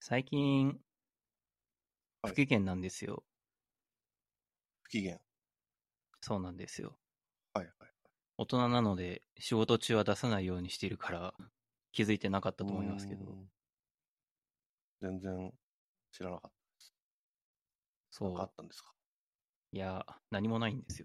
最近、 はい。 不機嫌なんですよ。 不機嫌。 そうなんですよ。 はいはい。 大人なので、仕事中は出さないようにしているから、気づいてなかったうーと思いますけど、 ん。全然知らなかった。なんかあそったんですか？ う。いや、何もないんですよ。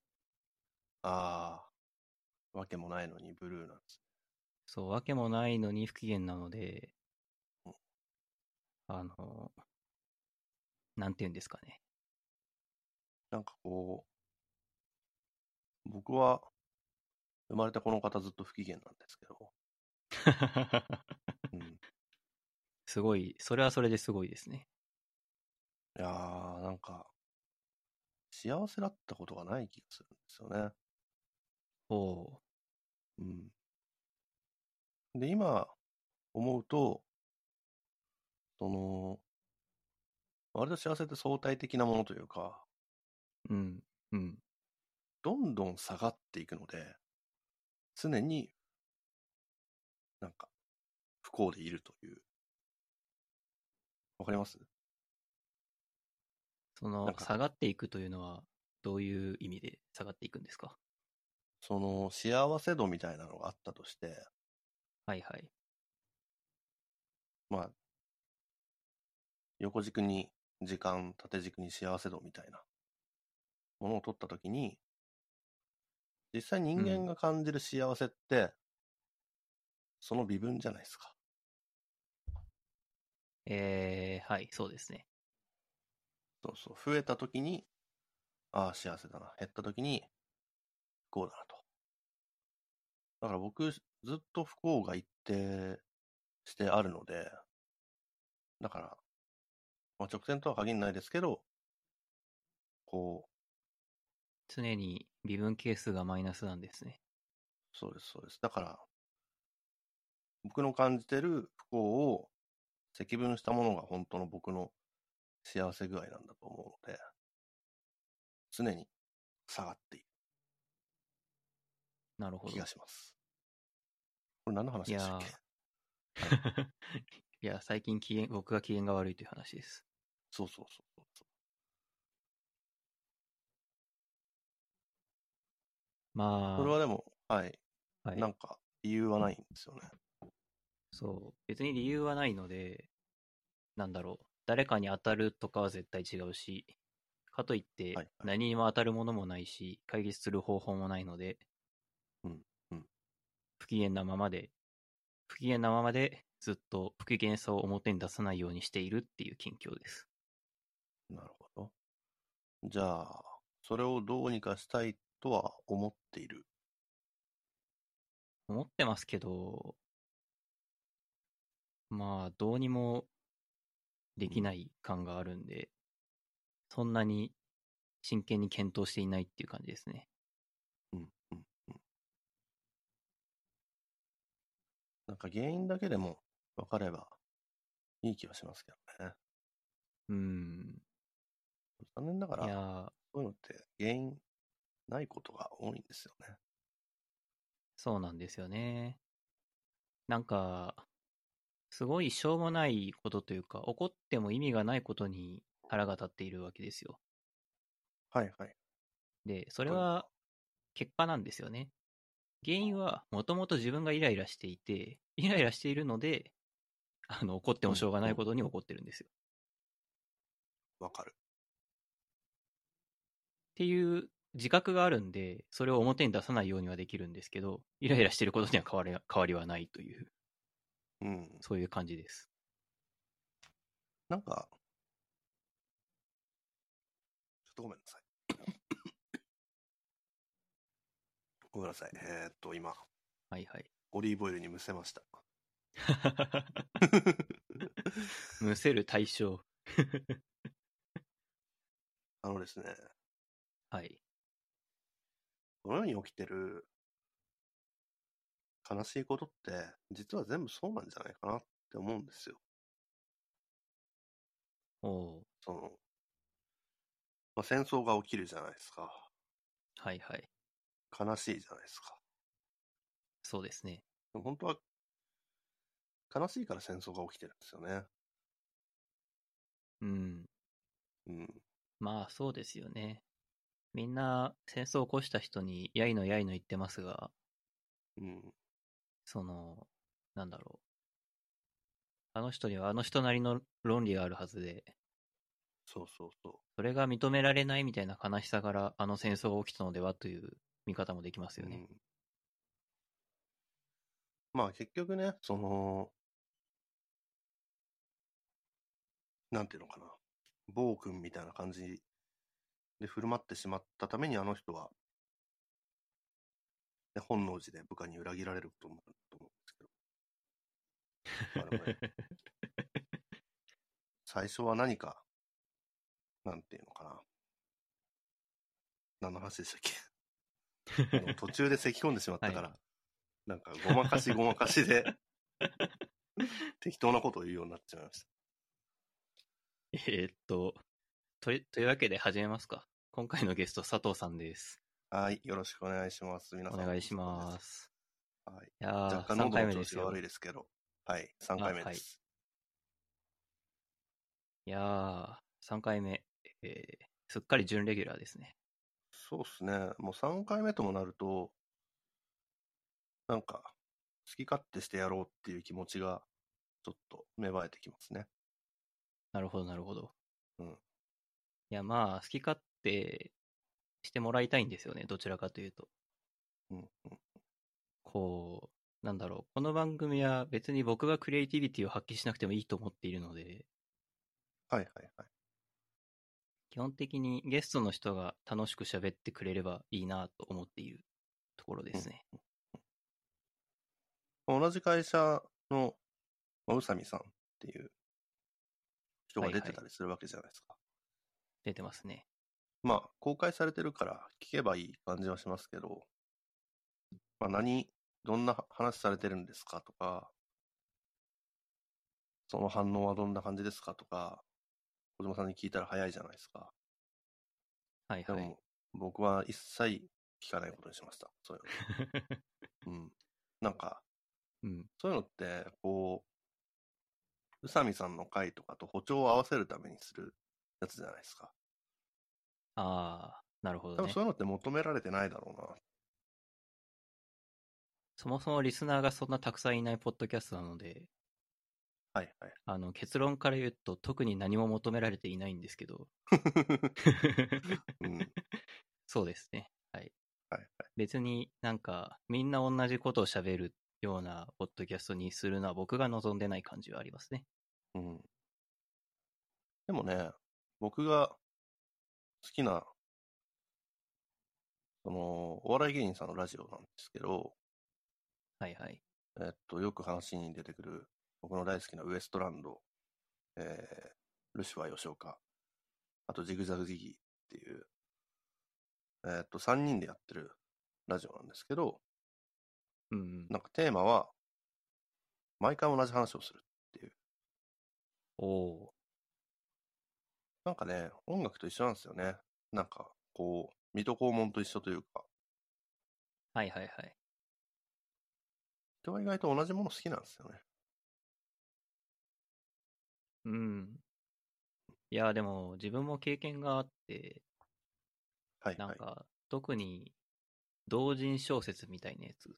ああー、わけもないのにブルーなんです。 そう、わけもないのに不機嫌なので、 うん。 あの、なんて言うんですかね。 なんか僕は生まれてこの方ずっと不機嫌なんですけど、うん。 すごい、それはそれですごいですね。 いやー、なんか幸せだったことがない気がするんですよね。 おう。 うん。で、今思うと、その、割と幸せって相対的なものというか、 うん、うん。 どんどん下がっていくので、常になんか不幸でいるという。わかります？ その、 なんか下がっていくというのは、どういう意味で下がっていくんですか？ その幸せ度みたいなのがあったとして、 はいはい。 まあ、横軸に時間、縦軸に幸せ度みたいなものを取ったときに、実際人間うん。 が感じる幸せって、その微分じゃないですか。 はい、そうですね。 そうそう。増えたときに、ああ、幸せだな。減ったときに、不幸だなと。だから僕、ずっと不幸が一定してあるので、だから、まあ、直線とは限らないですけど、こう、 常に微分係数がマイナスなんですね。 そうです、そうです。だから、僕の感じてる不幸を積分したものが本当の僕の幸せ具合なんだと思うので、常に下がっている気がなるほど。 します。これ何の話でしたっけ？ いやはい。 ーいや、最近僕が機嫌が悪いという話です。 そうそうそうそそれまはでも、はい。 あ、はい。 なんか理由はないんですよね。 そう。別に理由はないので、なんだろう。誰かに当たるとかは絶対違うし、かといってはいはい。 何にも当たるものもないし、解決する方法もないので、 うん。うん。 不機嫌なままで、不機嫌なままでずっと不機嫌さを表に出さないようにしているっていう近況です。 なるほど。じゃあ、それをどうにかしたいとは思っている。 思ってますけど、まあ、どうにもでうん。 きない感があるんで、そんなに真剣に検討していないっていう感じですね。 うん。うん。うん。なんか原因だけでも分かればいい気はしますけどね。 うーん。 残念ながら、 いやー、 そういうのって原因ないことが多いんですよね。 そうなんですよね。なんか、すごいしょうもないことというか、怒っても意味がないことに腹が立っているわけですよ。 はいはい。 で、それ例えば。 は結果なんですよね。原因はもともと自分がイライラしていて、イライラしているので、怒ってうんもしょうがなうん。 いことに怒ってるんですよ。 わかる。 っていう自覚があるんで、それを表に出さないようにはできるんですけど、イライラしていることには変わりはないという、 うん。 そういう感じです。 なんか、ちょっとごめんなさい。ごめんなさい。今、 はいはい。 オリーブオイルにむせました。 むせる対象。 あのですね、 はい。 この世に起きてる悲しいことって、実は全部そうなんじゃないかなって思うんですよ。 おお。 その、まあ、戦争が起きるじゃないですか。 はいはい。 悲しいじゃないですか。 そうですね。 でも本当は悲しいから戦争が起きてるんですよね。 うん。 うん。 まあそうですよね。みんな戦争を起こした人にやいのやいの言ってますが、 うん。 その、なんだろう。あの人にはあの人なりの論理があるはずで、 そうそうそそれが認められないみたいな悲しさからあの戦争が起きたのではという見方もできますう。 よね。 うん。まあ結局ね、なんていうのかな。暴君みたいな感じで振る舞ってしまったためにあの人は、ね、本能寺で部下に裏切られることになると思うんですけど。まあでもね、最初は何か、なんていうのかな。何の話でしたっけ？途中で咳込んでしまっはい。 たから、なんかごまかしごまかしで適当なことを言うようになっちゃいましえーっと、というわけで始めますか。今回のゲスト、佐藤さんです。 た。はい、よろしくお願いします。皆さん、 お願いし佐藤です。 ます。 はい。 いやー、 若干 3 喉の回目ですよ。 調子が悪いですけど、はい、3 あ、 回目はい。 です。 いやー、3回目。えすっかり準レギュラーですね。 そうっすね。もう3回目ともなると、なんか、好き勝手してやろうっていう気持ちが、ちょっと芽生えてきますね。 なるほど、なるほど。 うん。 いや、まあ、好き勝手してもらいたいんですよね。どちらかというと。 うん。うん。 こなんだろう。この番組は別に僕がクリエイティビティを発揮しなくてもいいと思っているので、 はいはいはい。 基本的にゲストの人が楽しく喋ってくれればいいなと思っているところでうん。 すね。 同じ会社の、宇佐美さんっていう人が出はいはい。 てたりするわけじゃないですか。 出てますね。 まあ、公開されてるから聞けばいい感じはしますけど、まあ、どんな話されてるんですかとか、その反応はどんな感じですかとか、小島さんに聞いたら早いじゃないですか。 はいはい。 でも、僕は一切聞かないことにしました。そういうの。うん。なんか、 うん。 そういうのって、宇佐美さんの回とかと歩調を合わせるためにするやつじゃないですか。 ああ、なるほどね。 多分そういうのって求められてないだろうな。 そもそもリスナーがそんなたくさんいないポッドキャストなので、 はいはい。 結論から言うと特に何も求められていないんですけど。 うん。 そうですね。はい。 はいはい。 別になんかみんな同じことを喋るようなポッドキャストにするのは僕が望んでない感じはありますね。 うん。でもね、僕が好きな、お笑い芸人さんのラジオなんですけど、 はいはい。 よく話に出てくる、僕の大好きなウエストランド、ルシファー吉岡、あとジグザグジギーっていう、3人でやってるラジオなんですけど、 うんうん。 なんかテーマは、毎回同じ話をするっていう。 おお。 なんかね、音楽と一緒なんですよね。なんか、水戸黄門と一緒というか、 はいはいはい。 人は意外と同じもの好きなんですよね。 うん。いや、でも自分も経験があって、 はいはい。 なんか特に同人小説みたいなやつ、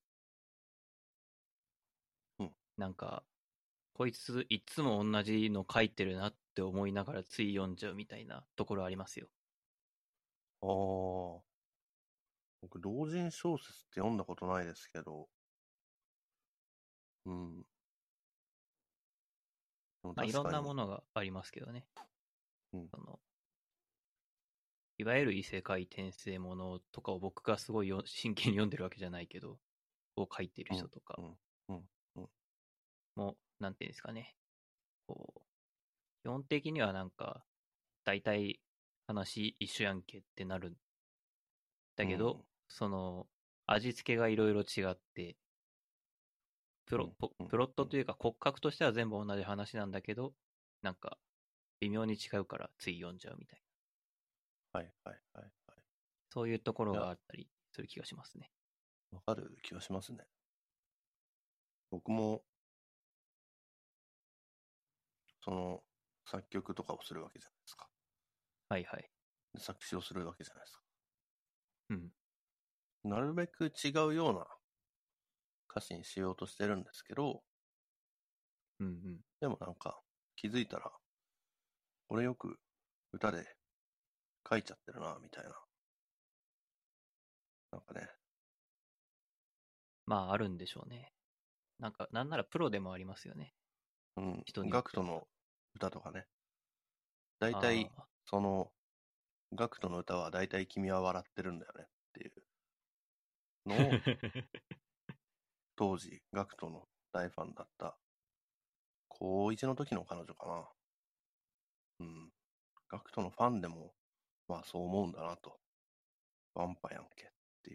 うん。 なんかこいついつも同じの書いてるなって思いながらつい読んじゃうみたいなところありますよ。 ああ、僕、同人小説って読んだことないですけど、うん。でもまあいろんなも確かに、 のがありますけどね。 うん、 そのいわゆる異世界転生ものとかを僕がすごい真剣に読んでるわけじゃないけど、を書いてるうん、 人とかうん、うん、うん、 も、なんていうんですかね。こう、基本的にはなんか、大体話一緒やんけってなるんだけど、 うん、 その、味付けがいろいろ違って、 うん、うん、 プロッうん。 トというか骨格としては全部同じ話なんだけど、なんか、微妙に違うからつい読んじゃうみたいな。 はい、はい、はい、はい。 そういうところいや、 があったりする気がしますね。 わかる気がしますね。僕も、その、 作曲とかをするわけじゃないですか。 はいはい。 で作詞をするわけじゃないですか。 うん。 なるべく違うような歌詞にしようとしてるんですけど、 うんうん。 でもなんか気づいたら、俺よく歌で書いちゃってるな、みたいな。なんかね、 まあ、あるんでしょうね。なんか、なんならプロでもありますよね。 うん、 人によっては。 ガクトの歌とかね、大体、 ああ。 その、ガクトの歌は大体君は笑ってるんだよねっていうのを、当時、ガクトの大ファンだった高1の時の彼女かな。うん。ガクトのファンでも、まあそう思うんだなと。ワンパやんけっていう。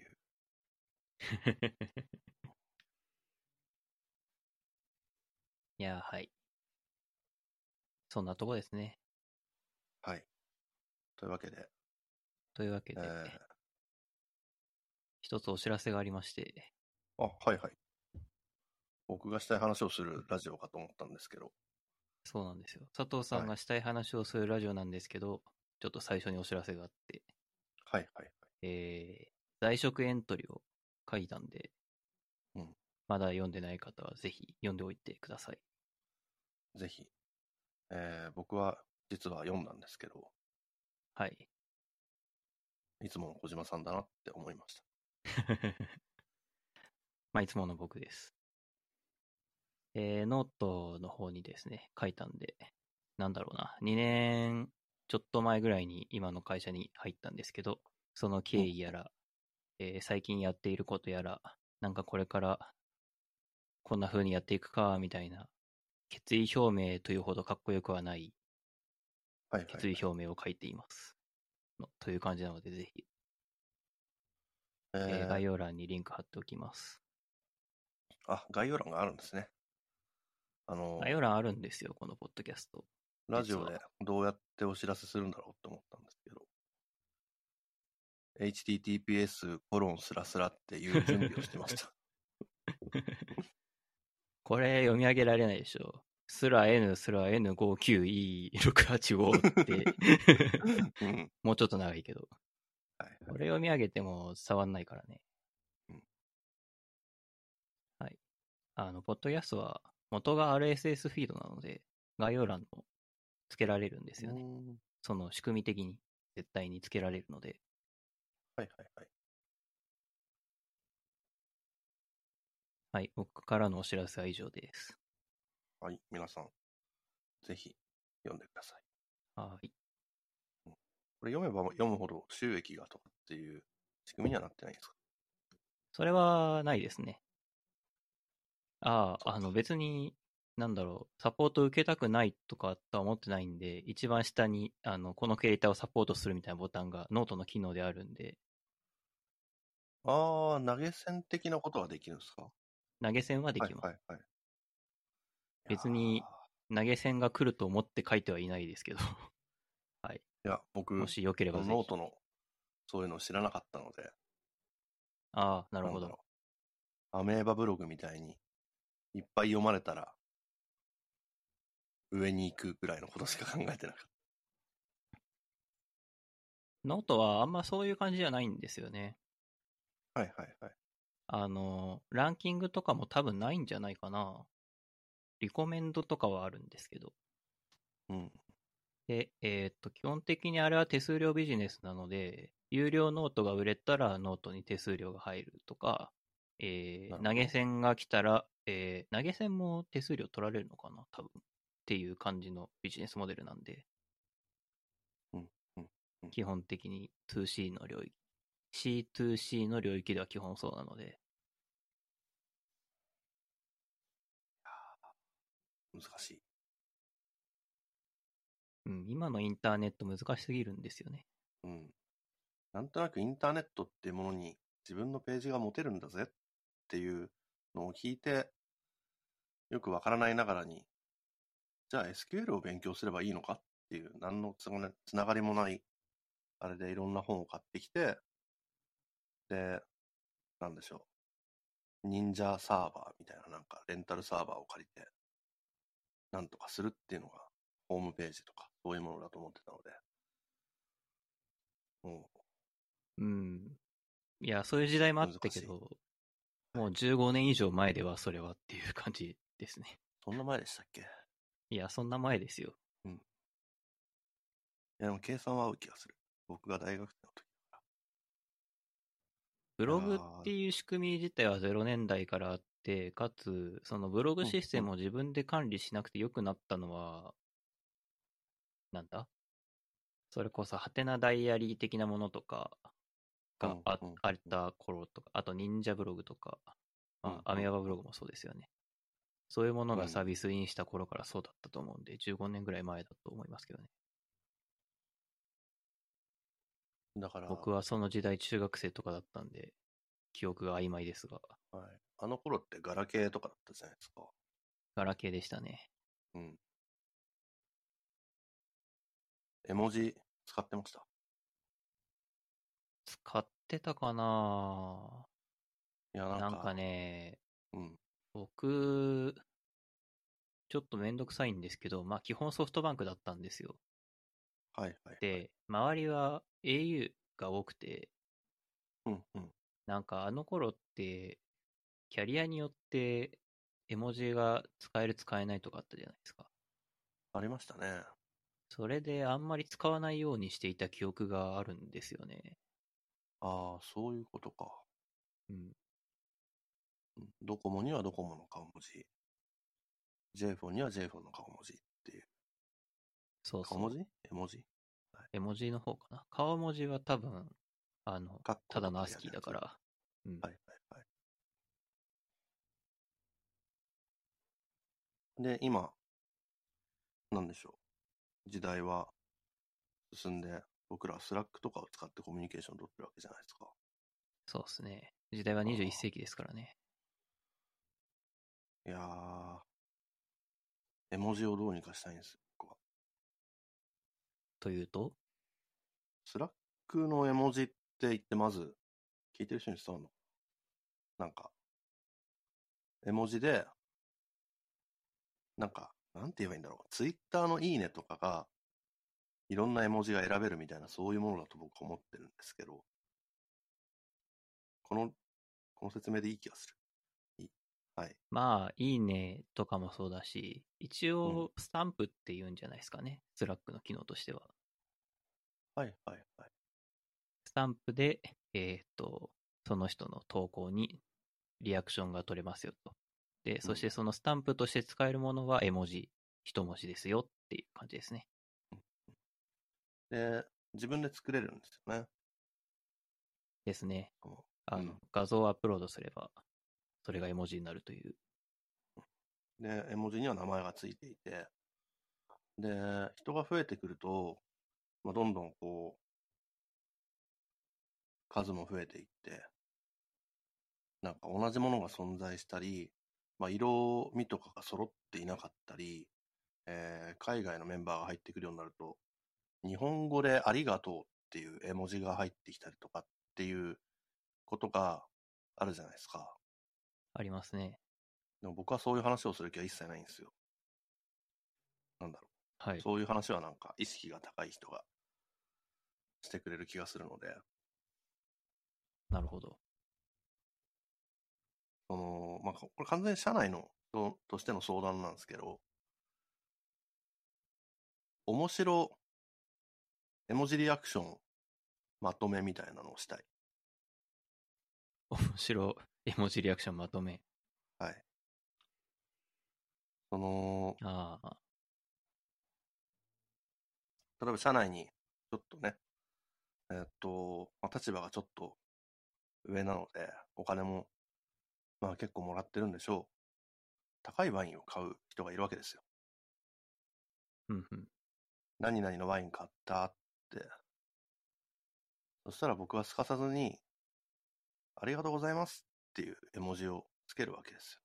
いや、はい。そんなとこですね。 はい。というわけで、 というわけで、 ー、 一つお知らせがありまして、 はいはい。僕がしたい話をするラジオかと思ったんですけど、 そうなんですよ。佐藤さはい。 んがしたい話をするラジオなんですけど、ちょっと最初にお知らせがあって、 はいはいはい。 在職エントリーを書いたんで、 うん。 まだ読んでない方はぜひ読んでおいてください。 ぜひ。僕は実は読んだんですけど、 はい。 いつもの小島さんだなって思いました。 まあ、いつもの僕です。ノートの方にですね、書いたんで、なんだろうな、2年ちょっと前ぐらいに今の会社に入ったんですけど、その経うん。 緯やら、最近やっていることやら、なんかこれからこんな風にやっていくか、みたいな、決意表明というほどかっこよくはないはいはい決意はい。 表明を書いています。という感じなので、ぜひ、 え概要欄にリンク貼っておきます。 概要欄があるんですね。あの概要欄あるんですよ、このポッドキャスト。実は。 ラジオでどうやってお知らせするんだろうって思ったんですけど、https コロンスラスラっていう準備をしてました。 これ読み上げられないでしょ。スラ N スラ N59E685 ってうん。 もうちょっと長いけど。 はいはい。 これ読み上げても伝わんないからね。 うん。 はい。ポッドキャストは元が RSS フィードなので、概要欄もつけられるんでうーすよね。 ん。 その仕組み的に絶対につけられるので。 はいはいはい。 はい。僕からのお知らせは以上です。 はい、皆さん、ぜひ読んでください。 はい。 うん、これ読めば読むほど収益がとかっていう仕組みにはなってないんですか？ それはないですね。 そっか。 別に、なんだろう、サポート受けたくないとかとは思ってないんで、一番下に、このクリエイターをサポートするみたいなボタンがノートの機能であるんで、 投げ銭的なことはできるんですか？ 投げ銭はではいきます。 はいはい。いや別に、投げ銭が来ると思って書いてはいないですけど、はい。も僕、 しよけれそのばぜひ。 ノートのそういうのを知らなかったので、 ああ、なるほど。 なんだろう。アメーバブログみたいにいっぱい読まれたら上に行くぐらいのことしか考えてなかっノートはあんまそういう感じじゃないんですよね。 た。はいはいはい。 ランキングとかも多分ないんじゃないかな。リコメンドとかはあるんですけど、 うん。 で、基本的にあれは手数料ビジネスなので、有料ノートが売れたらノートに手数料が入るとか、投げなるほど。 銭が来たら、投げ銭も手数料取られるのかな多分。っていう感じのビジネスモデルなんで、 うん。うん。うん。 基本的に 2C の領域、C2C の領域では基本そうなので、 難しい。 うん、今のインターネット難しすぎるんですよね。 うん。なんとなくインターネットっていうものに自分のページが持てるんだぜっていうのを聞いて、よくわからないながらに、じゃあ SQL を勉強すればいいのかっていう、何のつながりもない、あれでいろんな本を買ってきて、で、なんでしょう。忍者サーバーみたいななんかレンタルサーバーを借りて、なんとかするっていうのがホームページとか、そういうものだと思ってたので。 いや、そういう時代もあった難しい。 けど、 はい。 もう15年以上前ではそれはっていう感じですね。 そんな前でしたっけ？ いや、そんな前ですよ。 うん。いや、でも計算は合う気がする。僕が大学生の時だかブら。いログっていう仕組み自体は0年代からあって、かつ、そのブログシステムを自分で管理しなくてよくなったのは、なんだそれこそ、ハテナダイアリー的なものとかがあった頃とか、あと忍者ブログとか、アメーバブログもそうですよね。そういうものがサービスインした頃からそうだったと思うんで、15年ぐらい前だと思いますけどね。 だから、 僕はその時代中学生とかだったんで、記憶が曖昧ですが。 はい。あの頃ってガラケーとかだったじゃないですか。 ガラケーでしたね。 うん。絵文字使ってました？ 使ってたかな。 いや、なんなんかか、 ね、 うん。 僕、ちょっとめんどくさいんですけど、基本ソフトバンクだったんですよ。 はいはいはい。 で、周りは au が多くて、 うんうん。 なんかあの頃って、キャリアによって絵文字が使える使えないとかあったじゃないですか。 ありましたね。 それであんまり使わないようにしていた記憶があるんですよね。 ああ、そういうことか。 うん。 ドコモにはドコモの顔文字。j フォンには j フォンの顔文字っていう。 そうそう。 顔文字絵文字、はい。 絵文字の方かな。顔文字は多分、 カッコとかただのアスでやるやつ。 キーだから。うん。 はいはいはい。で、今、なんでしょう。時代は進んで、僕らはスラックとかを使ってコミュニケーションを取ってるわけじゃないですか。 そうですね。時代は21 あ世紀ですからね。 いやー、絵文字をどうにかしたいんですよ、僕は。 というと、 スラックの絵文字って言ってまず、聞いてる人に伝わるの？なんか、絵文字で、なんか、なんて言えばいいんだろう。ツイッターのいいねとかが、いろんな絵文字が選べるみたいな、そういうものだと僕は思ってるんですけど、この、この説明でいい気がする。いい。はい。 いいねとかもそうだし、一うん。 応、スタンプって言うんじゃないですかね。スラックの機能としては。 はいはいはい。 スタンプで、その人の投稿にリアクションが取れますよと。で、 うん。 そしてそのスタンプとして使えるものは絵文字、一文字ですよっていう感じですね。 で、自分で作れるんですよね。 ですね。 うん。 画像をアップロードすれば、それが絵文字になるという。 で、絵文字には名前がついていて、で、人が増えてくると、どんどんこう、数も増えていって、なんか同じものが存在したり、色味とかが揃っていなかったり、海外のメンバーが入ってくるようになると、日本語でありがとうっていう絵文字が入ってきたりとかっていうことがあるじゃないですか。 ありますね。 でも僕はそういう話をする気は一切ないんですよ。なんだろう。 はい。 そういう話はなんか意識が高い人がしてくれる気がするので、 なるほど。 これ完全に社内の人としての相談なんですけど、面白絵文字リアクションまとめみたいなのをしたい。 面白絵文字リアクションまとめ。 はい。その、 ああ、 例えば社内にちょっとね、立場がちょっと上なので、お金も結構もらってるんでしょう。高いワインを買う人がいるわけですよ。 うんうん。 何々のワイン買ったって。そしたら僕はすかさずに、ありがとうございますっていう絵文字をつけるわけです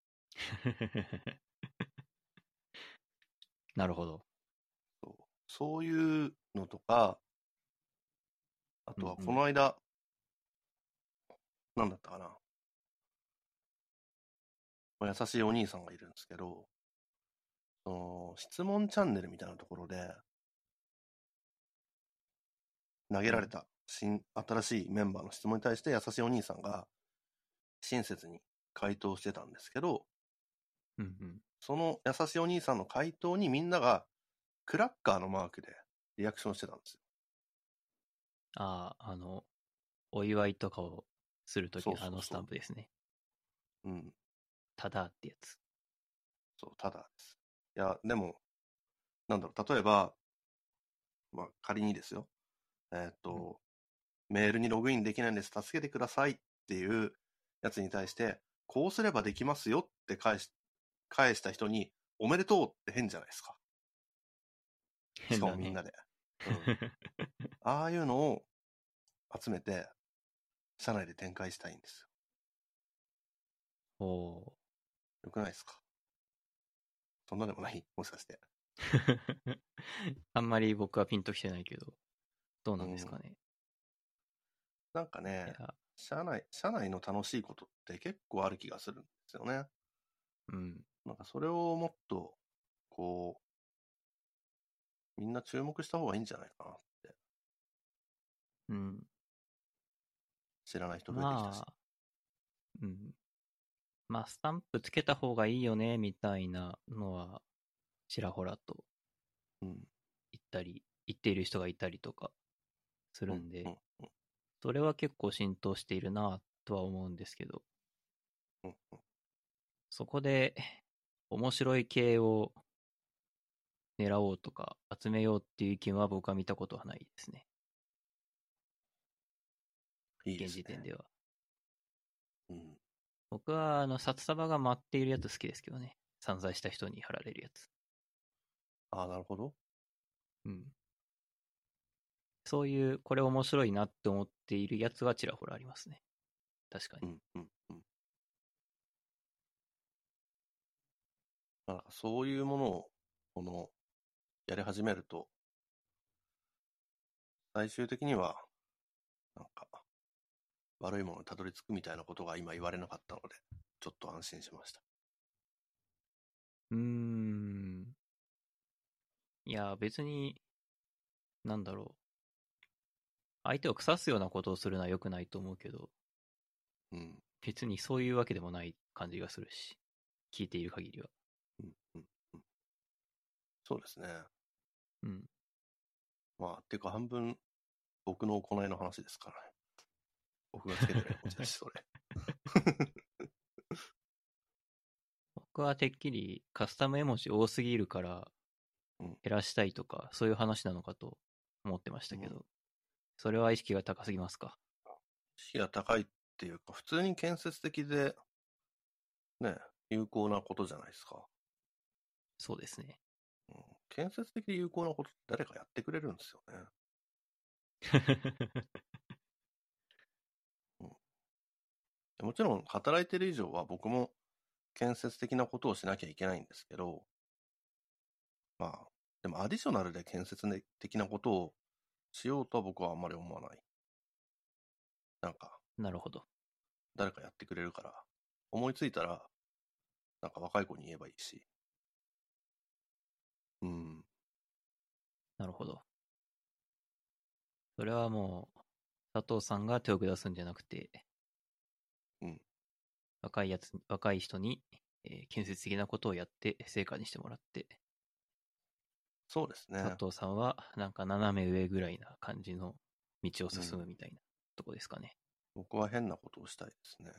なるほど。 よ。そういうのとか、あとはうんうん。 この間、なんだったかな。優しいお兄さんがいるんですけど、 その質問チャンネルみたいなところで、投げられた新しいメンバーの質問に対して優しいお兄さんが親切に回答してたんですけど、 うんうん。 その優しいお兄さんの回答にみんながクラッカーのマークでリアクションしてたんですよ。 ああ、お祝いとかをするときそうのスタンそうそプですね。 う。うん。 ただってやつ。 そう、ただです。いや、でも、なんだろう、例えば、まあ、仮にですよ。えっ、 うん。 と、メールにログインできないんです、助けてくださいっていうやつに対して、こうすればできますよって返した人に、おめでとうって変じゃないですか。し変だね。 かもみんなで。うん。ああいうのを集めて、社内で展開したいんですよ。 おお。 よくないですか？そんなでもないもしかして。 あんまり僕はピンときてないけど、どうなんですかうん。 ね。 なんかね、 いや、 社内の楽しいことって結構ある気がするんですよね。 うん。 なんかそれをもっと、こみんな注目した方がいいんじゃないかなって。 うん。 知らない人増えてきたし。 まあ、うん。まあ、スタンプつけた方がいいよね、みたいなのは、ちらほらとうん。 言っている人がいたりとかすうん。 るんで、 うん。うん。 それは結構浸透しているなとは思うんですけど、 うん。 そこで面白い系を狙おうとか集めようっていう意見は僕は見たことはないですね。現いいですね。 時点では。 うん。 僕は札束が舞っているやつ好きですけどね。散財した人に貼られるやつ。 ああ、なるほど。 うん。そういう、これ面白いなって思っているやつはちらほらありますね。確かに。 うん。うん。うん。なんかそういうものを、やり始めると、最終的には、なんか、悪いものにたどり着くみたいなことが今言われなかったので、ちょっと安心しました。 うーん。いや、別に、なんだろう。相手を腐すようなことをするのは良くないと思うけど、 うん。 別にそういうわけでもない感じがするし、聞いている限りは。 うん。うん。うん。そうですね。 うん。 まあ、っていうか半分、僕の行いの話ですからね。僕がつけてる絵文字だし、それ。 僕はてっきりカスタム絵文字多すぎるからうん。 減らしたいとか、そういう話なのかと思ってましたうん。 けど、それは意識が高すぎますか？ 意識が高いっていうか、普通に建設的で、ね、有効なことじゃないですか。 そうですね。 うん、建設的で有効なことって誰かやってくれるんですよね。うん、もちろん、働いてる以上は僕も建設的なことをしなきゃいけないんですけど、まあ、でもアディショナルで建設的なことをしようとは僕はあんまり思わない。なんか、 なるほど。 誰かやってくれるから、思いついたら、なんか若い子に言えばいいし。うん。 なるほど。それはもう、佐藤さんが手を下すんじゃなくて、 うん。 若い人に、建設的なことをやって成果にしてもらって、 そうですね。 佐藤さんはなんか斜め上ぐらいな感じの道をうん。 進むみたいなとこですかね。 僕は変なことをしたいですね。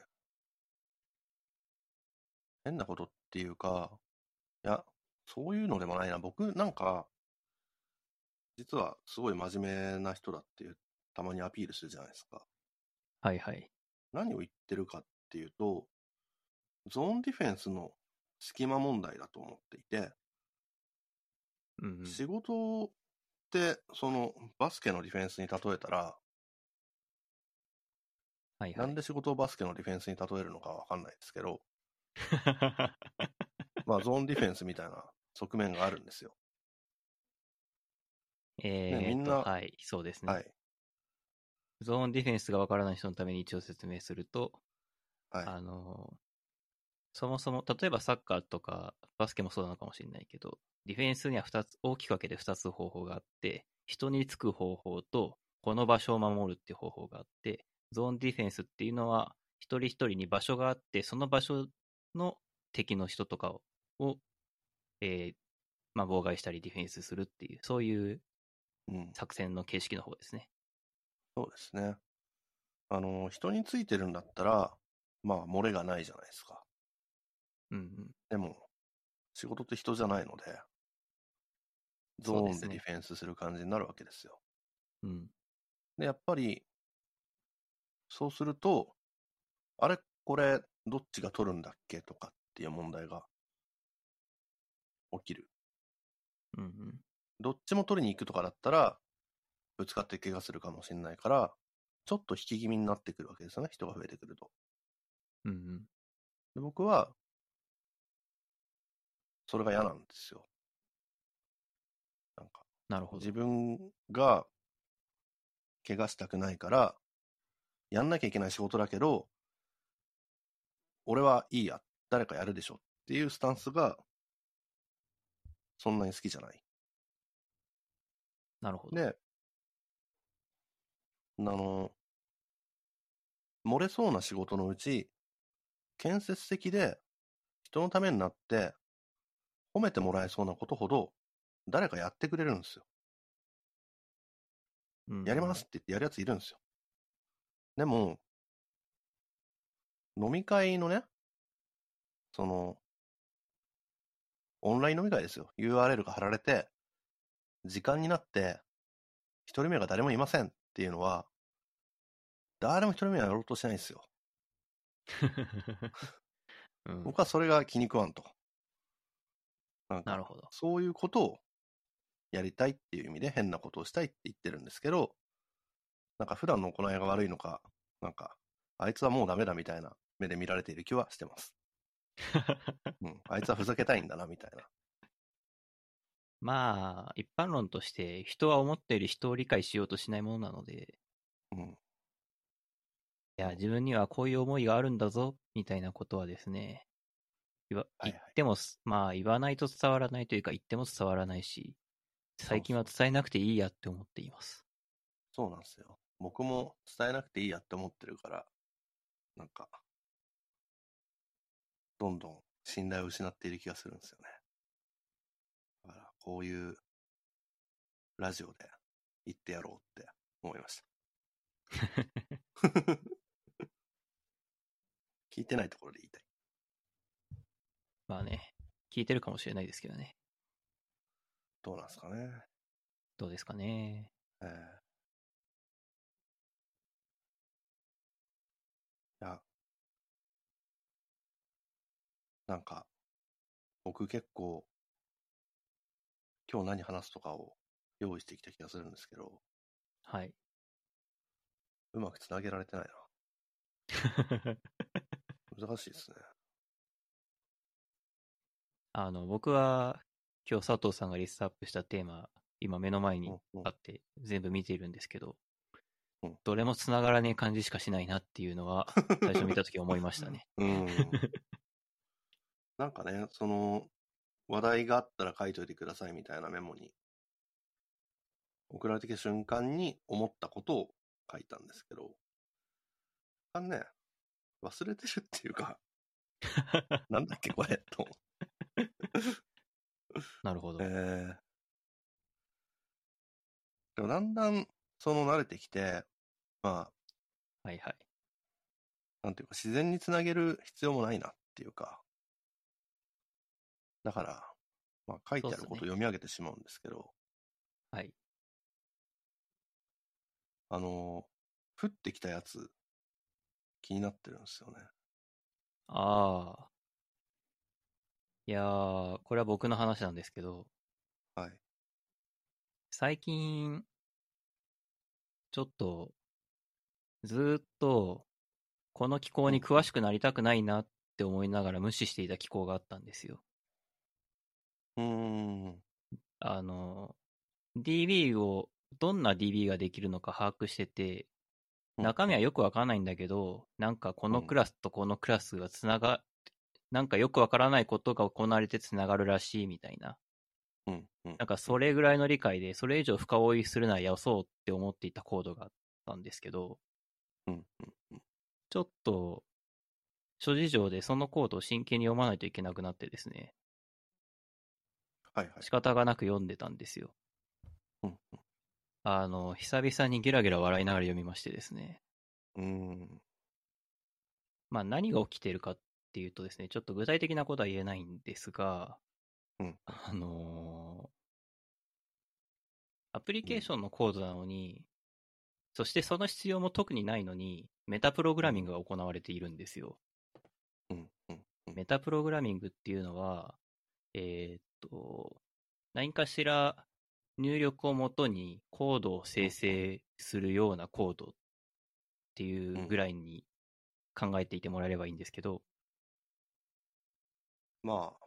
変なことっていうか、いや、そういうのでもないな。僕なんか、実はすごい真面目な人だっていう、たまにアピールするじゃないですか。 はいはい。 何を言ってるかっていうと、ゾーンディフェンスの隙間問題だと思っていて、 うんうん。 仕事って、バスケのディフェンスに例えたら、 はいはい。 なんで仕事をバスケのディフェンスに例えるのかわかんないですけど、まあ、ゾーンディフェンスみたいな側面があるんですよ。ね、みんな、 はい、そうですね。 はい、 ゾーンディフェンスがわからない人のために一応説明すると、 はい、 あの、 そもそも、例えばサッカーとかバスケもそうなのかもしれないけど、ディフェンスには大きく分けて2つ方法があって、人につく方法と、この場所を守るっていう方法があって、ゾーンディフェンスっていうのは、一人一人に場所があって、その場所の敵の人とかを、えーまあ、妨害したりディフェンスするっていう、そういううん。 作戦の形式の方ですね。 そうですね。人についてるんだったら、まあ、漏れがないじゃないですか。 うんうん。 でも、仕事って人じゃないので、ゾそうですね。 ーンでディフェンスする感じになるわけですよ。 うん。 で、やっぱり、そうすると、あれ、これ、どっちが取るんだっけとかっていう問題が起きる。 うんうん。 どっちも取りに行くとかだったら、ぶつかって怪我するかもしれないから、ちょっと引き気味になってくるわけですよね、人が増えてくると。 うんうん。 で僕は、それが嫌なんですよ。なんか、 なるほど。 自分が怪我したくないから、やんなきゃいけない仕事だけど、俺はいいや、誰かやるでしょっていうスタンスが、そんなに好きじゃない。 なるほど。 で、漏れそうな仕事のうち、建設的で人のためになって褒めてもらえそうなことほど、誰かやってくれるんですよ。 うんうん。 やりますって言ってやるやついるんですよ。でも、飲み会のね、その、オンライン飲み会ですよ。URL が貼られて、時間になって、一人目が誰もいませんっていうのは、誰も一人目はやろうとしないんですよ。 うん。 僕はそれが気に食わんと。なんか、 なるほど。 そういうことをやりたいっていう意味で変なことをしたいって言ってるんですけど、なんか普段の行いが悪いのか、なんか、あいつはもうダメだみたいな目で見られている気はしてます。うん。あいつはふざけたいんだな、みたいな。 まあ、一般論として人は思っている人を理解しようとしないものなので、 うん。 いや、 そう。 自分にはこういう思いがあるんだぞ、みたいなことはですね、 はいはい。 言ってもまあ言わないと伝わらないというか言っても伝わらないし、最近はそうそう。 伝えなくていいやって思っています。 そうなんですよ。僕も伝えなくていいやって思ってるから、なんか、どんどん信頼を失っている気がするんですよね。だから、こういうラジオで言ってやろうって思いました。聞いてないところで言いたい。 まあね、聞いてるかもしれないですけどね。 どうなんですかね。 どうですかね。 いや、なんか、僕結構、今日何話すとかを用意してきた気がするんですけど、 はい。 うまくつなげられてないな。難しいですね。 僕は今日佐藤さんがリストアップしたテーマ、今目の前にうんうん。 あって全部見ているんですけど、 うん。 どれも繋がらねえ感じしかしないなっていうのは最初見たとき思いましたね。 うん。なんかね、話題があったら書いといてくださいみたいなメモに送られてきた瞬間に思ったことを書いたんですけど、ね、忘れてるっていうか、なんだっけこれと。 なるほど。 えでもだんだん、慣れてきて、まはいはい。 なんていうか、自然につなげる必要もないなっていうか、だから、書いてあることをそうっすね。 読み上げてしまうんですけど、 はい。 降ってきたやつ、気になってるんですよね。 ああ。いやー、これは僕の話なんですけど、 はい。 最近、ちょっと、ずーっと、この気候うんに詳しくなりたくないなって思いながら無視していた気候があったんですよ。 うん。うーん。 あの、DB を、どんな DB ができるのか把握してて、 うん。 中身はよくわかんないんだけど、なんかこうん。 のクラスとこのクラスがなんかよくわからないことが行われてつながるらしいみたいな。 うんうんなんかそれぐらいの理解で、それ以上深追いするのはやそうって思っていたコードがあったんですけど、 うんうんうん。 ちょっと諸事情でそのコードを真剣に読まないといけなくなってですね、 はいはい。 仕方がなく読んでたんですよ。 うん久々にゲラゲラ笑いながら読みましてですね。 うん。 まあ何が起きているかっていうとですね、ちょっと具体的なことは言えないんですが、 うんあのアプリうんケーションのコードなのに、そしてその必要も特にないのに、メタプログラミングが行われているんですよ。 うんうんうんメタプログラミングっていうのは、えーっと、何かしら入力をもとにコードを生成するようなコードっていうぐうん。 らいに考えていてもらえればいいんですけど、 まあ、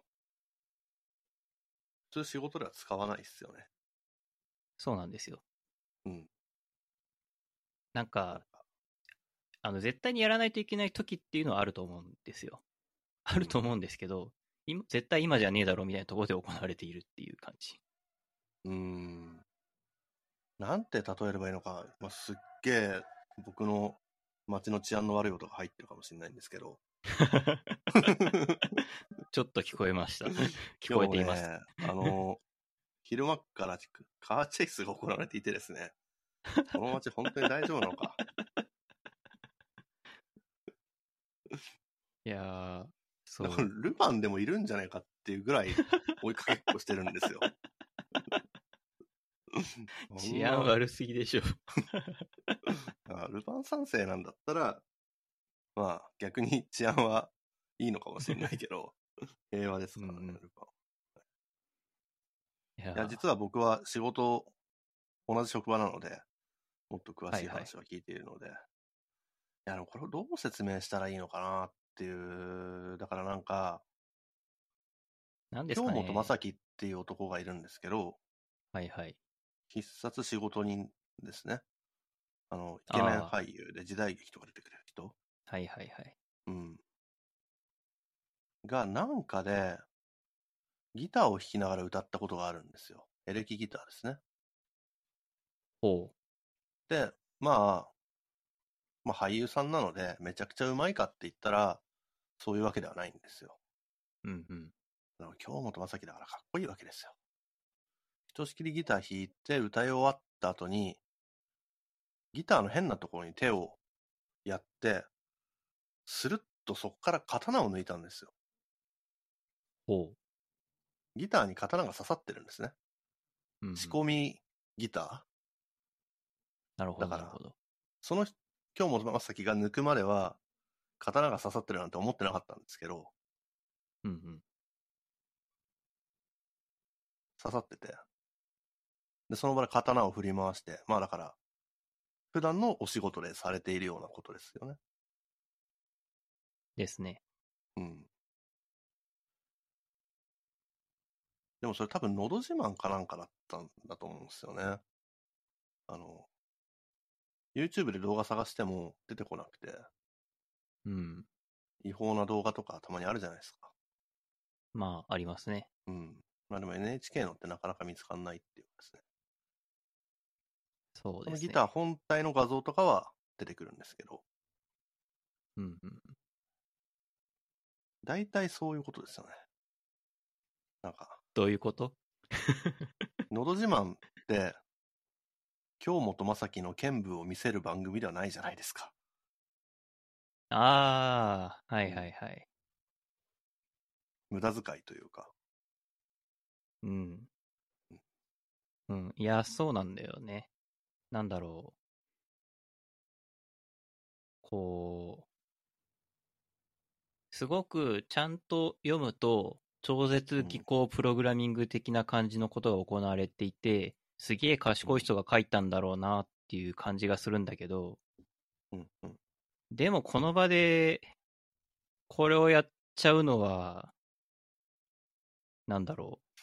普通仕事では使わないっすよね。 そうなんですよ。 うん。 なんか、 なんか、 絶対にやらないといけない時っていうのはあると思うんですよ。あうん。 ると思うんですけど、絶対今じゃねえだろみたいなところで行われているっていう感じ。 うーん。なんて例えればいいのか、まあ、すっげえ僕の街の治安の悪い音が入ってるかもしれないんですけど。 ちょっと聞こえました。聞こえ今ています。 日ね、昼間からカーチェイスが行われていてですね、この街本当に大丈夫なのか。 いやー、 だからそルパンでもいるんじゃないかっていうぐらい追いかけっこしてるんですよ。 う。 そんな、 治安悪すぎでしょ。 ルパン三世なんだったら、まあ逆に治安はいいのかもしれないけど、平和ですからね、 うんうん。 ルパン。いや、 いやー、 実は僕は仕事、同じ職場なので、もっと詳しいはいはい。 話は聞いているので、いや、でもこれをどう説明したらいいのかなっていう、だからなんか、 何です京本かね。 正樹っていう男がいるんですけど、 はいはい。 必殺仕事人ですね。イケメンああ、 俳優で時代劇とか出てくる人、 はいはいはい。 うん、がなんかでギターを弾きながら歌ったことがあるんですよ。エレキギターですね。 ほで、まあ俳優さんなのでめちゃくちゃうまいかって言ったらそういうわけではないんですよ。 う。うんうん。 京本正樹だからかっこいいわけですよ。ひとしきりギター弾いて歌い終わった後にギターの変なところに手をやってスルッとそこから刀を抜いたんですよ。 ほギターに刀が刺さってるんですね。 う。うんう仕ん。 込みギタなるほーだから、 どなるほど。 その京本正樹が抜くまでは刀が刺さってるなんて思ってなかったんですけど、 うんうん。 刺さってて、で、その場で刀を振り回して、まあだから、普段のお仕事でされているようなことですよね。 ですね。 うん。でもそれ多分、のど自慢かなんかだったんだと思うんですよね。あの、YouTube で動画探しても出てこなくて、 うん。 違法な動画とかたまにあるじゃないですか。 まあ、ありますね。 うん。まあでも NHK のってなかなか見つかんないっていうかですね。そのギターそうですね。 本体の画像とかは出てくるんですけど、 うんうん。 大体そういうことですよね。なんか、 どういうこと？ のど自慢って、京本正樹の剣舞を見せる番組ではないじゃないですか。 ああ、はいうん。 はいはい。 無駄遣いというか。 うん。 うん。 うん。いや、そうなんだよね。なんだろう。こう、すごくちゃんと読むと、超絶技うん。 巧プログラミング的な感じのことが行われていて、すげえうん。 賢い人が書いたんだろうなっていう感じがするんだけど、 うん。うん。 でもこの場でこれをやっちゃうのは、なんだろう。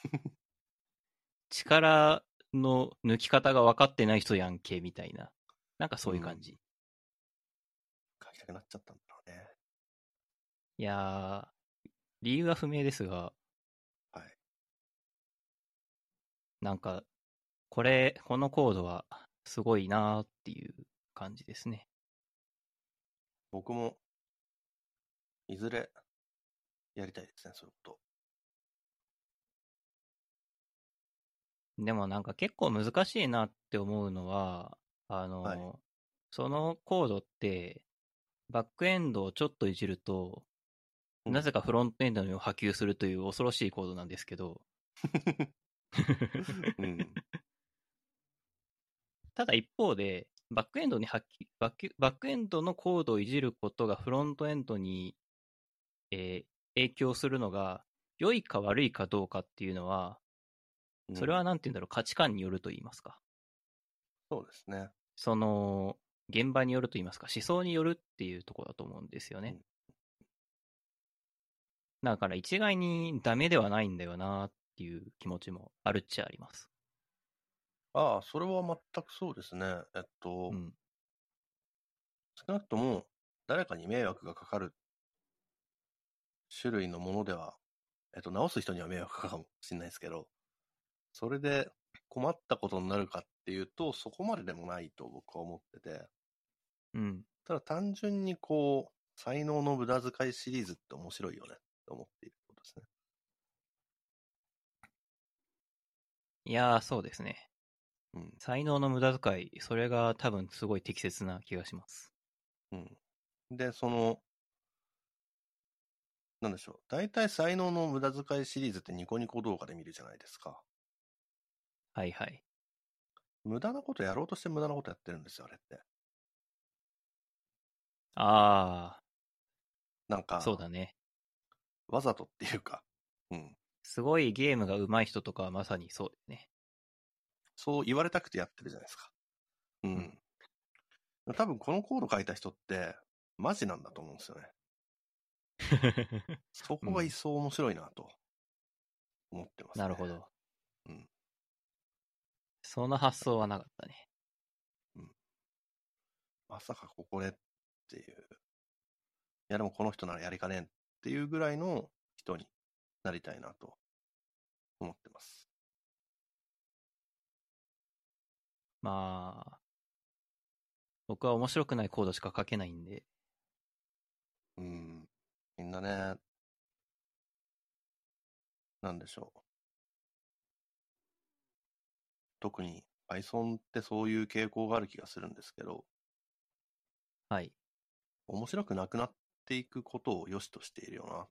力の抜き方が分かってない人やんけ、みたいな。なんかうん。 そういう感じ。 書きたくなっちゃったんだろうね。 いやー、 理由は不明ですが、 はい。 なんか、このコードはすごいなーっていう感じですね。 僕も、いずれ、やりたいですね、そういうこでもなんか結構難しいなって思うのは、 と。はい。 そのコードって、バックエンドをちょっといじると、 うん。 なぜかフロントエンドに波及するという恐ろしいコードなんですけど、 うん。 ただ一方で、バックエンドのコードをいじることがフロントエンドに、影響するのが、良いか悪いかどうかっていうのは、それはうん。 なんて言うんだろう、価値観によると言いますか。 そうですね。 その、現場によると言いますか、思想によるっていうところだと思うんですよね。 うん。 だから一概にダメではないんだよなっていう気持ちもあるっちゃあります。 ああ、それは全くそうですね。 うん。 少なくとも、誰かに迷惑がかかる種類のものでは、直す人には迷惑かかるかもしれないですけど、それで困ったことになるかっていうと、そこまででもないと僕は思ってて、 うん。 ただ単純にこう、才能の無駄遣いシリーズって面白いよねって思っていることですね。 いやー、そうですね。 うん。 才能の無駄遣い、それが多分すごい適切な気がします。 うん。で、なんでしょう。大体才能の無駄遣いシリーズってニコニコ動画で見るじゃないですか。 はいはい。 無駄なことやろうとして無駄なことやってるんですよ、あれって。 あなんー、そうか、 だね。 わざとっていうか、うん。 すごいゲームが上手い人とかはまさにそうですね。 そう言われたくてやってるじゃないですか。ううん。 ん。多分このコード書いた人って、マジなんだと思うんですよね。そこが一うん。 層面白いなと思ってますね。 なるほど。 うん。 その発想はなかったね。 うん。まさかここでっていう。いやでもこの人ならやりかねんっていうぐらいの人になりたいなと思ってます。 まあ、僕は面白くないコードしか書けないんで、 うん。みんなね、なんでしょう。特に Python ってそういう傾向がある気がするんですけど、 はい。 面白くなくなっていくことを良しとしているよなって。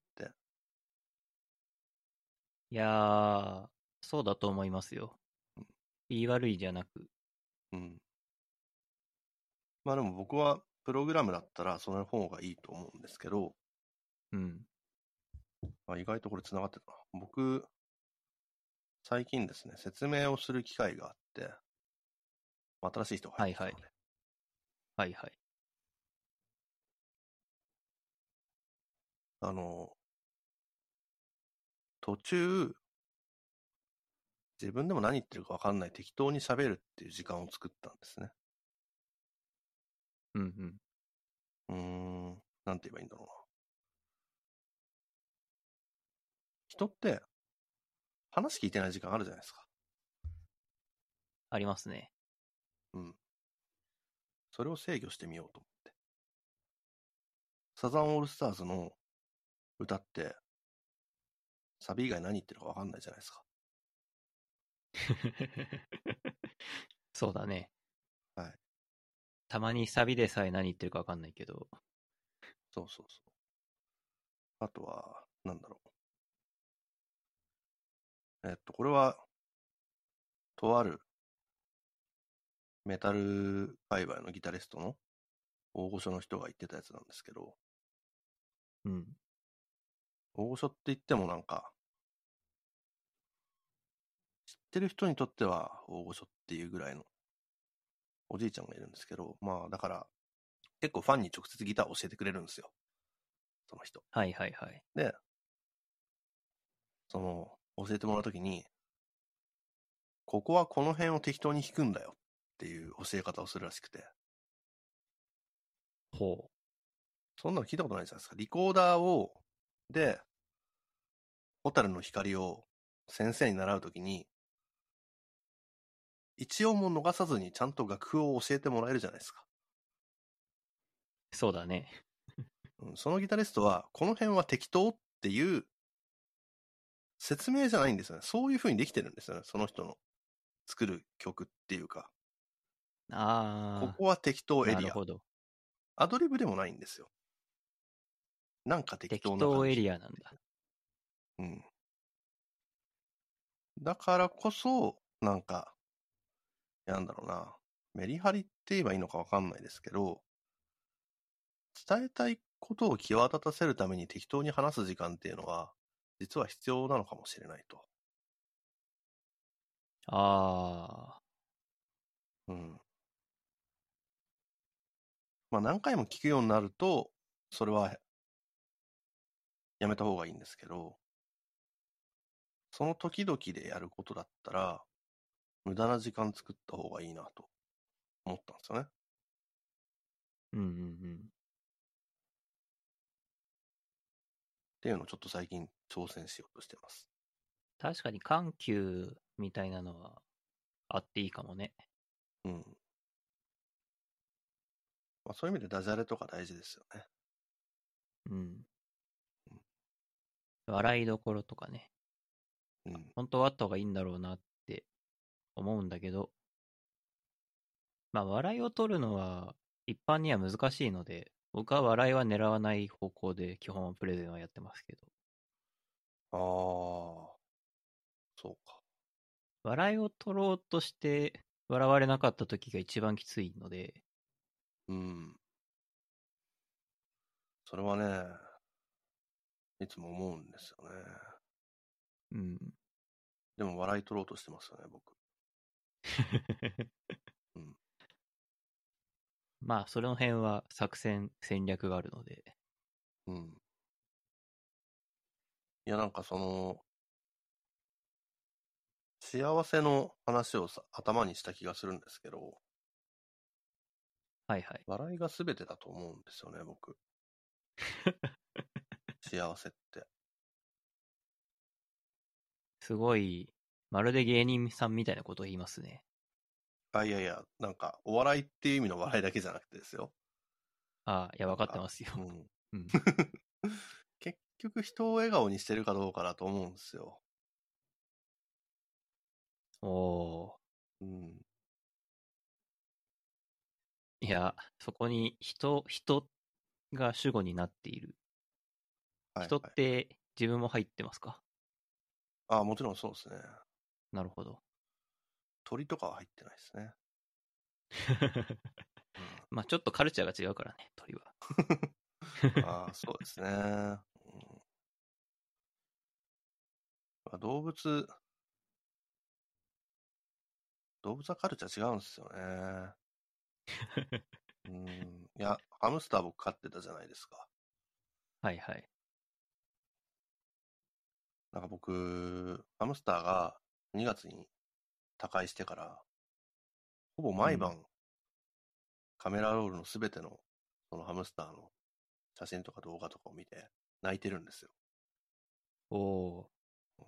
いやー、そうだと思いますよ。言い悪いじゃなく。 うん。まあでも僕はプログラムだったらその方がいいと思うんですけど、 うん。 まあ、意外とこれ繋がってたな。僕、最近ですね、説明をする機会があって、新しい人が入っはいはい。 てきたので、 はいはい。 あの、途中、自分でも何言ってるか分かんない適当に喋るっていう時間を作ったんですね。 うんうん。 なんて言えばいいんだろうな。人って話聞いてない時間あるじゃないですか。 ありますね。 うん。それを制御してみようと思って。サザンオールスターズの歌って、サビ以外何言ってるか分かんないじゃないですか。 そうだね。 はい。 たまにサビでさえ何言ってるかわかんないけど。 そうそうそう。あとは、なんだろう。これは、とあるメタル界隈のギタリストの大御所の人が言ってたやつなんですけど、 うん。 大御所って言ってもなんか、知ってる人にとっては大御所っていうぐらいのおじいちゃんがいるんですけど、まあだから、結構ファンに直接ギターを教えてくれるんですよ。その人。 はいはいはい。 で、教えてもらうときに、ここはこの辺を適当に弾くんだよっていう教え方をするらしくて、 ほそんなの聞いたことないじゃないですか。リコーダーで、 蛍の光を先生に習うときに、一音も逃さずにちゃんと楽譜を教えてもらえるじゃないですか。 そうだね。 そのギタリストは、この辺は適当っていう説明じゃないんですよね。そういう風にできてるんですよね。その人の作る曲っていうか。こあこは適当ー、 エリア。 なるほど。 アドリブでもないんですよ。なんか適適当な当エ感じ。 リアなんだ。 うん。だからこそ、なんか、なんだろうな。メリハリって言えばいいのかわかんないですけど、伝えたいことを際立たせるために適当に話す時間っていうのは、実は必要なのかもしれないと。 あうん。まあ何回も聞くようになると、それはやめた方がいいんですけど、その時々でやることだったら、無駄な時間作った方がいいなと思ったんですよね。 ー、うんうんうん。 っていうのをちょっと最近挑戦しようとしてます。 確かに緩急みたいなのはあっていいかもね。 うん。まあそういう意味でダジャレとか大事ですよね。 うん。笑いどころとかね。 うん。 本当はあった方がいいんだろうなって思うんだけど、まあ笑いを取るのは一般には難しいので、僕は笑いは狙わない方向で基本プレゼンはやってますけど、 ああ、そうか。 笑いを取ろうとして笑われなかった時が一番きついので、 うん。それはね、いつも思うんですよね。 うん。 でも笑い取ろうとしてますよね、僕。うん。 まあその辺は作戦戦略があるので、 うん。いや、なんかその、幸せの話を頭にした気がするんですけど、 はいはい。 笑いが全てだと思うんですよね、僕。幸せって。 すごい、まるで芸人さんみたいなことを言いますね。 あ、いやいや、なんか、お笑いっていう意味の笑いだけじゃなくてですよ。 ああ、いや、わかってなんか、 ますよ。 うん。 うん。 結局人を笑顔にしてるかどうかだと思うんですよ。 おー。 うん。 いや、そこに人が主語になっている。人っはいはい。 て自分も入ってますか？ あ、もちろんそうですね。 なるほど。 鳥とかは入ってないですね。うん。 まあちょっとカルチャーが違うからね、鳥は。 ああ、そうですね。うん、動物はカルチャー違うんですよね。うん。いや、ハムスター僕飼ってたじゃないですか。 はいはい。 なんか僕、ハムスターが2月に他界してから、ほぼうん。 毎晩カメラロールのすべてのそのハムスターの写真とか動画とかを見て泣いてるんですよ。 おー。 うん、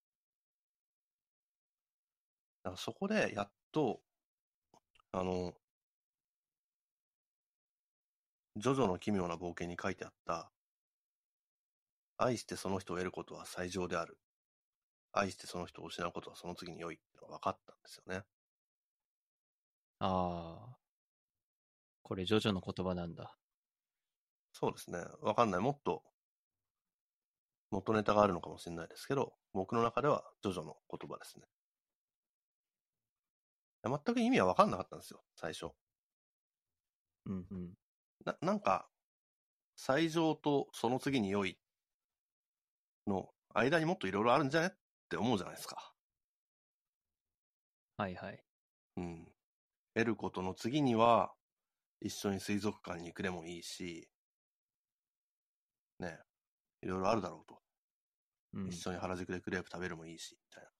だからそこでやっと、あの、ジョジョの奇妙な冒険に書いてあった、愛してその人を得ることは最上である。愛してその人を失うことはその次に良いっていうのが分かったんですよね。 ああ、これジョジョの言葉なんだ。 そうですね。分かんない。もっと元ネタがあるのかもしれないですけど、僕の中ではジョジョの言葉ですね。全く意味は分かんなかったんですよ、最初。 うんうん。 なんか、最上とその次に良いの間にもっといろいろあるんじゃねって思うじゃないですか。 はいはい。 うん。得ることの次には、一緒に水族館に行くでもいいし、ね、いろいろあるだろうと。一うん。 緒に原宿でクレープ食べるもいいし、みたい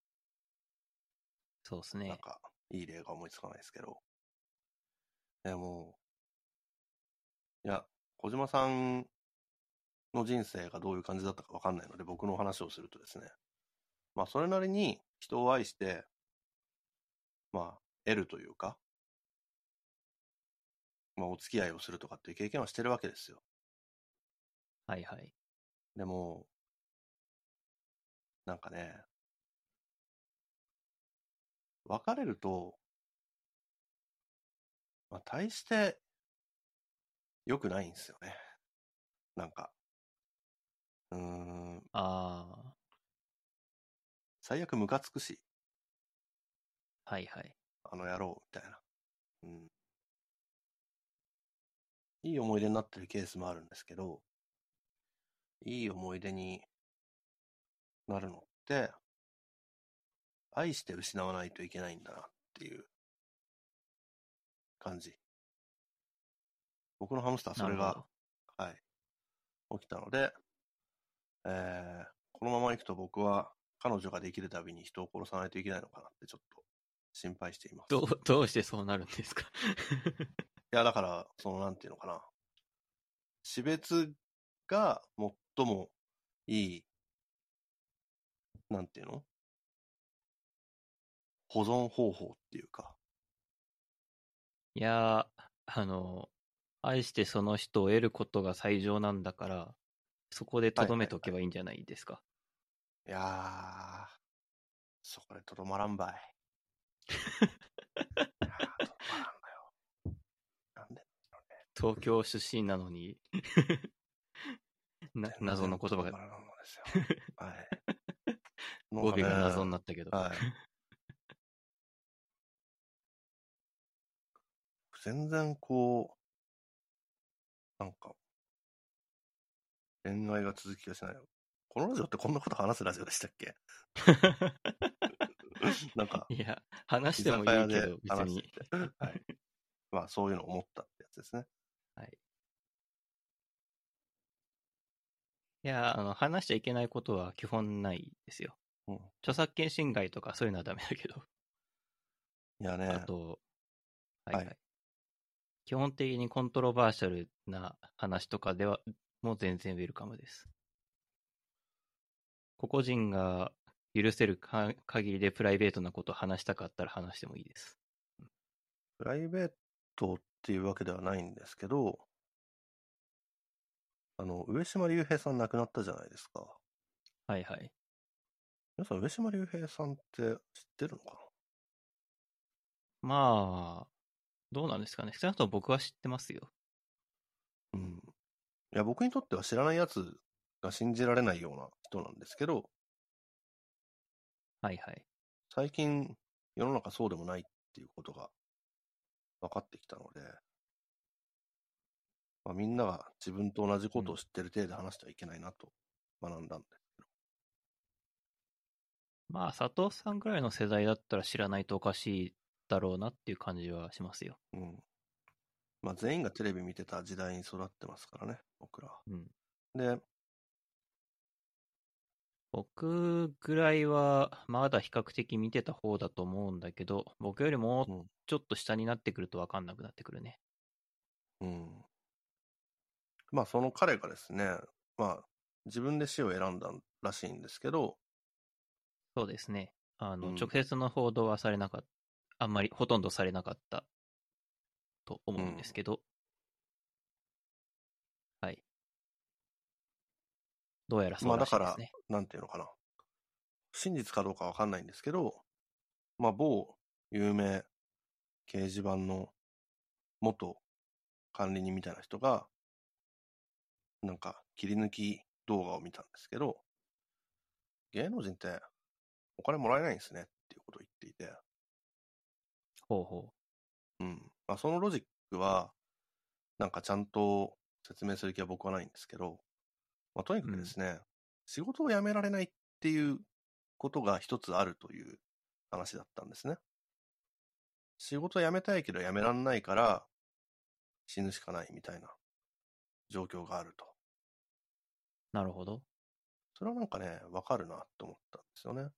な。なんそうですね。 か、いい例が思いつかないですけど。でも、いや、小島さんの人生がどういう感じだったかわかんないので、僕の話をするとですね、まあそれなりに人を愛して、まあ得るというか、まあお付き合いをするとかっていう経験はしてるわけですよ。 はいはい。 でも、なんかね、別れると、まあ大して良くないんですよね。なんか、うーん、 あ最悪ムカつくし、 あ、はいはい。 あの野郎、みたいな。うん。いい思い出になってるケースもあるんですけど、いい思い出になるのって、愛して失わないといけないんだなっていう感じ。僕のハムスターそれが、 なるほど。 はい、起きたので、このままいくと僕は彼女ができるたびに人を殺さないといけないのかなってちょっと心配しています。 どうしてそうなるんですか？ いや、だから、なんていうのかな。死別が最もいい、なんていうの保存方法っていうか。 いやー、愛してその人を得ることが最上なんだから、そこではい留めとけはいはい。 ばいいんじゃないですか。 いやー、そこでとどまらんばい。いやー、とどまらんのよ。なんで東京出身なのに全謎の然と言葉が、 どまらんのですよ。はい。なん語かね、 尾が謎になったけど。 はい。全然なんか、恋愛が続きがしない。このラジオってこんなこと話すラジオでしたっけ？なんか、 いや、話し居ても酒屋でいいけど、別に。 話していて。はい。まあ、そういうのを思ったってやつですね。 はい。いや、話しちゃいけないことは基本ないですよ。 うん。 著作権侵害とかそういうのはダメだけど。 いやね、 あと、はいはい。 はい。基本的にコントロバーシャルな話とかでは、もう全然ウェルカムです。個々人が許せる限りでプライベートなことを話したかったら話してもいいです。 プライベートっていうわけではないんですけど、上島竜兵さん亡くなったじゃないですか。 はいはい。 皆さん、上島竜兵さんって知ってるのかまあ、どうなんですかね。少なくとも僕は知ってますよ。 な？うん。いや、僕にとっては知らないやつが信じられないような人なんですけど、 はいはい。 最近、世の中そうでもないっていうことが分かってきたので、まあ、みんなが自分と同じうん。 ことを知ってる体で話してはいけないなと学んだんで。 まあ、佐藤さんぐらいの世代だったら知らないとおかしいだろうなっていう感じはしますよ。 うん。まあ、全員がテレビ見てた時代に育ってますからね、僕らは。 うん。 で、 僕ぐらいはまだ比較的見てた方だと思うんだけど、僕よりもううん、 ちょっと下になってくると分かんなくなってくるね。 うん。まあ、その彼がですね、まあ、自分で死を選んだらしいんですけど、 そうですね。直うん、 接の報道はされなかった、あんまりほとんどされなかったと思うんうん。 ですけど、はい。どうやらそうまあ、だから、 らしいですね。 なんていうのかな。真実かどうかわかんないんですけど、まあ、某有名掲示板の元管理人みたいな人が、なんか切り抜き動画を見たんですけど、芸能人ってお金もらえないんですねっていうことを言っていて、 ほうほうん。まあ、そのロジックは、なんかちゃんと説明する気は僕はないんですけど、まあ、とにかう。うん。 くですね、仕事を辞められないっていうことが一つあるという話だったんですね。仕事辞めたいけど辞めらんないから死ぬしかないみたいな状況があると。 なるほど。 それはなんかね、わかるなと思ったんですよね。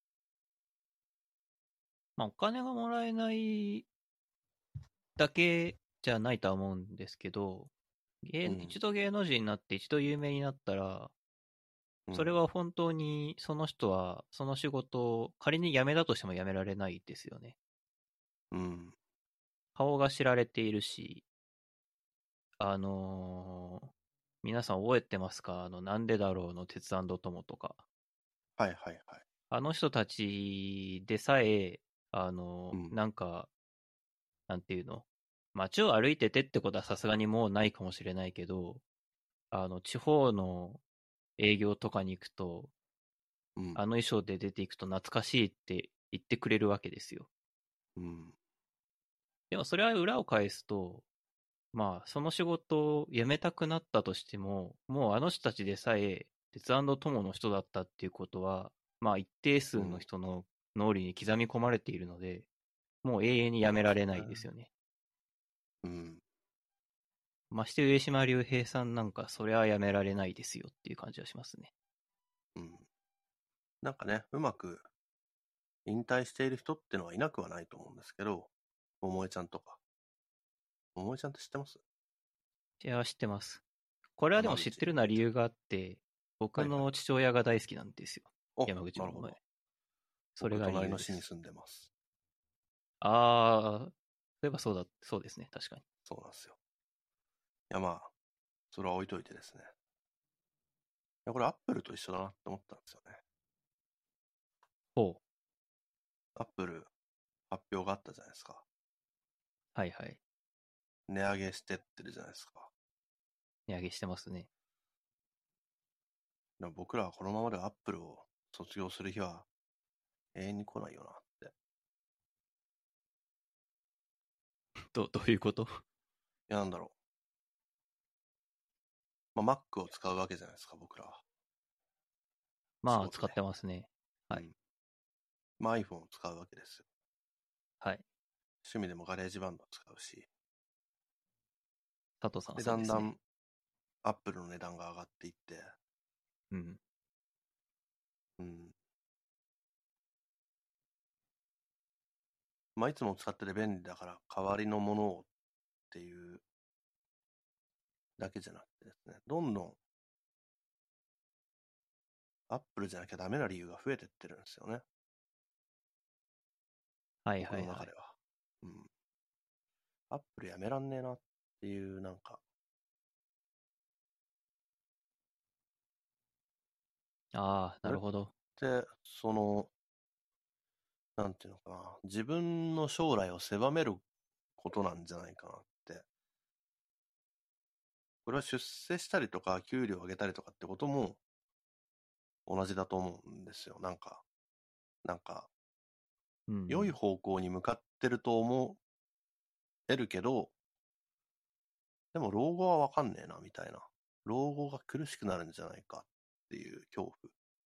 まあ、お金がもらえないだけじゃないとは思うんですけど、 うん。 一度芸能人になって一度有名になったら、 うん。 それは本当にその人はその仕事を仮に辞めたとしても辞められないですよね。 うん。 顔が知られているし、あのー皆さん覚えてますか？なんでだろうの鉄腕トモとか。 はいはいはい。 あの人たちでさえ、 うん。 なんか、なんていうの、街を歩いててってことはさすがにもうないかもしれないけど、地方の営業とかに行くと、 うん。 あの衣装で出ていくと懐かしいって言ってくれるわけですよ。 うん。 でもそれは裏を返すと、まあ、その仕事を辞めたくなったとしても、もうあの人たちでさえ、鉄腕友の人だったっていうことは、まあ一定数のうん。 人の脳裏に刻み込まれているので、もう永遠にそう辞められななんですよね。 いですよね。 うん。 まして上島竜兵さんなんか、それは辞められないですよっていう感じはしますね。 うん。なんかね、うまく引退している人ってのはいなくはないと思うんですけど、桃江ちゃんとか。桃江ちゃんって知ってます？ いや、知ってます。これはでも山口知ってるのは理由があって、僕はいはい。 の父親が大好きなんですよ。 お、 山口百恵。 なるほど。 それ僕、 が理由です。 隣の市に住んでます。 あー、そういえばそうですね。確かに。 そうなんですよ。いや、まあ、それは置いといてですね。いや、これアップルと一緒だなって思ったんですよね。 ほう。 アップル発表があったじゃないですか。 はいはい。 値上げしてってるじゃないですか。 値上げしてますね。 でも僕らはこのままでアップルを卒業する日は永遠に来ないよなって。 どういうこと？ いや、なんだろう。まあ、Mac を使うわけじゃないですか、僕らは。仕まあ、使っ事で。 てますね。はい。 うん。まあ、iPhone を使うわけですよ。 はい。 趣味でもガレージバンドを使うし。 佐藤さんはで、 そうですね。 だんだん Apple の値段が上がっていって、 うん。 うん。まあ、いつも使ってて便利だから代わりのものをっていうだけじゃなくてですね、どんどん Apple じゃなきゃダメな理由が増えてってるんですよね。 はい僕はいはい。 の中では。うん。Apple やめらんねえなっていうなんか、 ああ、 これっなるほど。 て、なんていうのかな、自分の将来を狭めることなんじゃないかなって。これは出世したりとか、給料を上げたりとかってことも同じだと思うんですよ。なんか、良いうん。 方向に向かってると思えるけど、でも老後はわかんねえな、みたいな。老後が苦しくなるんじゃないかっていう恐怖。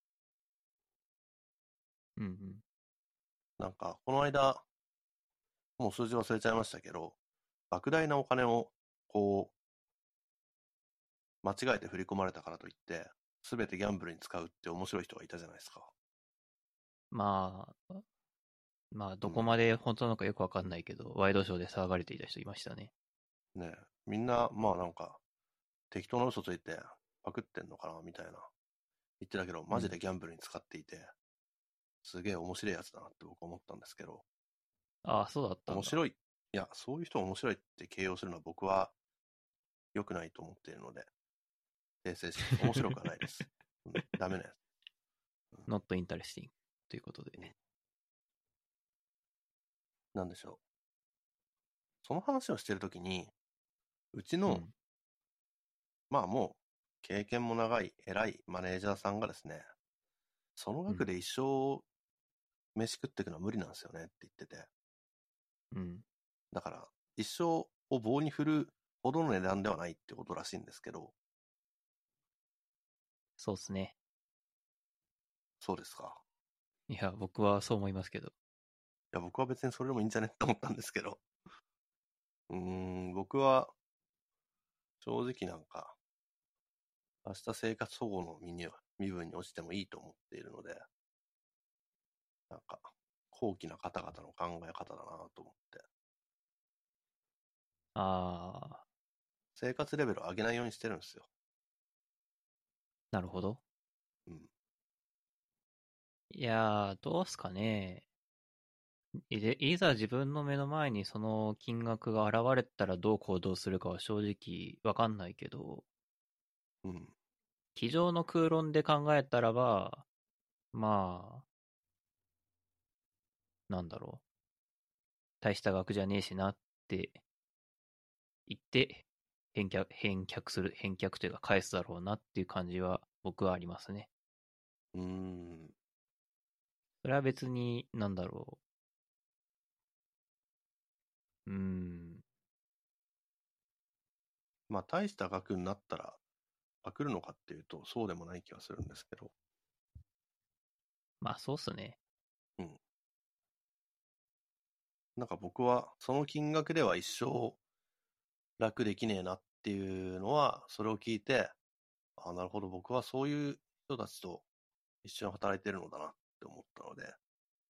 うんうん。 なんか、この間、もう数字忘れちゃいましたけど、莫大なお金を、こ間違えて振り込まれたからといって、すべてギャンブルに使うって面白い人がいたじゃないですか。 まあ、まあ、 うん。 どこまで本当なのかよくわかんないけど、ワイドショーで騒がれていた人いましたね。 ねえ、みんな、まあなんか、適当な嘘ついて、パクってんのかな、みたいな。言ってたけど、マジうん。 でギャンブルに使っていて、すげえ面白いやつだなって僕は思ったんですけど、 ああ、そうだったんだ。 面白い。いや、そういう人を面白いって形容するのは僕は良くないと思っているので、訂正します。面白くはないです。うん、ダメなやつ。 not interesting ということで。 うん、なんでしょう。その話をしてるときに、うちの、 うん。 まあもう、経験も長い、偉いマネージャーさんがですね、そのうん。 額で一生飯食っていくのは無理なんですよねって言ってて。 うん。 だから、一生を棒に振るほどの値段ではないってことらしいんですけど、 そうっすね。 そうですか。 いや、僕はそう思いますけど。 いや、僕は別にそれでもいいんじゃねって思ったんですけど、僕は正直なんか、明日生活保護の身分に落ちてもいいと思っているので、なんか、高貴な方々の考え方だなと思って。 ああ、 生活レベルを上げないようにしてるんですよ。 なるほど。 うん。 いやー、どうすかね。いざ自分の目の前にその金額が現れたらどう行動するかは正直わかんないけど、 うん。 机上の空論で考えたらば、まあ、なんだろう。大した額じゃねえしなって言って、返却というか返すだろうなっていう感じは僕はありますね。 うーん。 それは別に、なんだろう。 まあ、大した額になったら、パクるのかっていうと、そうでもない気がするんですけど。 まあそうっすね。 うん。なんか僕は、その金額では一生楽できねえなっていうのは、それを聞いて、あ、なるほど、僕はそういう人たちと一緒に働いてるのだなって思ったので、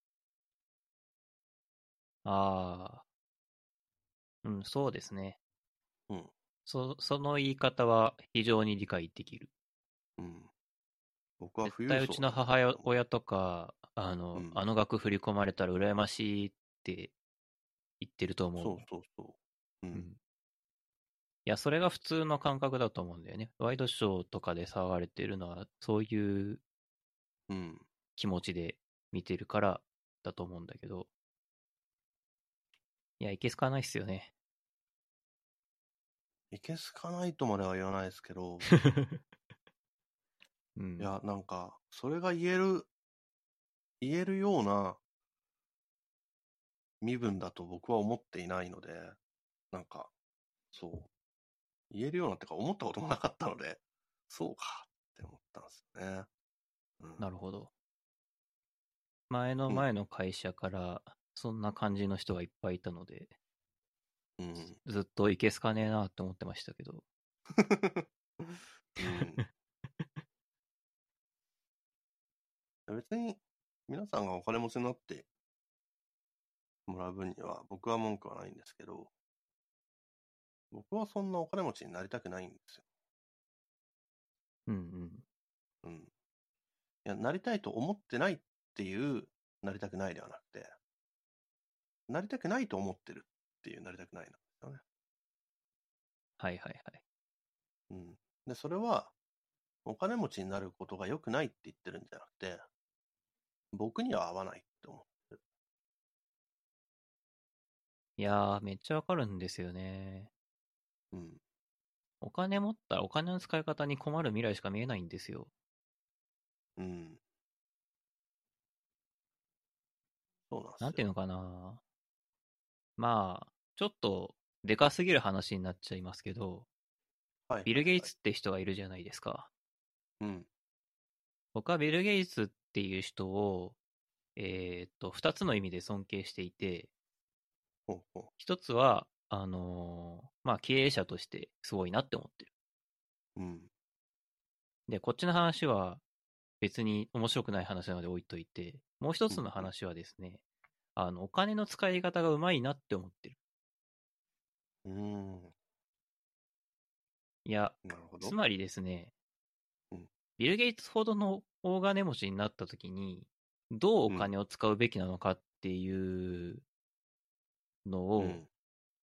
ああ、うん、そうですね。 うん。 その言い方は非常に理解できる。 うん。僕は絶富裕対うちの層なんだって思う。 母親とか、 うん。 あの額振り込まれたら羨ましいって言ってると思うそうもん。 そうそう。うん。 うん。いや、それが普通の感覚だと思うんだよね。ワイドショーとかで騒がれてるのは、そういううん。 気持ちで見てるからだと思うんだけど、いや、いけすかないっすよね。 いけすかないとまでは言わないですけど、 うん。 いや、なんか、それが言えるような身分だと僕は思っていないので、なんか、そう、言えるようなってか思ったこともなかったので、そうかって思ったんですよね。うん。 なるほど。前のうん。 前の会社から、そんな感じの人がいっぱいいたので、 うん。 ずっといけすかねえなって思ってましたけど。 うん。別に、皆さんがお金持ちになってもらう分には僕は文句はないんですけど、僕はそんなお金持ちになりたくないんですよ。 うんうん。 うん。いや、なりたいと思ってないっていう、なりたくないではなくて、なりたくないと思ってるっていうなりたくないなんですよね。 はいはいはい。 うん。で、それは、お金持ちになることが良くないって言ってるんじゃなくて、僕には合わないって思ってる。 いやー、めっちゃわかるんですよね。 うん。 お金持ったらお金の使い方に困る未来しか見えないんですよ。 うん。そうなんですよ。 なんていうのかな。まあ、ちょっとでかすぎる話になっちゃいますけど、 はいビル・はいはい。 ゲイツって人がいるじゃないですか。 うん。 僕はビル・ゲイツっていう人を、二つの意味で尊敬していて、 ほうほ一つは、まあ、経営者としてすごいなって思ってる。 う。うん。 で、こっちの話は別に面白くない話なので置いといて、もう一うん。 つの話はですね、お金の使い方がうまいなって思ってる。 うん。うーん。 いや、 なるほど。 つまりですね、 うん。 ビル・ゲイツほどの大金持ちになった時に、どうおうん。 金を使うべきなのかっていうのを、 うん。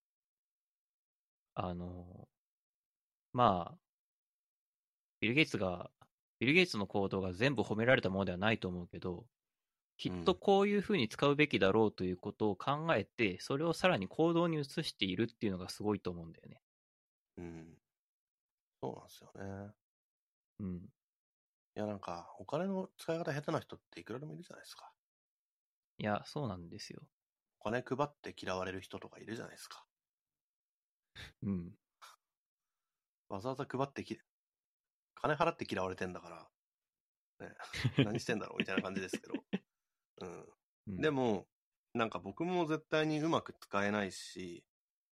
あの、まあ、ビル・ゲイツが、ビル・ゲイツの行動が全部褒められたものではないと思うけど、きっとうん。 こういうふうに使うべきだろうということを考えて、それをさらに行動に移しているっていうのがすごいと思うんだよね。 うん。そうなんですよね。 うん。 いや、なんか、お金の使い方下手な人っていくらでもいるじゃないですか。 いや、そうなんですよ。 お金配って嫌われる人とかいるじゃないですか。 うん。 わざわざ配って金払って嫌われてんだから、ね、何してんだろうみたいな感じですけど。うん。 うん。 でも、なんか僕も絶対にうまく使えないし、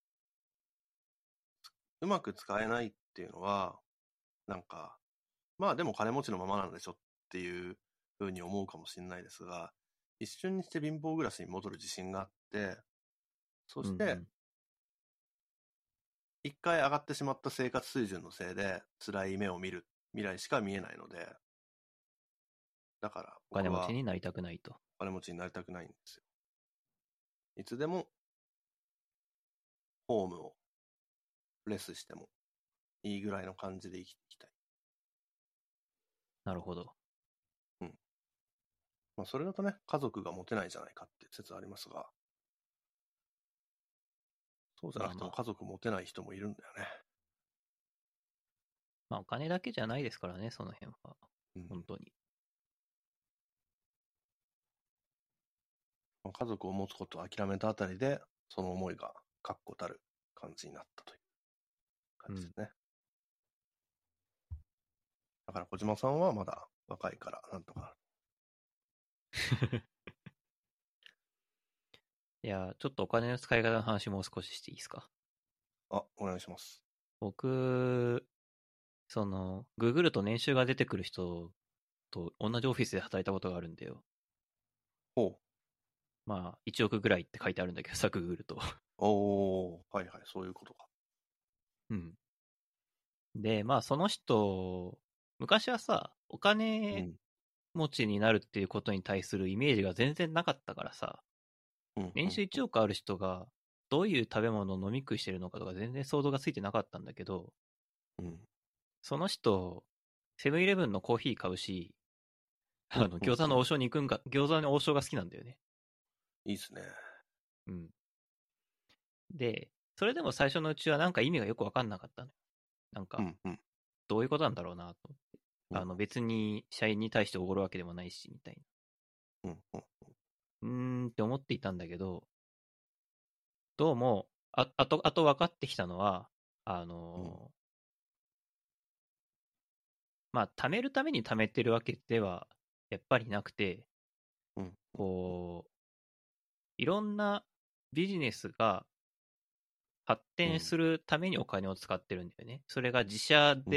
うまく使えないっていうのは、なんか、まあでも金持ちのままなんでしょっていうふうに思うかもしれないですが、一瞬にして貧乏暮らしに戻る自信があって、そして、 うんうん。 一回上がってしまった生活水準のせいで、辛い目を見る未来しか見えないので、だからお金僕は持ちになりたくないと。 お金持ちになりたくないんですよ。いつでもホームをレスしてもいいぐらいの感じで生きていきたい。 なるほど。 うん。まあ、それだとね、家族が持てないじゃないかっていう説ありますが、そうじゃなくても家族持てない人もいるんだよね。 まあお金だけじゃないですからね、その辺は。 うん。 本当に。 まあ家族を持つことを諦めたあたりで、その思いが確固たる感じになったという感じですね。だから小島さんはまだ若いからなんとか。 いや、ちょっとお金の使い方の話もう少ししていいですか。 あ、お願いします。 僕、ググると年収が出てくる人と同じオフィスで働いたことがあるんだよ。 ほう。 まあ、1億ぐらいって書いてあるんだけどさ、ググると。 おー、はいはい、そういうことか。 うん。で、まあ、その人、昔はさ、おう金ん。 持ちになるっていうことに対するイメージが全然なかったからさ、 うん、うん、 年収1億ある人がどういう食べ物を飲み食いしてるのかとか全然想像がついてなかったんだけど、 うん。 その人、セブンイレブンのコーヒー買うし、 うん、うん、うん。 餃子の王将に行くんが、餃子の王将が好きなんだよね。 いいっすね。 うん。で、それでも最初のうちはなんか意味がよくわかんなかったの。なんか、 うん、うん、 どういうことなんだろうなと。 うん、 別に社員に対しておごるわけでもないし、みたいうん、うん、 な。って思っていたんだけど、どうも、あと分かってきたのは、あうん、 のまあ、貯めるために貯めてるわけでは、やっぱりなくて、 うん、 こう、いろんなビジネスが発展するためにお金を使ってるんだよね。それが自社うん。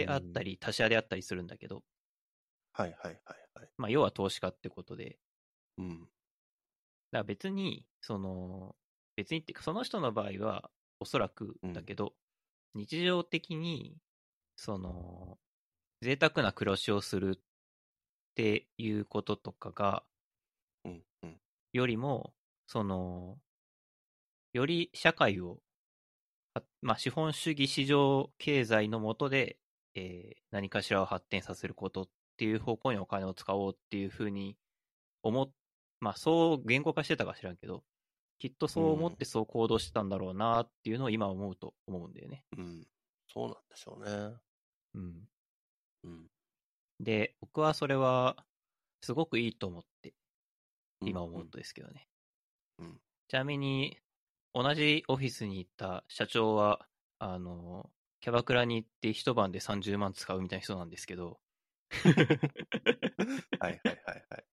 であったり、他社であったりするんだけど、 はいはいはいはい。 まあ、要は投資家ってことで、 うん、 だから別にっていうか、その人の場合は、おそらくうん、 だけど、日常的に、その、贅沢な暮らしをするっていうこととかが、 うん、うん、 よりも、その、より社会を、まあ、資本主義市場経済の下で、何かしらを発展させることっていう方向にお金を使おうっていうふうに思っ、まあ、そう言語化してたか知らんけど、きっとそう思っうん、 てそう行動してたんだろうなっていうのを今思うと思うんだよね。 うん。そうなんでしょうね。 うん。 うん、 で、僕はそれはすごくいいと思ってうん、うん、 今思うとですけどね。 うん。 ちなみに、同じオフィスに行った社長は、あの、キャバクラに行って一晩で30万使うみたいな人なんですけど、 はいはいはいはい。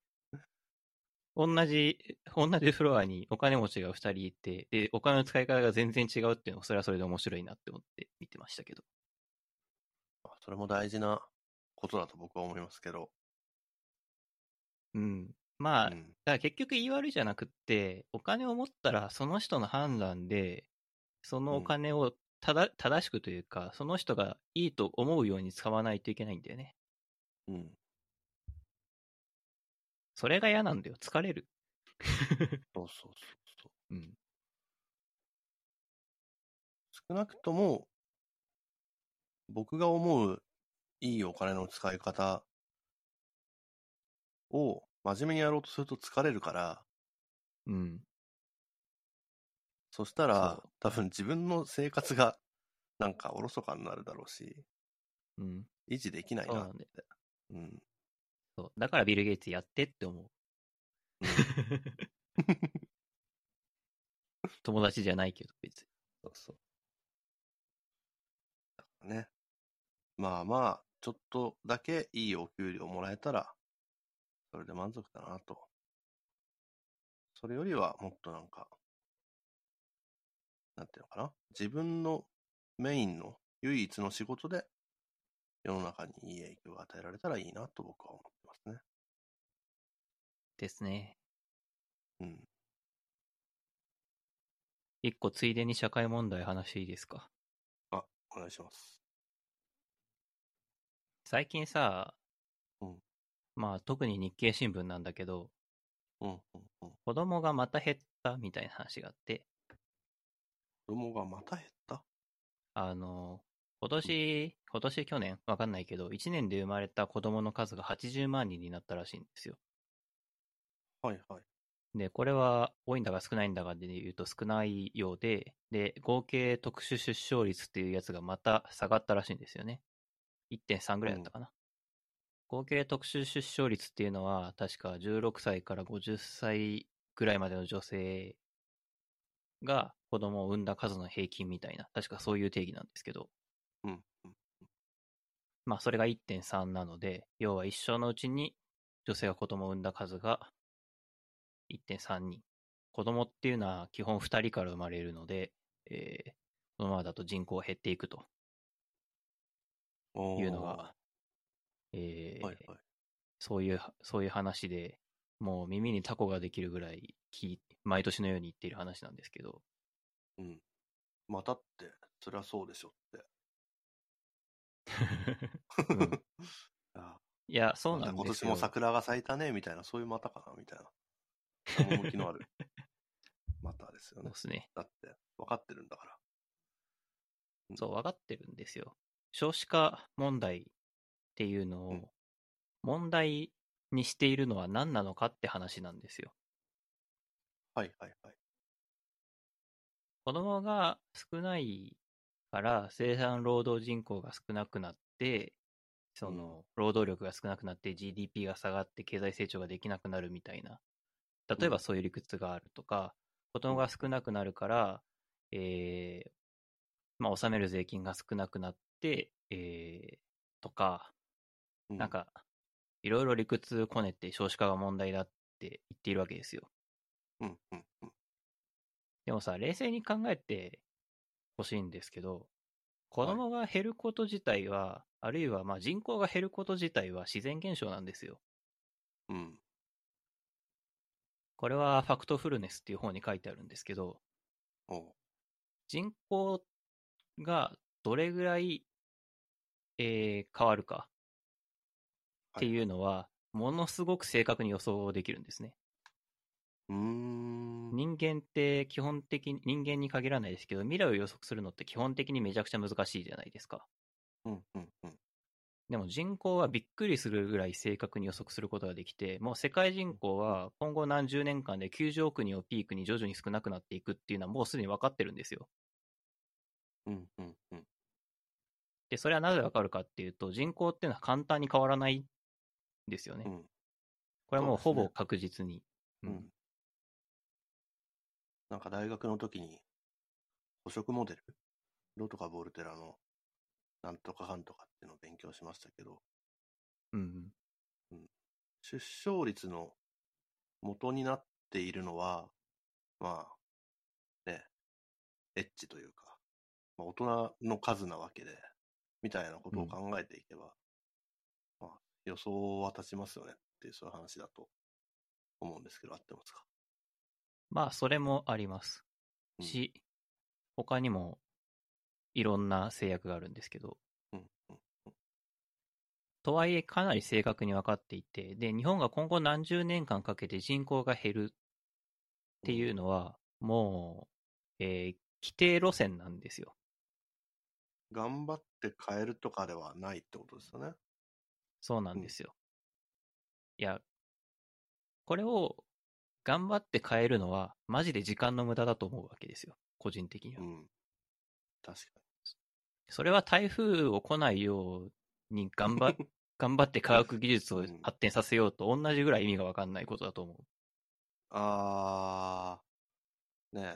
同じフロアにお金持ちが2人いて、で、お金の使い方が全然違うっていうのは、それはそれで面白いなって思って見てましたけど。 まあそれも大事なことだと僕は思いますけど。 うん。まあ、だかうん、 ら結局言い悪いじゃなくって、お金を持ったらその人の判断で、そのおうん、 金を正しくというか、その人がいいと思うように使わないといけないんだよね。 うん。 それが嫌なんだよ。疲れる。 そうそうそうそう。 うん。 少なくとも僕が思ういいお金の使い方を真面目にやろうとすると疲れるから、 うん。 そしたらそ多分自分の生活がなんかおろそかになるだろうし、 う。うん。 維持できないなっそうなんだよ。 て。うん。 そう。だからビル・ゲイツやってって思う。 うん。 友達じゃないけど、別に。 そうそう。ね。まあまあ、ちょっとだけいいお給料もらえたら、それで満足だなと。それよりはもっとなんか、なんていうのかな。自分のメインの唯一の仕事で世の中にいい影響が与えられたらいいなと僕は思ってますね。 ですね。 うん。 一個ついでに社会問題話していいですか。 あ、 願いします。 最近さ、 うん。 まあ特に日経新聞なんだけど、 うん。うん。うん。 子供がまた減ったみたいな話があって、 子供がまた減った。 あの、 うん。 今年去年わかんないけど、1年で生まれた子供の数が80万人になったらしいんですよ。 はいはい。 で、これは多いんだか少ないんだかで言うと少ないようで、合計特殊出生率っていうやつがまた下がったらしいんですよね。1.3ぐうん。 らいだったかな。合計特殊出生率っていうのは、確か16歳から50歳ぐらいまでの女性が子供を産んだ数の平均みたいな、確かそういう定義なんですけど、 うん。うん。 まあそれが1.3なので、要は一生のうちに女性が子供を産んだ数が1.3人。子供っていうのは基本2人から生まれるので、このままだと人口が減っていくというのが、 おー。はいえーはい。 そういう話で、もう耳にタコができるぐらい毎年のように言っている話なんですけど、 うん。またって、そりゃそうでしょって。 うん。 あ、 いや、そうなまた今年もんですよ。 桜が咲いたね、みたいな、そういうまたかな、みたいな。趣のあるまたですよね。 そうですね。 だって、分かってるんだから。うん。 そう、分かってるんですよ。少子化問題っていうのうん。 を問題にしているのは何なのかって話なんですよ。 はいはいはい。 子供が少ないから生産労働人口が少なくなって、 うん。 労働力が少なくなって GDP が下がって経済成長ができなくなるみたいな、 うん。 例えばそういう理屈があるとか、子供がうん。 少なくなるから、えーまあ、納める税金が少なくなって、とか、 うん。 なんか、いろいろ理屈こねて少子化が問題だって言っているわけですよ。 うん。うん。うん。 でもさ、冷静に考えてほしいんですけど、子はい。 供が減ること自体は、あるいはまあ人口が減ること自体は自然現象なんですよ。 うん。 これはファクトフルネスっていう本に書いてあるんですけど、 おう。 人口がどれぐらい、変わるかっていうはいはい。 のは、ものすごく正確に予想できるんですね。 うーん。 人間って基本的に、人間に限らないですけど、未来を予測するのって基本的にめちゃくちゃ難しいじゃないですか。 うん。うん。うん。 でも人口はびっくりするぐらい正確に予測することができて、もう世界人口うん。 は今後何十年間で90億人をピークに徐々に少なくなっていくっていうのはもうすでに分かってるんですよ。 うん。うん。うん。 で、それはなぜ分かるかっていうと、人口っていうのは簡単に変わらないんですよね。 うん。 これはそうですね。 もうほぼ確実に。うん。 うん。なんか大学の時に補食モデル、ロとかボルテラのなんとかかんとかっていうのを勉強しましたけど、 うん。 うん、出生率の元になっているのは、まあね、エッジというか、まあ、大人の数なわけで、みたいなこうん。 とを考えていけば、まあ、予想は立ちますよねっていう、そういう話だと思うんですけど、合ってますか？ まあ、それもありますうん。 し、他にもいろんな制約があるんですけど、 うん。うん。 とはいえかなり正確に分かっていて、で、日本が今後何十年間かけて人口が減るっていううん。 のは、もう、規定路線なんですよ。 頑張って変えるとかではないってことですよね。 そうなうん。 んですよ。いや、これを頑張って変えるのは、マジで時間の無駄だと思うわけですよ。個人的には。 うん。確かそれは台風を来ないようにに。 頑張って科学技術をうん。 発展させようと同じぐらい意味がわかんないことだと思う。 あね、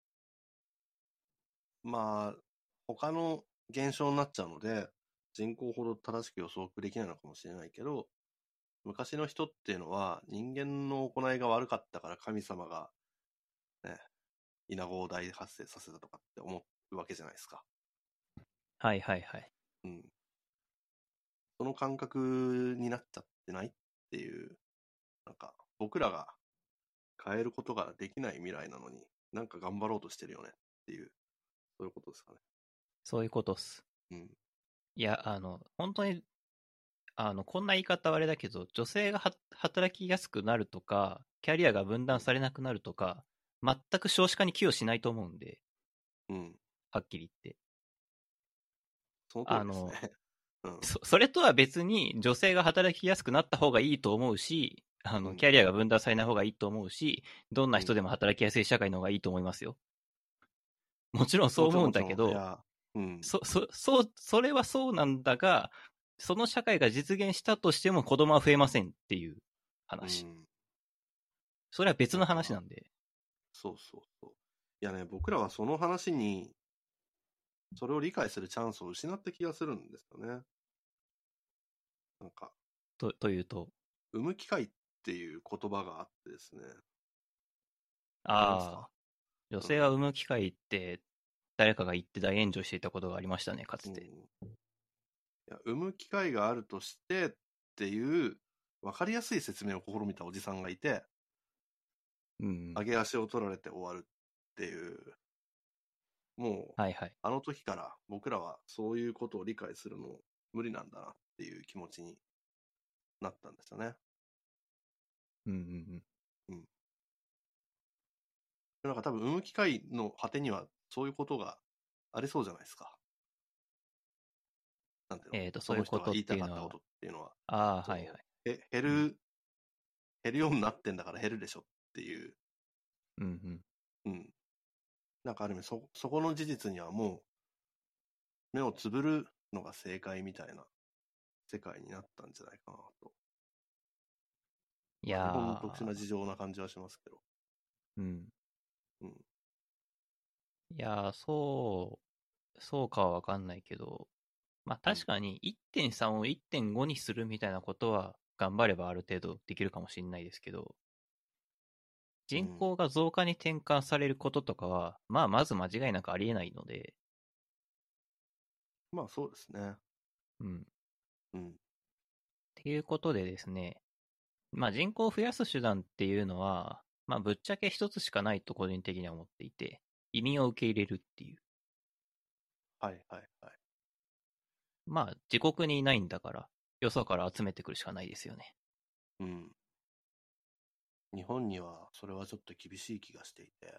まあ、他の現象になっちゃうので、人口ほど正しく予測できないのかもしれないけど、昔の人っていうのは人間の行いが悪かったから神様がね、稲子を大発生させたとかって思うわけじゃないですか。 はいはいはい。 うん。その感覚になっちゃってないっていう、なんか僕らが変えることができない未来なのに、なんか頑張ろうとしてるよねっていう、そういうことですかね。 そういうことっす。 うん。 いや、本当に、こんな言い方はあれだけど、女性が働きやすくなるとか、キャリアが分うん。 断されなくなるとか、全く少子化に寄与しないと思うんで、 うん。 はっきり言って。 その通あの、 りですね。うん。 それとは別に女性が働きやすくなった方がいいと思うし、 うん。 キャリアが分断されない方がいいと思うし、どんなうん。 人でも働きやすい社会の方がいいと思いますよ。もちろんそうもちろん、 思うんもちろん。いだけど、 や、うん。 それはそうなんだが、その社会が実現したとしても子供は増えませんっていう話。 うん。 それは別のなんか、 話なんで。 そうそうそう。いやね、僕らはその話に、それを理解するチャンスを失った気がするんですよね。なんか、 というと、 産む機会っていう言葉があってですね。わかりますか？ ああ、女うん。 性は産む機会って誰かが言って大炎上していたことがありましたね、かつて。 うん。いや、産む機会があるとしてっていう、わかりやすい説明を試みたおじさんがいて、 うん。 上げ足を取られて終わるっていう、もう、 はいはい。 あの時から僕らはそういうことを理解するの無理なんだなっていう気持ちになったんですよね。 うんうんうん。 うん。なんか多分、産む機会の果てにはそういうことがありそうじゃないですか。なんていうの、その人がそういうことっ言いたかったこていうのは、 とっていうのは、 ああ、はいはそい。 う、減うん。 る、減るようになってんだから減るでしょっていう、 うんうん。 うん。なんかある意味そこの事実にはもう目をつぶるのが正解みたいな世界になったんじゃないかなと。 いまあ日本の特殊やー、 な事情な感じはしますけど。 うん。 うん。 いやー、そうかはわかんないけど、まあうん。 確かに1.3を1.5にするみたいなことは頑張ればある程度できるかもしれないですけど、人うん。 口が増加に転換されることとかは、まあまず間違いなくありえないので、 まあそうですね。 うん。っうん。 ていうことでですね、まあ人口を増やす手段っていうのは、まあぶっちゃけ一つしかないと個人的には思っていて、移民を受け入れるっていう。 はいはいはい。 まあ自国にいないんだから、よそから集めてくるしかないですよね。 うん。日本にはそれはちょっと厳しい気がしていて。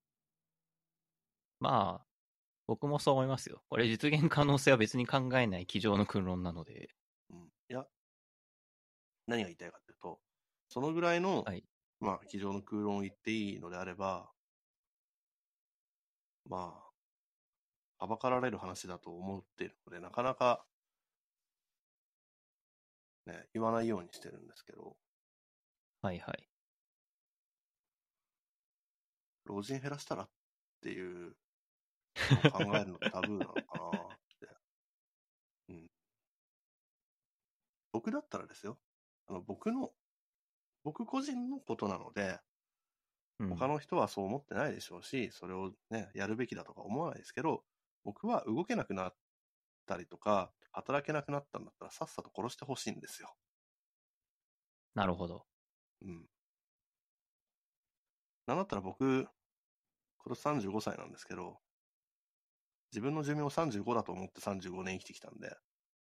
まあ、僕もそう思いますよ。これ実現可能性は別に考えない机上の空論なので。 うん。いや、何が言いたいかというと、そのぐらいの、 はい。 まあ、机上の空論を言っていいのであれば、まあ、はばかられる話だと思っているので、なかなかね、言わないようにしてるんですけど、 はいはい。 老人減らしたらっていうのを考えるのってタブーなのかなって。うん。僕だったらですよ。僕個人のことなので、 うん。 他の人はそう思ってないでしょうし、それをね、やるべきだとか思わないですけど、僕は動けなくなったりとか、働けなくなったんだったらさっさと殺してほしいんですよ。 なるほど。 うん。なんだったら僕、今年35歳なんですけど、自分の寿命35だと思って35年生きてきたんで、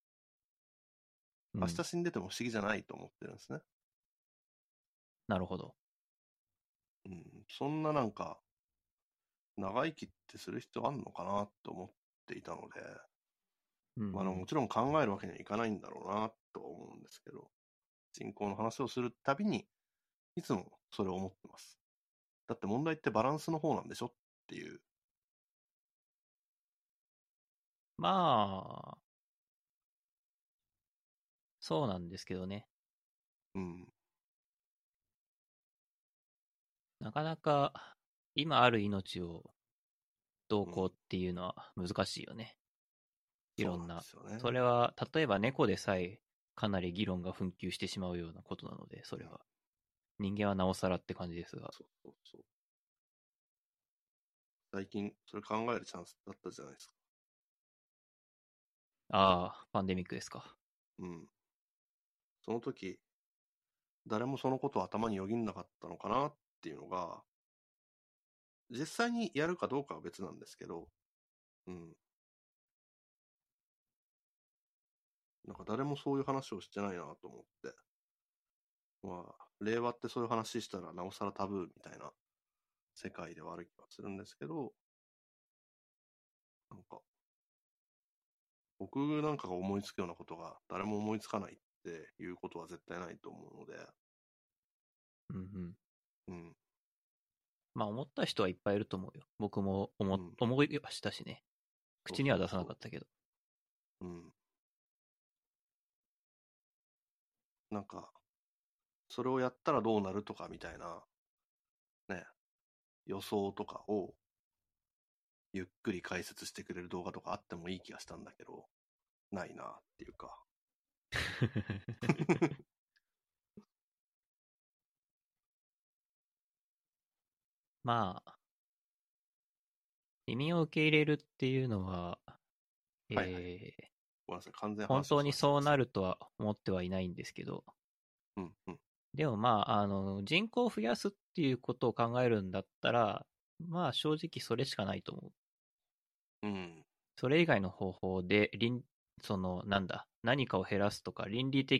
うん。 明日死んでても不思議じゃないと思ってるんですね。 なるほど。 うん。そんななんか、長生きってする必要あんのかなって思っていたので、 うんうまあもん。 ちろん考えるわけにはいかないんだろうなと思うんですけど、人口の話をするたびに、いつもそれを思ってます。だって問題ってバランスの方なんでしょっていう。 まあ、そうなんですけどね。 うん。 なかなか、今ある命をどううん。 こうっていうのは難しいよね。いそうなんでろんな。 すよね。 それは、例えば猫でさえ、かなり議論が紛糾してしまうようなことなので、そうん。 れは。人間はなおさらって感じですが。 そうそうそう。最近、それ考えるチャンスだったじゃないですか。 ああ、パンデミックですか。 うん。その時、誰もそのことを頭によぎんなかったのかなっていうのが、実際にやるかどうかは別なんですけど、うん。 なんか誰もそういう話をしてないなと思って。まあ、令和ってそういう話したらなおさらタブーみたいな世界ではある気がするんですけど、なんか、僕なんかが思いつくようなことが誰も思いつかないっていうことは絶対ないと思うので、 うんうん。 うん、 まあ思った人はいっぱいいると思うよ。僕もうん、 思いはしたしね。 そう口には出さなそうそかったけど。 う、うん。なんか、それをやったらどうなるとかみたいな、ね、予想とかをゆっくり解説してくれる動画とかあってもいい気がしたんだけど、ないなっていうか。 まあ、移民を受け入れるっていうのは、 はいはい。 えーごめんなさい。完全本話を当にそうそらしちゃいました。 なるとは思ってはいないんですけど、 うんうん。 でもまあ、人口を増やすっていうことを考えるんだったら、まあ正直それしかないと思う。 うん。 それ以外の方法で、なんだ、何かを減らすとか、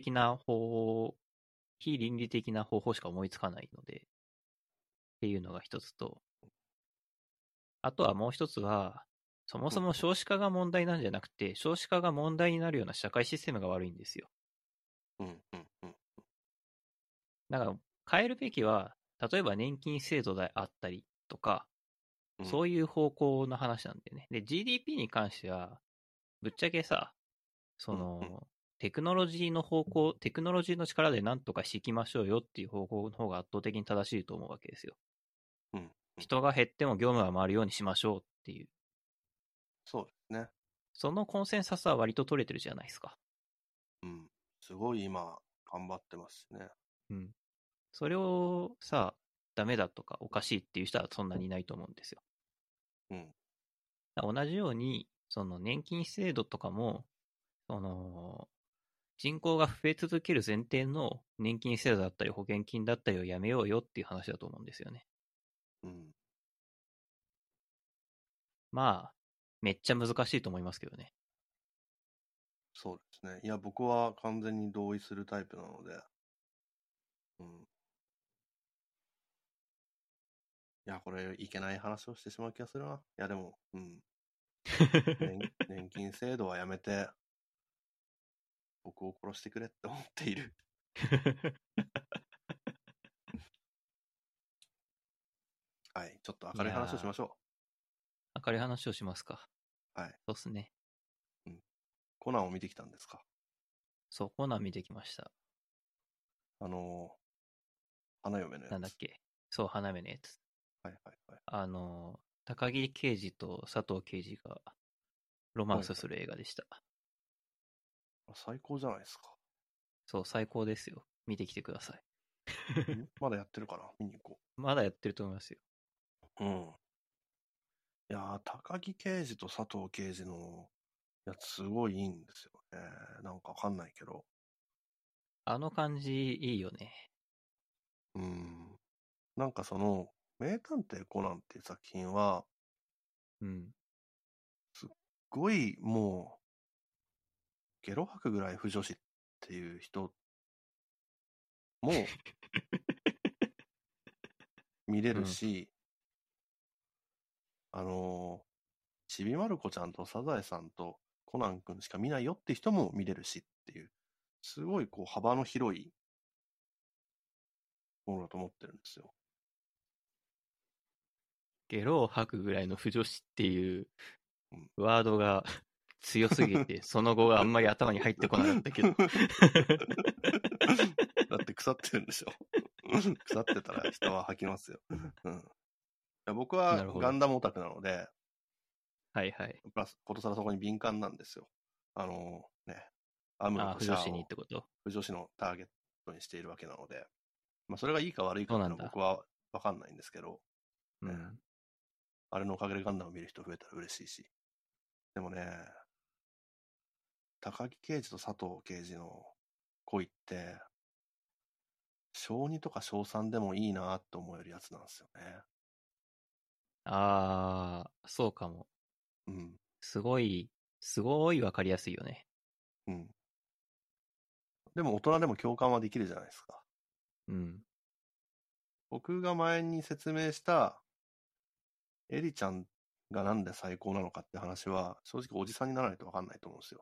非倫理的な方法しか思いつかないので、っていうのが一つと、あとはもう一つは、そもうんそも少子化が問題なんじゃなくて、少子化が問題になるような社会システムが悪いんですよ。 うんうんうんだから、変えるべきは、例えば年金制度であったりとか、 うんそういう方向の話なんだよね。で、GDP に関しては、ぶっちゃけさ、そうんうんの、テクノロジーの力で何とかしていきましょうよっていう方向の方が圧倒的に正しいと思うわけですよ。 うんうん。 人が減っても業務は回るようにしましょうっていう。 そうですね。 そのコンセンサスは割と取れてるじゃないですか。 うん。すごい今、頑張ってますしね。 うん。それをさ、ダメだとかおかしいっていう人はそんなにいないと思うんですよ。 うん。 同じように、その年金制度とかも、その、人口が増え続ける前提の年金制度だったり保険金だったりをやめようよっていう話だと思うんですよね。 うん。 まあ、めっちゃ難しいと思いますけどね。 そうですね。いや、僕は完全に同意するタイプなので、うん。いや、これ、いけない話をしてしまう気がするな。いや、でも、うん。年金制度はやめて、僕を殺してくれって思っている。はい。ちょっとい明るい話をしやましょー、明るい話をしますか。 う。はい。 そうっすね。 うん。コナンを見てきたんですか？ そう、コナン見てきました。 あの花嫁のやつ。 なんだっけ。そう、花芽のやつ。 はいはいはい。 高木刑事と佐藤刑事がロマンはいはい。 スする映画でした。 最高じゃないですか。 そう、最高ですよ。見てきてください。 まだやってるかな、見に行こまだやってると思いますよ。 う。うん。いやー、高木刑事と佐藤刑事のやつすごいいいんですよね。なんかわかんないけど。 あの感じいいよね。 うん。なんかその、名探偵コナンっていう作品は、 うん。 すっごいもう、ゲロ吐くぐらい不女子っていう人も見れうん。 るし、あのちびまる子ちゃんとサザエさんとコナン君しか見ないよって人も見れるしっていう、すごいこう幅の広いものだと思ってるんですよ。 ゲロを吐くぐらいの不女子っていううん。 ワードが強すぎて、その後があんまり頭に入ってこなかったけど。 だって腐ってるんでしょ。腐ってたら人は吐きますよ。うん。いや僕はなるほど。 ガンダムオタクなので、 はいはい。 プラス、ことさらそこに敏感なんですよ。ね、アムロああ、 と不女子にっシャアをてこと？ 不女子のターゲットにしているわけなので、まあそれがいいか悪いかっていうのはそうなんだ。 僕はわかんないんですけど、ね、 うん。 あれのおかげでガンダム見る人増えたら嬉しいし。でもね、高木刑事と佐藤刑事の恋って、小2とか小3でもいいなって思えるやつなんですよね。 ああ、そうかも。 うん。 すごいわかりやすいよね。 うん。 でも大人でも共感はできるじゃないですか。 うん。 僕が前に説明したエリちゃんがなんで最高なのかって話は、正直おじさんにならないと分かんないと思うんですよ。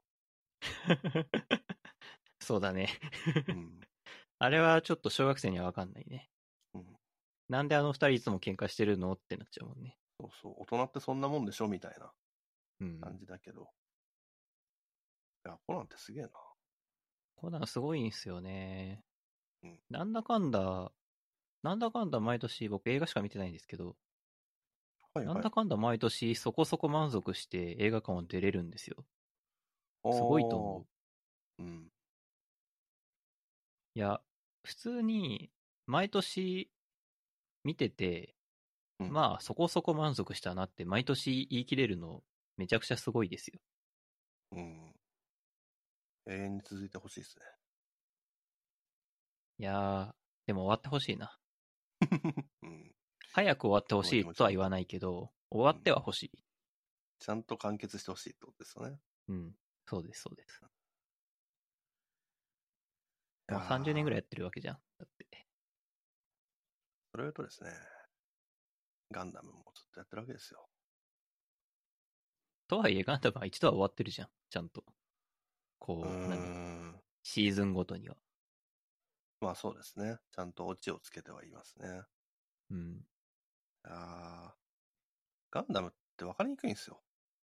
そうだね。 うん。 あれはちょっと小学生にはわかんないね。 うん。 なんであの二人いつも喧嘩してるのってなっちゃうもんね。 そうそう。大人ってそんなもんでしょみたいなうん。 感じだけど。いや、コナンってすげえな。 コナンすごいんすよね。 うん。 なんだかんだ、なんだかんだ毎年、僕映画しか見てないんですけど、 はいはい。 なんだかんだ毎年そこそこ満足して映画館を出れるんですよ。すごいと思おー。 う。 うん。 いや、普通に毎年見てて、 うん。 まあそこそこ満足したなって毎年言い切れるのめちゃくちゃすごいですよ。 うん。永遠に続いてほしいですね。 いやー、でも終わってほしいな。 うん。 早く終わってほ僕のしい気持ちもわかる。 とは言わないけど、終わうん。 ってはほしい。 ちゃんと完結してほしいってことですよね。 うん。そうです、そうです。 いやもう30年ぐらいー、 やってるわけじゃん。だって。 それを言うとですね、ガンダムもずっとやってるわけですよ。 とはいえ、ガンダムは一度は終わってるじゃん。ちゃんと。 うーこう、 ん。 シーズンごとには。 まあそうですね。ちゃんとオチをつけてはいますね。 うん。 いやー、ガンダムって分かりにくいんですよ。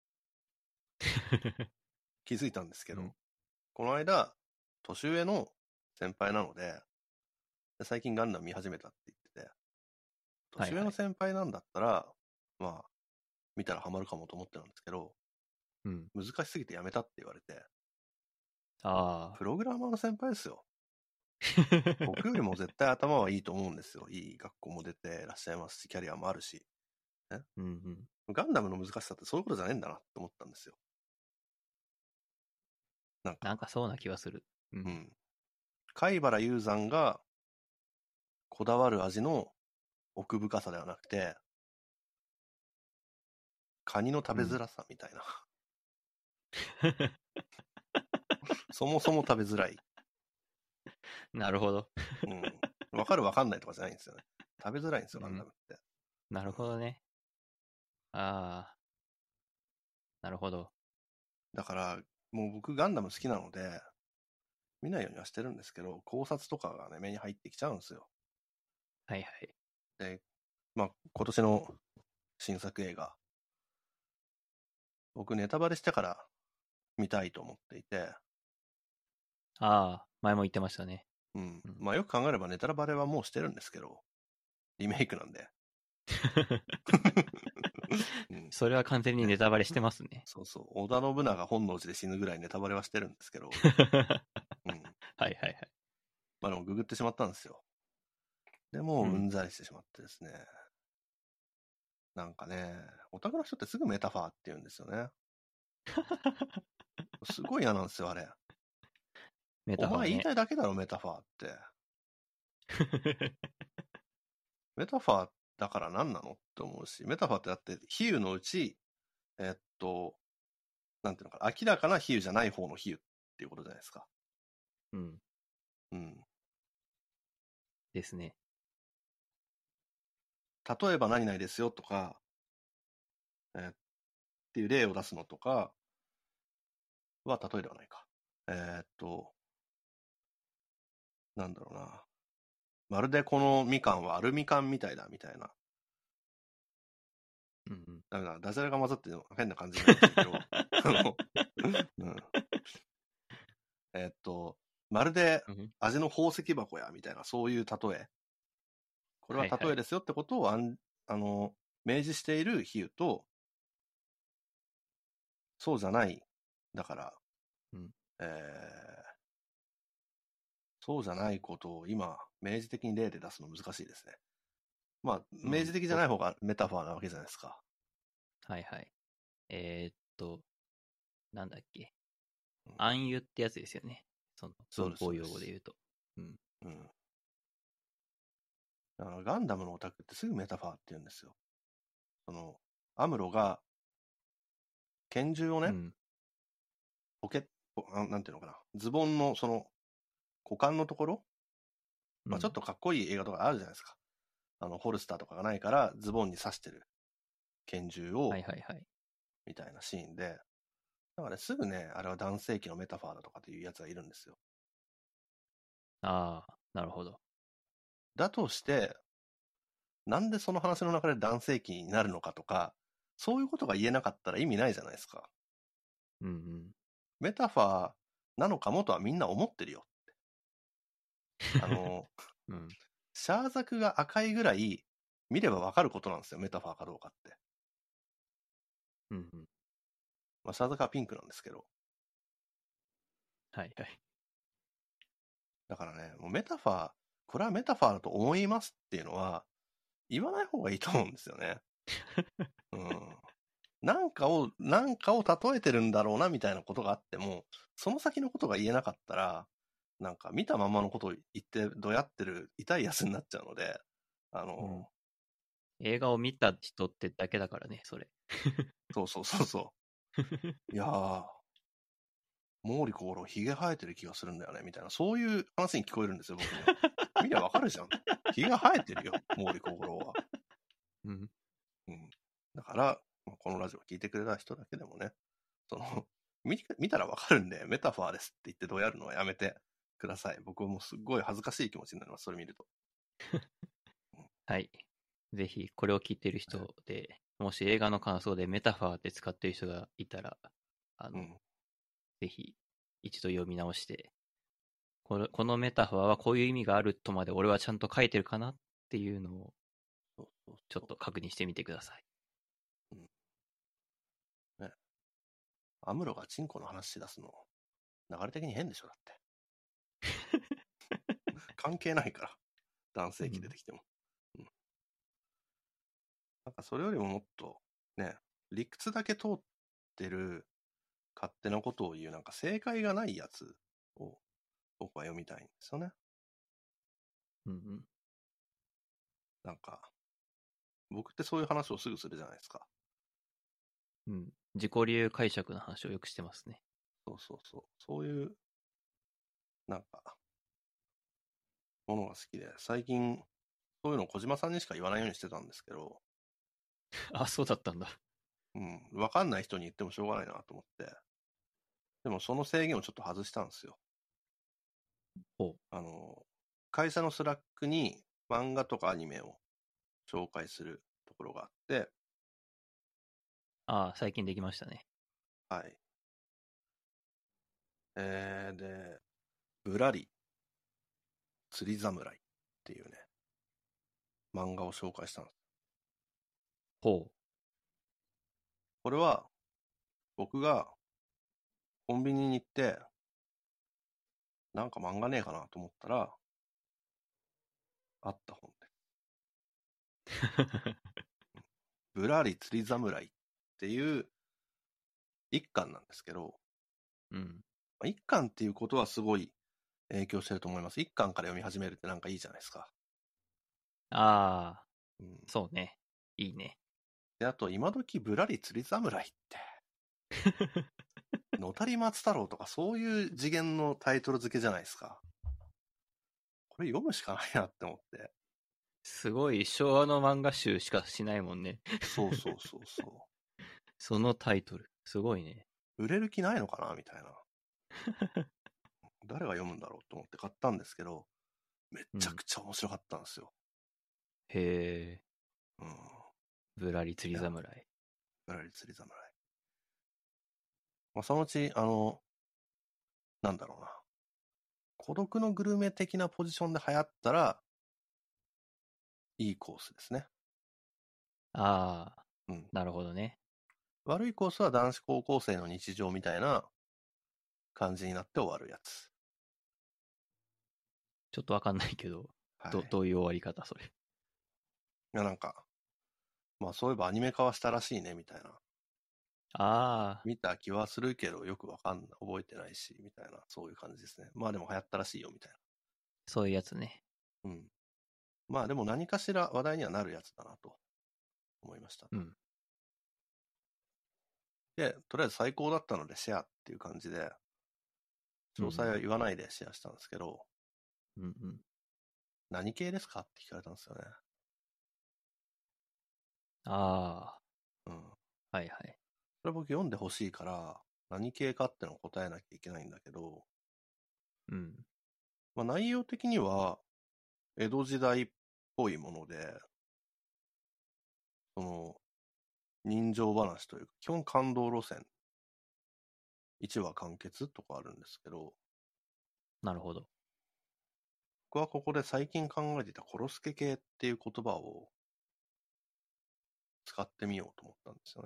気づいたんですけど。 うん。 この間、年上の先輩なので、最近ガンダム見始めたって言ってて、年上のはいはい。 先輩なんだったら、まあ、見たらハマるかもと思ってたんですけど、 うん。 難しすぎてやめたって言われて、 ああ。 プログラマーの先輩ですよ。僕よりも絶対頭はいいと思うんですよ。いい学校も出てらっしゃいますし、キャリアもあるし。ね、 うんうん。 ガンダムの難しさってそういうことじゃねえんだなって思ったんですよ。なんか、 なんかそうな気はする。うん。 うん。貝原雄山がこだわる味の奥深さではなくて、カニの食べづらさみたいな。そもそも食べづらい。 なるほど。 うん。わかるわかんないとかじゃないんですよね。食べづらいんですよ、ガンダうん。 ムって。 なるうん。 ほどね。ああ。なるほど。 だから、もう僕ガンダム好きなので、見ないようにはしてるんですけど、考察とかがね、目に入ってきちゃうんですよ。 はいはい。 で、まあ、今年の新作映画、僕ネタバレしてから見たいと思っていて、 ああ。前も言ってましたね。 うん。 うん。 まあよく考えればネタバレはもうしてるんですけど、リメイクなんで。うん。 それは完全にね。 ネタバレしてますね。 そうそう。織田信長本能寺で死ぬぐらいネタバレはしてるんですけど、うん。 はいはいはい。 まあでもググってしまったんですよ。でもうん。 うんざりしてしまってですね。なんかね、オタクの人ってすぐメタファーって言うんですよね。すごい嫌なんですよ、あれ。 メおタファーね。 前言いたいだけだろ、メタファーって。メタファーだから何なのって思うし、メタファーってだって比喩のうち、えっと、なんていうのかな、明らかな比喩じゃない方の比喩っていうことじゃないですか。 うん。 うん。 ですね。 例えば何々ですよとか、っていう例を出すのとかは例えではないか。なんだろうな。まるでこのみかんはアルミ缶みたいだみたいな。 うんうん。 ダメだ、ダジャレが混ざって変な感じになりましたけど、うん、まるでうん。 味の宝石箱やみたいな、そういう例え。これははいはい。 例えですよってことを明示している比喩と、そうじゃない。だから、 うん。 えーそうじゃないことを今、明示的に例で出すの難しいですね。まあ、 うん。 明示的じゃない方がメタファーなわけじゃないですか。 はいはい。えーっと、なんだっけ。 うん、 暗喩ってやつですよね。そのそうです、そ文法うです。 用語で言うと。うん。 うん。だからガンダムのオタクってすぐメタファーって言うんですよ。その、アムロが拳銃をね、 うん。 なんていうのかな、ズボンのその股間のところ、 うんちょっとかっこいい映画とかあるじゃないですか。ホルスターとかがないからズボンに刺してる拳銃を、 はいはいはい。 みたいなシーンで、だからね、すぐね、あれは男性器のメタファーだとかっていうやつがいるんですよ。 ああ、なるほど。 だとして、なんでその話の中で男性器になるのかとか、そういうことが言えなかったら意味ないじゃないですか。 うんうん。 メタファーなのかもとはみんな思ってるよ。 うん。 シャーザクが赤いぐらい見ればわかることなんですよ、メタファーかどうかって。 うんうん。 シャーザクはピンクなんですけど。 はいはい。 だからね、もうメタファー、これはメタファーだと思いますっていうのは、言わない方がいいと思うんですよね。うん。なんかを例えてるんだろうなみたいなことがあっても、その先のことが言えなかったら、なんか見たままのことを言ってどやってる痛いやつになっちゃうので、 うん。映画を見た人ってだけだからね、それ。 そうそうそうそう。いやー、毛利小五郎ヒゲ生えてる気がするんだよね、みたいな、そういう話に聞こえるんですよ、僕には。見りゃわかるじゃん。ヒゲ生えてるよ、毛利小五郎は。 うん。 うん。だから、このラジオ聞いてくれた人だけでもね、その、見たらわかるんで、メタファーですって言ってどうやるのはやめてください。僕はもうすっごい恥ずかしい気持ちになります、それ見ると。 はい。ぜひ、これを聞いてる人で、もし映画の感想でメタファーって使ってる人がいたら、 うん。 ぜひ、一度読み直して、このメタファーはこういう意味があるとまで俺はちゃんと書いてるかなっていうのを、 そうそうちょっそと確認してみてください。 う。うん。ね。アムロがチンコの話し出すの、流れ的に変でしょ、だって。関係ないから。男性器出てきても。うん。なんかそれよりももっと、ね、理屈だけ通ってる勝手なことを言う、なんか正解がないやつを僕は読みたいんですよね。 うんうん。 なんか、僕ってそういう話をすぐするじゃないですか。 うん。自己流解釈の話をよくしてますね。 そうそうそう。そういう、なんか、ものが好きで、最近、そういうのを小島さんにしか言わないようにしてたんですけど、 あ、そうだったんだ。 うん、わかんない人に言ってもしょうがないなと思って、でもその制限をちょっと外したんですよ。 ほう。 あの、会社のスラックに漫画とかアニメを紹介するところがあって、 ああ、最近できましたね。 はい。で、ぶらり釣り侍っていうね、漫画を紹介したんです。 ほこれは、僕がコンビニに行って、なんか漫画ねえかなと思ったら、あった本で。 う。 ぶらり釣り侍っていう一巻なんですけど、 うん。 一巻っていうことはすごい影響してると思います。一巻から読み始めるってなんかいいじゃないですか。 ああ、 うん。 そうね。いいね。 で、あと、今時ぶらり釣り侍って、野谷松太郎とかそういう次元のタイトル付けじゃないですか。これ読むしかないなって思って。 すごい昭和の漫画集しかしないもんね。 そうそうそうそそのタイトル。すごいね。 う。売れる気ないのかなみたいな。誰が読むんだろうと思って買ったんですけど、めうん。 ちゃくちゃ面白かったんですよ。 へえ、 うん。いぶらり釣りや、 侍。 ぶらり釣り侍。そのうち、なんだろうな。孤独のグルメ的なポジションで流行ったら、いいコースですね。 ああ、 うん。 なるほどね。 悪いコースは男子高校生の日常みたいな感じになって終わるやつ。 ちょっとわかんないけど、 はい。 どういう終わり方、それ。 いや、なんか、そういえばアニメ化はしたらしいね、みたいな。 ああ、 見た気はするけど、よく覚えてないし、みたいな、そういう感じですね。でも流行ったらしいよ、みたいそういうやつね。 な。うん。でも何かしら話題にはなるやつだなと思いましたと。 うん。 で、とりあえず最高だったのでシェアっていう感じで、 うんうん。 詳細は言わないでシェアしたんですけど、 うんうん。 何系ですかって聞かれたんですよね。 あうん。 あ、はいはい。 それ僕読んでほしいから、何系かってのを答えなきゃいけないんだけど、 うん。 まあ、内容的には、江戸時代っぽいもので、その、人情話というか、基本感動路線、1話完結とかあるんですけど、 なるほど。 僕はここで最近考えていたコロスケ系っていう言葉を使ってみようと思ったんですよね。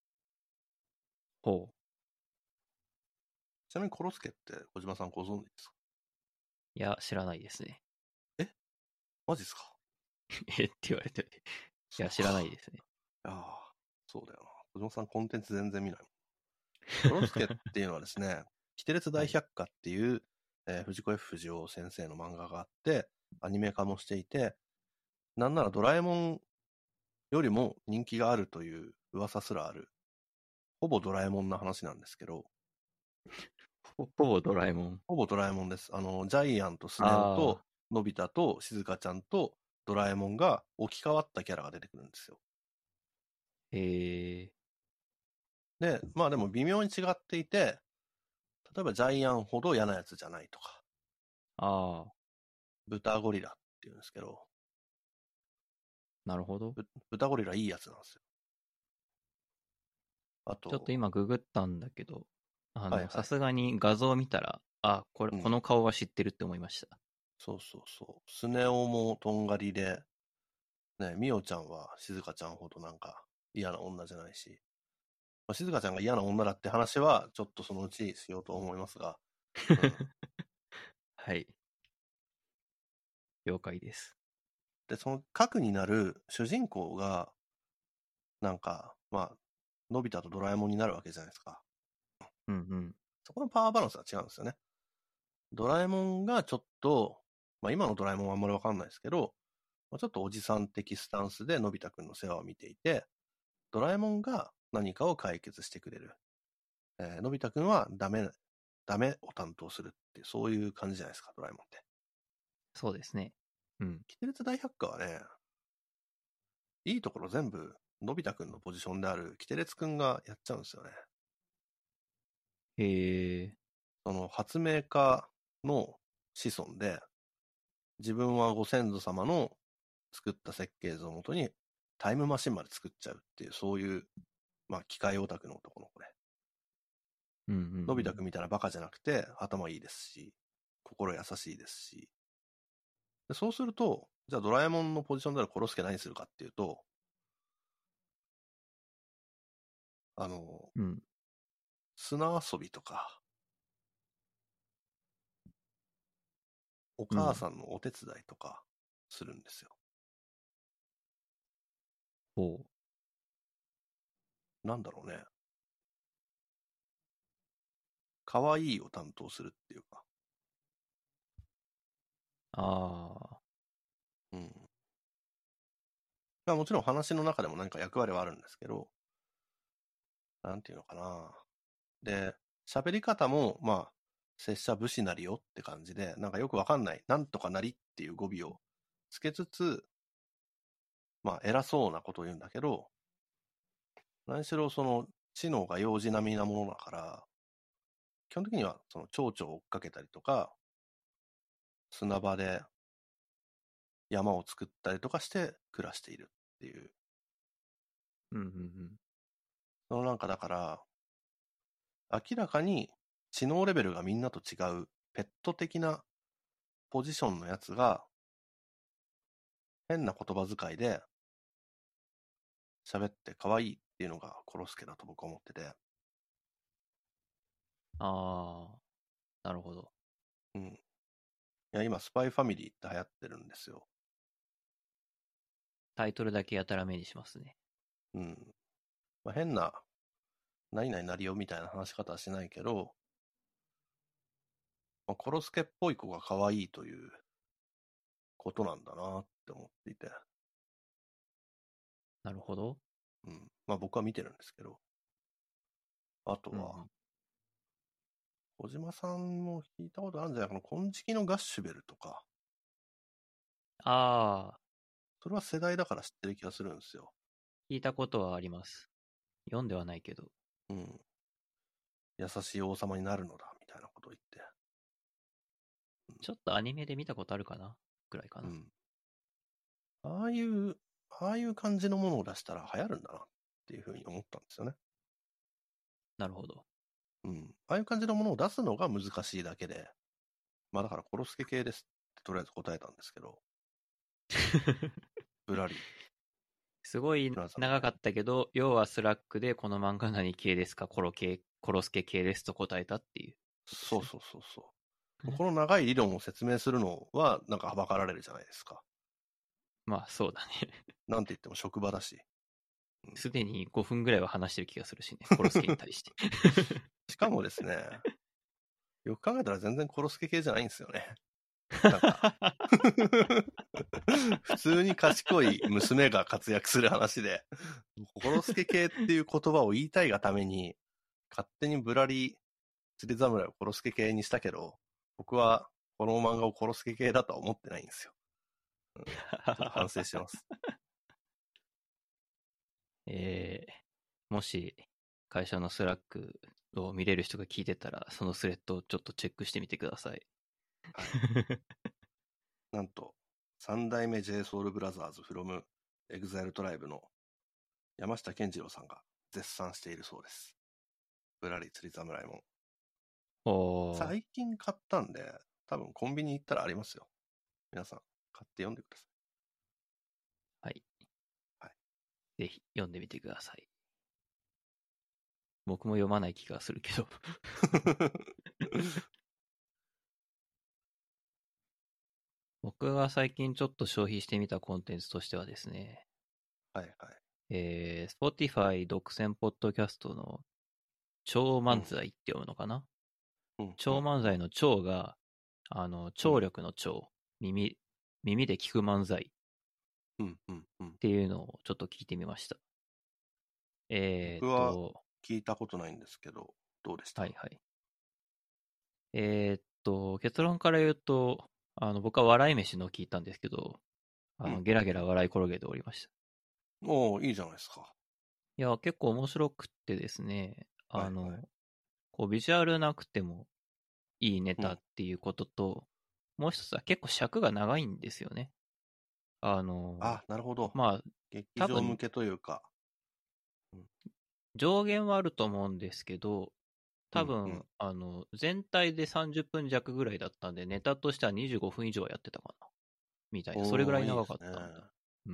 ほう。 ちなみにコロスケって小島さんご存知ですか？ いや、知らないですね。 えマジですか？ えって言われて。いや、知らないそうか。 ですね。 いやーそうだよな。小島さんコンテンツ全然見ないもん。コロスケっていうのはですね、キテレツ大はい。 百科っていう、藤子 F 不二雄先生の漫画があって、アニメ化もしていて、なんならドラえもんよりも人気があるという噂すらある、ほぼドラえもんの話なんですけど、 ほぼドラえもん。 ほぼドラえもんです。ジャイアンとスネ夫と、 ああ、 のび太としずかちゃんとドラえもんが置き換わったキャラが出てくるんですよ。 へえ、 で、まあでも微妙に違っていて、例えばジャイアンほど嫌なやつじゃないとか、 ああ、 豚ゴリラっていうんですけど、 なるほど。 豚ゴリラいいやつなんですよ。あと、 ちょっと今ググったんだけど、さはいはい。 すがに画像を見たら、あ、 うん。 この顔は知ってるって思いました。 そうそうそう。スネ夫もとんがりで、ね、みおちゃんはしずかちゃんほどなんか嫌な女じゃないし、まあ、しずかちゃんが嫌な女だって話はちょっとそのうちしようと思いますが、うん。 はい、了解です。 で、その核になる主人公が、なんか、まあ、のび太とドラえもんになるわけじゃないですか。 うんうん。 そこのパワーバランスは違うんですよね。ドラえもんがちょっと、まあ今のドラえもんはあんまりわかんないですけど、まあ、ちょっとおじさん的スタンスでのび太くんの世話を見ていて、ドラえもんが何かを解決してくれる。のび太くんはダメを担当するっていう、そういう感じじゃないですか、ドラえもんって。 そうですね。うん。 キテレツ大百科はね、いいところ全部、のび太くんのポジションであるキテレツくんがやっちゃうんですよね。 へえ、 その発明家の子孫で、自分はご先祖様の作った設計図をもとにタイムマシンまで作っちゃうっていう、そういう、まあ、機械オタクの男の子で。 うんうんうのび太くん。 んみたいなバカじゃなくて、頭いいですし、心優しいですし。でそうすると、じゃあドラえもんのポジションであるコロスケ何するかっていうと、あの、 うん。 砂遊びとか、おうん。 母さんのお手伝いとかするんですよ。 ほう。 なんだろうね。可愛いを担当するっていうか。 ああ、 うん。まあもちろん話の中でも何か役割はあるんですけど、なんていうのかな。で、喋り方も、まあ、拙者武士なりよって感じで、なんかよくわかんない、なんとかなりっていう語尾をつけつつ、まあ、偉そうなことを言うんだけど、何しろその、知能が幼児並みなものだから、基本的にはその蝶々を追っかけたりとか、砂場で山を作ったりとかして暮らしているっていう。 うんうんうん。 そのなんかだから、明らかに知能レベルがみんなと違うペット的なポジションのやつが変な言葉遣いで喋って可愛いっていうのがコロスケだと僕は思ってて。 ああ、なるほど。 うん。いや、今、スパイファミリーって流行ってるんですよ。 タイトルだけやたら目にしますね。 うん。まあ、変な、何々なりよみたいな話し方はしないけど、まあ、コロスケっぽい子が可愛いということなんだなって思っていて。 なるほど。 うん。まあ僕は見てるんですけど。あとは、 うんうん。 小島さんも聞いたことあるんじゃないかな。金色のガッシュベルとか。 ああ、 それは世代だから知ってる気がするんですよ。 聞いたことはあります。読んではないけど。 うん。優しい王様になるのだ、みたいなことを言って。 ちょっとアニメで見たことあるかなぐらいかな。 うん。ああいう感じのものを出したら流行るんだなっていうふうに思ったんですよね。 なるほど。 うん。ああいう感じのものを出すのが難しいだけで、まあだからコロスケ系ですってとりあえず答えたんですけど、ぶらり、 すごいプラザムライ。 長かったけど、要はスラックでこの漫画何系ですかコロスケ系ですと答えたっていうことですね。 そうそうそうそう。この長い理論を説明するのはなんかはばかられるじゃないですか。 まあそうだね。 なんて言っても職場だし。うん、 すでに5分ぐらいは話してる気がするしね。コロスケに対して。 しかもですね、よく考えたら全然コロスケ系じゃないんですよね。なんか普通に賢い娘が活躍する話で、コロスケ系っていう言葉を言いたいがために、勝手にぶらり釣り侍をコロスケ系にしたけど、僕はこの漫画をコロスケ系だとは思ってないんですよ。うん、ちょっと反省してます。 えもし会社のスラックを見れる人が聞いてたら、そのスレッドをちょっとチェックしてみてください。 はい。なんと、三代目 JSOULBROTHERS from EXILE TRIBE の山下健二郎さんが絶賛しているそうです。ぶらり釣り侍も。 おー、 最近買ったんで、多分コンビニ行ったらありますよ。皆さん、買って読んでくださはい。 い。はい。 ぜひ読んでみてください。僕も読まない気がするけど。僕が最近ちょっと消費してみたコンテンツとしてはですね、 はいはい。 Spotify 独占ポッドキャストの超うん漫才って読むのかな。 うんうんうん超漫才の超が、聴うん力の聴、耳で聞く漫才っうんうんうん。 ていうのをちょっと聞いてみました。えーっ僕はと、 聞いたことないんですけど、どうでした？ はいはい。結論から言うと、僕は笑い飯の聞いたんですけど、 うん。 ゲラゲラ笑い転げておりました。 おー、いいじゃないですか。 いや、結構面白くってですね、 はいはい。 こうビジュアルなくてもいいネうん。 タっていうことと、もう一つは結構尺が長いんですよね。あの、 あ、なるほど。 まあ、 劇多分場向けというか。うん。 上限はあると思うんですけど、多分、 うんうん。 全体で30分弱ぐらいだったんで、ネタとしては25分以上はやってたかな。みたいな。それぐらおー、 い長いいですね。 かったんだ。うん。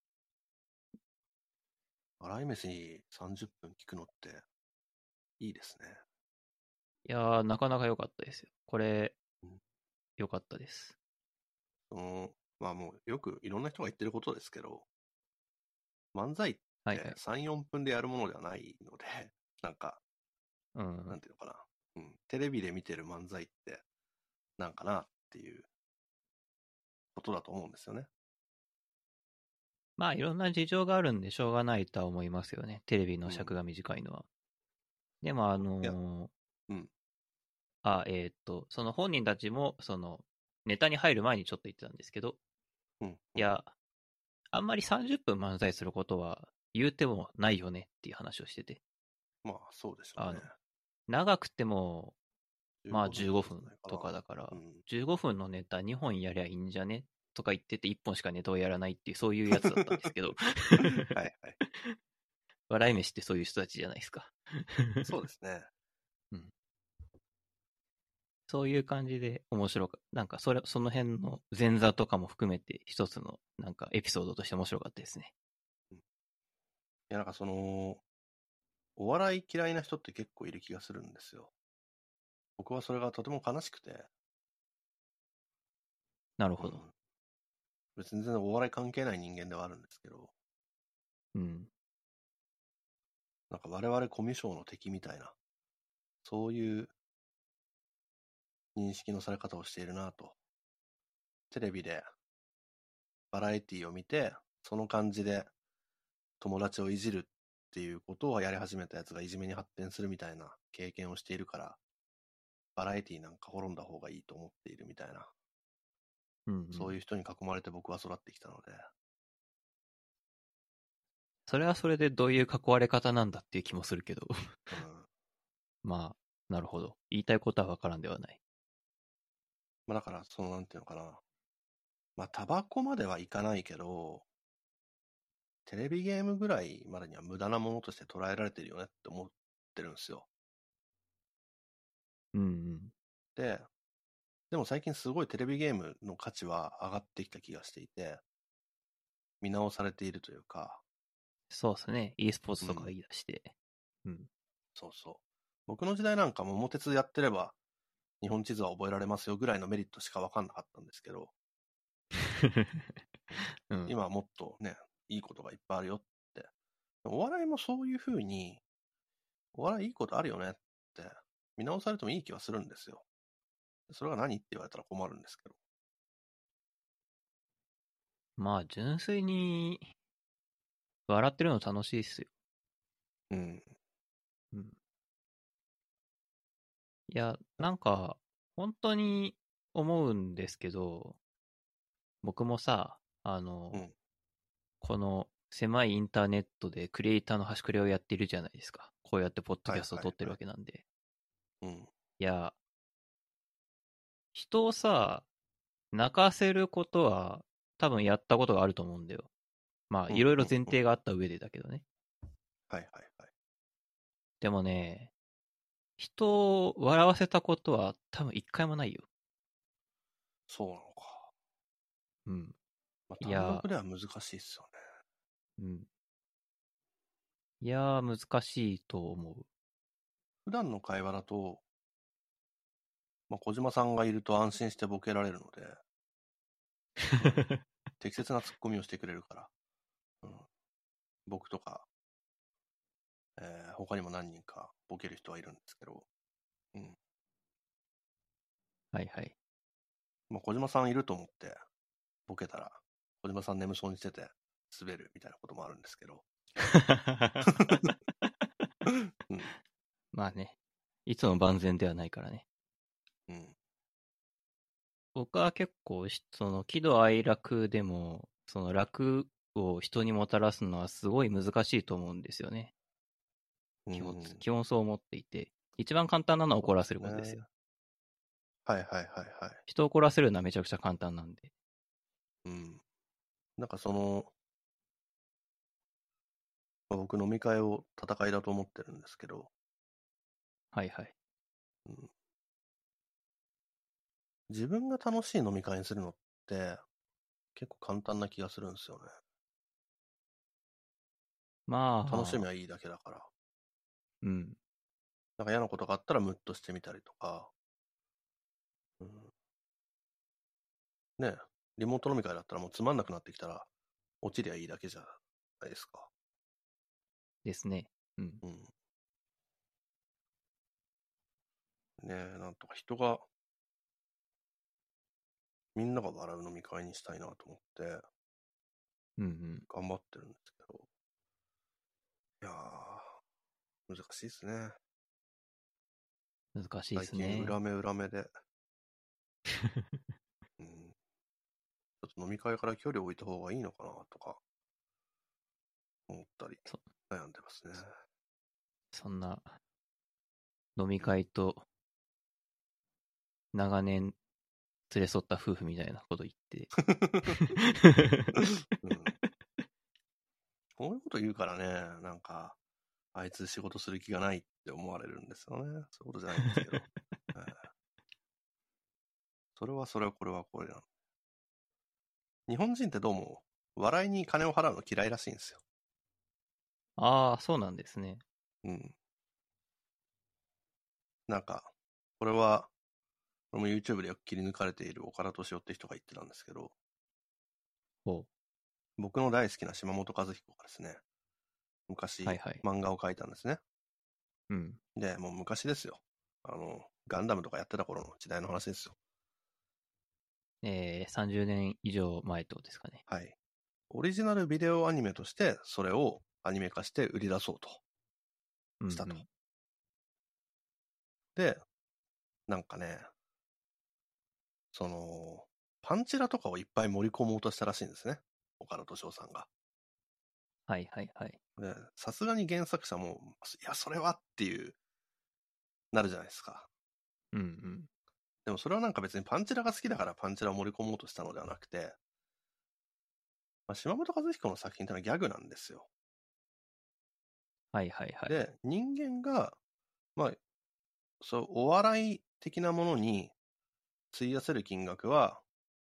笑い飯30分聞くのっていいですね。 いやー、なかなか良かったですよ。これ、 うん。 良かったです。 その、まあもうよくいろんな人が言ってることですけど、漫才ってはいはい。 3、4分でやるものではないので、なんか、 うん。 なんていうのかな。うん。テレビで見てる漫才ってなんかなっていうことだと思うんですよね。 まあ、いろんな事情があるんでしょうがないとは思いますよね。テレビのうん。 尺が短いのは。でも、 いや、うん。 その本人たちも、ネタに入る前にちょっと言ってたんですけど、 うん。うん。 いや、あんまり30分漫才することは言うてもないよねっていう話をしてて、 まあ、そうでしょうね。 あの、長くても、 15 まあ15 分とかじゃ分とないかな。 かだから、 うん。 15分のネタ2本やりゃいいんじゃねとか言ってて1本しかネタをやらないっていう、そういうやつだったんですけど、 はいはい。 笑い飯ってそういう人たちじゃないですか。 そうですね。 うん、そういう感じで面白かった。なんかその辺の前座とかも含めて一つのなんかエピソードとして面白かったですね。 うん。いや、なんかその、お笑い嫌いな人って結構いる気がするんですよ。僕はそれがとても悲しくて、うん。 なるほど。 別に全然お笑い関係ない人間ではあるんですけど、 うん。 なんか我々コミュ障の敵みたいな、そういう認識のされ方をしているなと。テレビでバラエティを見て、その感じで友達をいじるっていうことをやり始めたやつがいじめに発展するみたいな経験をしているから、バラエティなんか滅んだ方がいいと思っているみたいなうんうん。 そういう人に囲まれて僕は育ってきたので。 それはそれでどういう囲われ方なんだっていう気もするけど。 うん。 まあ、なるほど。言いたいことはわからんではない。 まあだから、そのなんていうのかな。まあタバコまではいかないけど、テレビゲームぐらいまでには無駄なものとして捉えられてるよねって思ってるんですよ。 うんうん。 で、でも最近すごいテレビゲームの価値は上がってきた気がしていて、見直されているというか、 そうですね。e スポーツとかうん、 言い出して。うん。 そうそう。僕の時代なんか桃鉄やってれば日本地図は覚えられますよぐらいのメリットしか分かんなかったんですけど、 うん。 今はもっとね、いいことがいっぱいあるよって。お笑いもそういう風に、お笑いいいことあるよねって、見直されてもいい気はするんですよ。それが何って言われたら困るんですけど。 まあ、純粋に笑ってるの楽しいっすよ。 うん。 うん。いや、なんか、本当に思うんですけど、僕もさ、 うん。 この狭いインターネットでクリエイターの端くれをやってるじゃないですか。こうやってポッドはいキャストを撮ってるはいはい。 わけなんで。 うん。 いや、人をさ、泣かせることは多分やったことがあると思うんだよ。まあ、 うん。 いろいろうん。うん。 前提があった上でだけどね。 はいはいはい。 でもね、人を笑わせたことは多分一回もないよ。 そうなのか。 うん。 まあ、単いや、 独では難しいっすよね。 うん。いや難しいと思う。 普段の会話だと、まあ、小島さんがいると安心してボケられるので、うん。適切なツッコミをしてくれるから、うん。僕とか、他にも何人かボケる人はいるんですけど、うん。 はいはい。 まあ、小島さんいると思ってボケたら、小島さん眠そうにしてて滑るみたいなこともあるんですけど、うん。 まあね、いつも万全ではないからね。 うん。 僕は結構その喜怒哀楽でも、その楽を人にもたらすのはすごい難しいと思うんですよね。 うん。 基本そう思っていて。一番簡単なのは怒らせそうですることですよ。 ね。はいはいはいはい。 人を怒らせるのはめちゃくちゃ簡単なんで。 うん。なんかその、まあ僕飲み会を戦いだと思ってるんですけど、 はいはい。 うん、自分が楽しい飲み会にするのって結構簡単な気がするんですよね。楽しみまあ、 はいいだけだから。 うん。 なんか嫌なことがあったらムッとしてみたりとか、うん、ね、リモート飲み会だったらもうつまんなくなってきたら落ちりゃいいだけじゃないですか。 ですね。うん。 うん。ねえ、なんとか人が、みんなが笑う飲み会にしたいなと思ってうんうん。 頑張ってるんですけど、いやー、難しいですね。 難しいで最近すね。 裏目裏目で、うん、ちょっと飲み会から距離を置いた方がいいのかなとか思ったりそ、 悩んでますね。 そんな飲みうん。 会と長年連れ添った夫婦みたいなこと言って。 うん。こういうこと言うからね、なんか、あいつ仕事する気がないって思われるんですよね。そういうことじゃないんですけど。それはそれはこれはこれなの。日本人ってどうも、笑いに金を払うの嫌いらしいんですよ。 ああ、そうなんですね。 うん。なんか、これは、これも YouTube でよく切り抜かれている岡田敏夫って人が言ってたんですけど、 ほう。 僕の大好きな島本和彦がですね、昔はいはい。 漫画を描いたんですね。 うん。 で、もう昔ですよ。ガンダムとかやってた頃の時代の話ですよ。 30年以上前ってことですかね。 はい。オリジナルビデオアニメとしてそれをアニメ化して売り出そうとしたと。 うんうん。 で、なんかね、その、 パンチラとかをいっぱい盛り込もうとしたらしいんですね。岡野敏夫さんが。 はいはいはい。 で、さすがに原作者も、いや、それはっていう、なるじゃないですか。 うんうん。 でもそれはなんか別にパンチラが好きだからパンチラを盛り込もうとしたのではなくて、島本和彦の作品ってのはギャグなんですよ。 はいはいはい。 で、人間が、まあ、そう、お笑い的なものに費やせる金額は、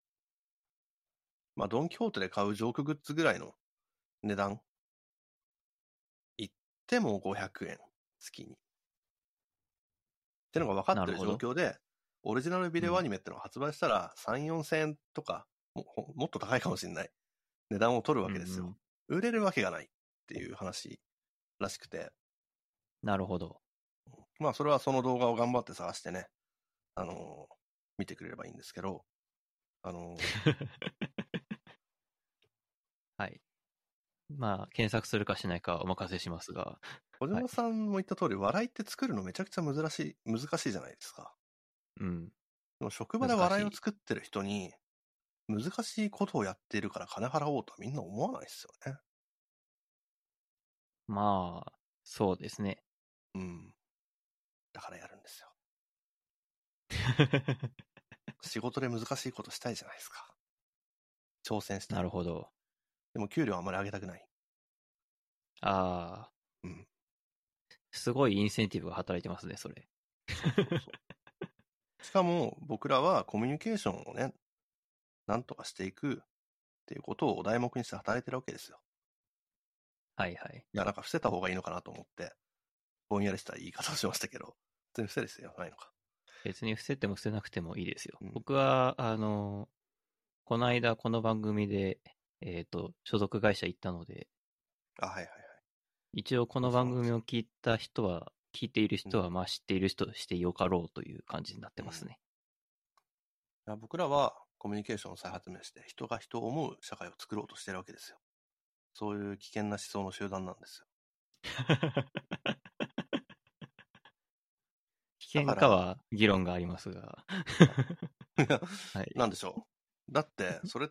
ドンキホーテで買うジョークグッズぐらいの値段。言っても500円、月に。ってのが分かってるなるほど。 状況で、オリジナルビうん。 デオアニメってのを発売したら、3、4千円とかもっと高いかもしれない。値段を取るわうんうけですよ。 ん。 売れるわけがないっていう話らしくて、 なるほど。 それはその動画を頑張って探してね、見てくれればいいんですけど、あのはい。まあ、検索するかしないかはお任せしますが。 小はい。 島さんも言った通り、笑いって作るのめちゃくちゃ難しいじゃないですか。 うん。 でも職場で笑いを難しい。 作ってる人に、難しいことをやっているから金払おうとはみんな思わないですよね。 まあ、そうですね。 うん。だからやるんですよ。仕事で難しいことしたいじゃないですか。挑戦したい。 なるほど。 でも給料あんまり上げたくない。 ああ、 うん。 すごいインセンティブが働いてますね、それ。 そうそうそう。しかも僕らはコミュニケーションをね、なんとかしていくっていうことをお題目にして働いてるわけですよ。 はいはい。 いや、なんか伏せた方がいいのかなと思って、ぼんやりした言い方をしましたけど、全然伏せですよ、ないのか。 別に伏せても伏せなくてもいいですよ。 うん。 僕は、この間この番組で、所属会社行ったので、 あ、はいはいはい。 一応この番組そうなんですよ。 を聞いているうん。 人は、まあ知っている人としてよかろうという感じになってうん。いますね。 や僕らはコミュニケーションを再発明して、人が人を思う社会を作ろうとしてるわけですよ。そういう危険な思想の集団なんですよ。 危だから、 険かは議論がありますが。はい。 なんでしょう。だって、それって、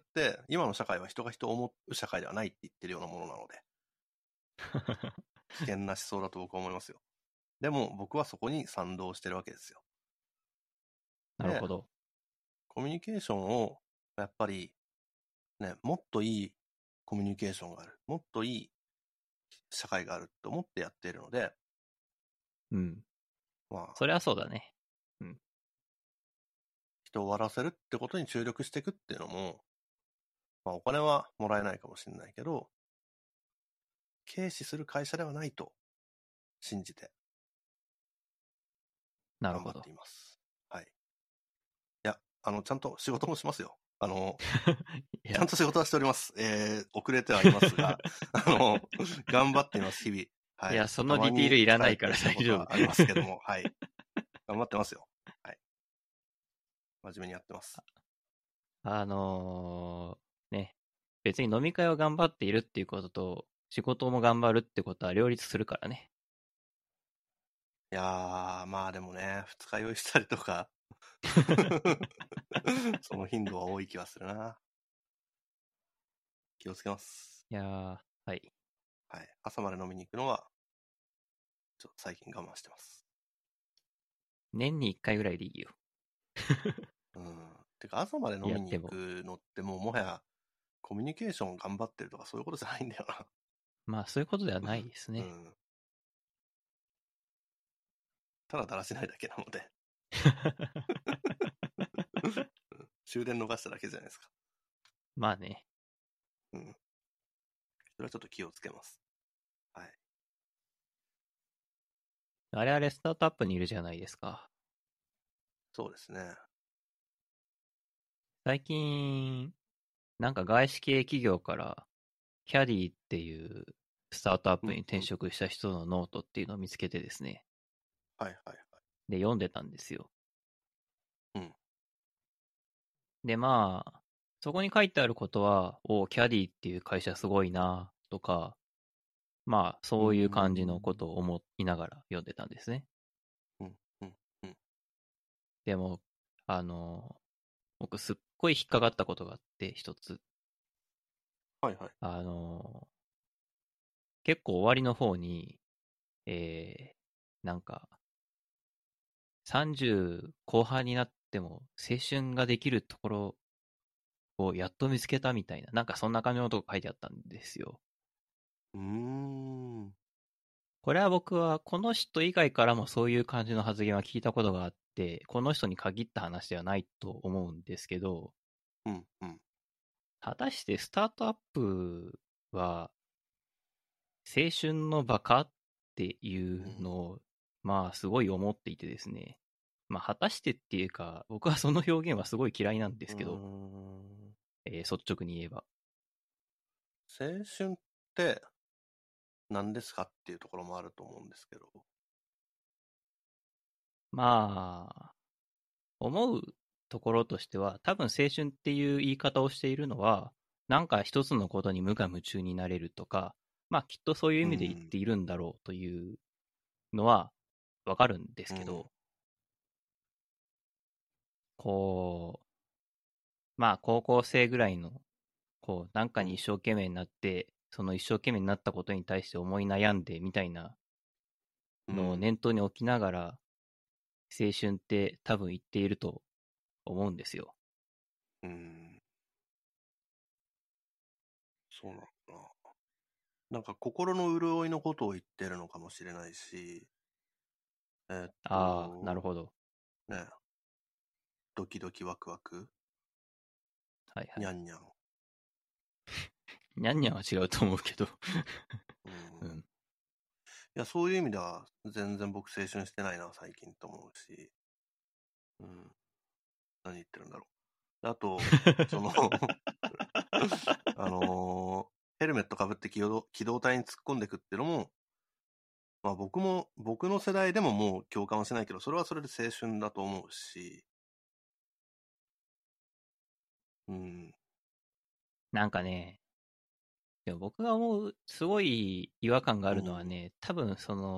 今の社会は人が人を思う社会ではないって言ってるようなものなので、危険な思想だと僕は思いますよ。でも、僕はそこに賛同してるわけですよ。で、 なるほど。 コミュニケーションを、やっぱり、ね、もっといいコミュニケーションがある。もっといい社会があると思ってやっているので、 うん。 まあ、 それはそうだね。うん。 人を笑わせるってことに注力していくっていうのも、お金はもらえないかもしれないけど、軽視する会社ではないと信じてなるほど。 頑張っています。はい。いや、ちゃんと仕事もしますよ。 いや。 ちゃんと仕事はしております。遅れてはいますが、頑張っています、日々。はい。 いや、そたまのディティールいらに疲れないからたりすること大丈夫。 はありますけども、はい。頑張ってますよ。はい。真面目にやってます。 あのね、別に飲み会を頑張っているっていうことと、仕事も頑張るってことは両立するからね。 いやでもね、二日酔いしたりとかその頻度は多い気はするな。気をつけます。 いやー、はい。 はい。朝まで飲みに行くのは、ちょっと最近我慢してます。 年に1回ぐらいでいいよ。 うん。てか、朝まで飲みに行やっても。 くのってもはや、コミュニケーション頑張ってるとかそういうことじゃないんだよな。 まあ、そういうことではないですね。 うん。ただだらしないだけなので終電逃しただけじゃないですか。 まあね。 うん。それはちょっと気をつけます。はい。 我々スタートアップにいるじゃないですか。 そうですね。 最近、なんか外資系企業から、キャディっていうスタートアップにうんうん。 転職した人のノートっていうのを見つけてですね。 はいはいはい。 で、読んでたんですよ。 うん。 で、まあ、そこに書いてあることは、キャディっていう会社すごいな、とか、まあ、 うーそういう感じのこん。 とを思いながら読んでたんですね。 うん。うん。うん。 でも、あの、僕すっごい引っかかったことがあって、一つ。 はいはい。 あの、結構終わりの方に、えなんか、30後半になっても青春ができるところをやっと見つけたみたいな、なんかそんな感じのことが書いてあったんですよ。 うーん。 これは僕はこの人以外からもそういう感じの発言は聞いたことがあって、この人に限った話ではないと思うんですけど、 うんうん。 果たしてスタートアップは青春の場かっていうのを、まあすごい思っていてですね。まあ果たしてっていうか、僕はその表現はすごい嫌いなんでうーすけど、 ん。 率直に言えば。 青春って何ですかっていうところもあると思うんですけど。 まあ、思うところとしては、多分青春っていう言い方をしているのは、なんか一つのことに無我夢中になれるとか、まあきっとそういう意味で言っうん。 ているんだろうというのはわかるんですうん。 けど、こまあ高校生ぐらいの、なんかうん。 に一生懸命になって、その一生懸命になったことに対して思い悩んでみたいなのをうん。 念頭に置きながら、青春って多分言っていると思うんですよ。 うん。そうなのかな。なんか心の潤いのことを言ってるのかもしれないし、えーっああ、なると、 ほど。 ね、ドキドキワクワク、 はいはい。 にゃんにゃん。 にゃんにゃんは違うと思うけど。 うん。 うん。 いや、そういう意味では、全然僕青春してないな、最近と思うし、うん。何言ってるんだろう。あと、そのヘルメットかぶって機動隊に突っ込んでいくっていうのも、まあ僕の世代でももう共感はしないけど、それはそれで青春だと思うし、うん、 なんかね、でも僕が思う、すごい違和感があうん、 るのはね、多分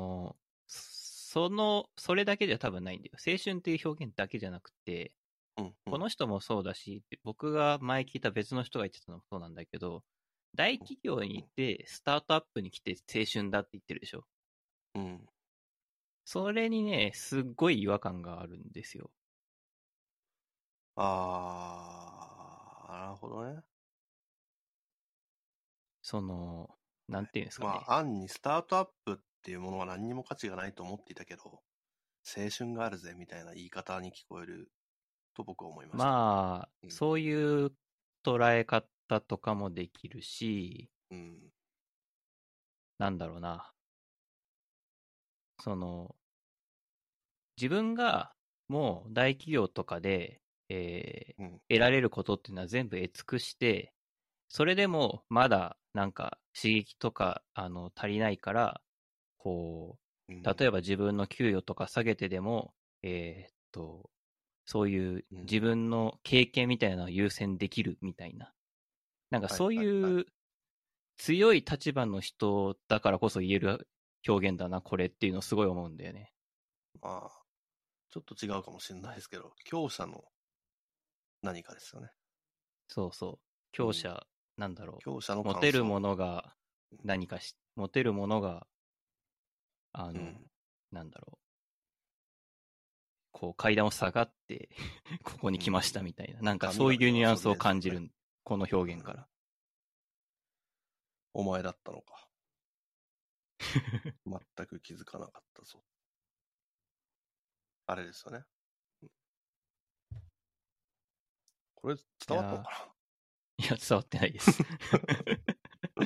それだけじゃ多分ないんだよ。青春っていう表現だけじゃなくて、 うん、うん、 この人もそうだし、僕が前聞いた別の人が言ってたのもそうなんだけど、大うん、 企業にいて、スタートアップに来て青春だって言ってるでしょ。 うん。 それにね、すっごい違和感があるんですよ。 なるほどね。 その、なんていうんですかね。 まあ、暗にスタートアップっていうものは何にも価値がないと思っていたけど、青春があるぜみたいな言い方に聞こえると僕は思いました。 まあ、 うん、 そういう捉え方とかもできるし、 うん、 なんだろうな。その、自分がもう大企業とかで、 うん、 得られることっていうのは全部得尽くして、それでもまだなんか刺激とか足りないから、 うん、 例えば自分の給与とか下げてでも、えーっと、そういううん。 自分の経験みたいなのを優先できるみたいな。なんかはいそうはいはい。 いう強い立場の人だからこそ言える表現だな、これっていうのをすごい思うんだよね。 まあ、ちょっと違うかもしれないですけど、強者の何かですよね。 そうそう。 うん。 強者、なんだろ強者のう。持てる感想。 ものが持てるものが、あの、 うん。 なんだろう。階段を下がってここに来ましたうん。 みたいな。なんかそういう神々のニュアンスを遊びですよね。 感じる、この表うん。 現から。 お前だったのか。全く気づかなかったぞ。あれですよね。これ伝わったのいやかいや、伝わってないです。 な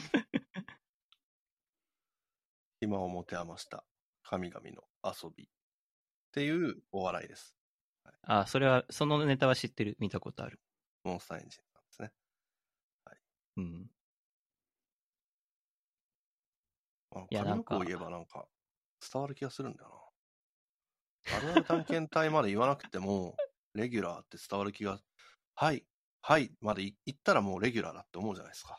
暇を持て余した神々の遊びっていうお笑いです。はい、 あ、それは、そのネタは知ってる。見たことある。 モンスターエンジンなんですね。はい。 うん。いや、 上なんか、 の句を言えばなんか伝わる気がするんだよな。あるある探検隊まで言わなくても、レギュラーって伝わる気が、はい、はいまで言ったらもうレギュラーだって思うじゃないですか。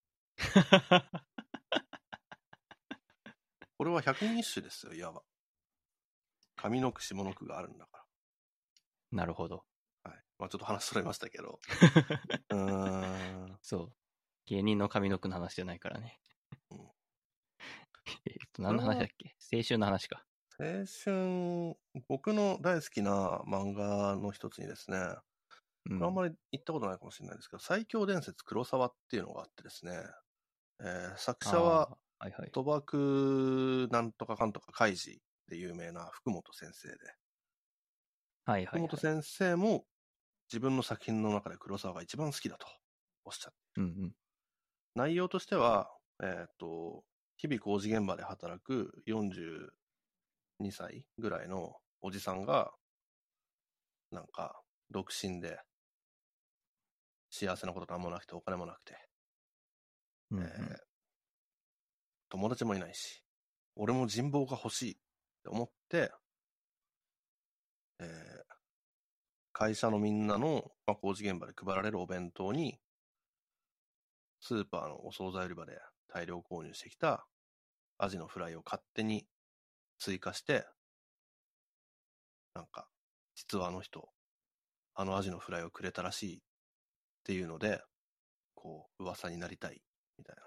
これは百人一首ですよ、いわば。上の句、下の句があるんだかなるほど。 ら。はい。 まあちょっと話それましたけど。うーん。 そう。芸人の髪の毛の話じゃないからね。 うん、 何の話だっこれはけ？青春の話か。 青春、僕の大好きな漫画の一つにですね、これあんうん。 まり言ったことないかもしれないですけど、最強伝説黒沢っていうのがあってですね、作者はああ、はいはい。 賭博なんとかかんとか開示で有名な福本先生で、 はいはいはい。 福本先生も自分の作品の中で黒沢が一番好きだとおっしゃって、 うんうん。 内容としては、日々工事現場で働く42歳ぐらいのおじさんが、なんか、独身で、幸せなことなんもなくて、お金もなくて、 うんうえん。 友達もいないし、俺も人望が欲しいって思って、えー会社のみんなの、まあ、工事現場で配られるお弁当に、スーパーのお惣菜売り場で大量購入してきたアジのフライを勝手に追加して、なんか、実はあの人、あのアジのフライをくれたらしいっていうので、こう、噂になりたい、みたいな。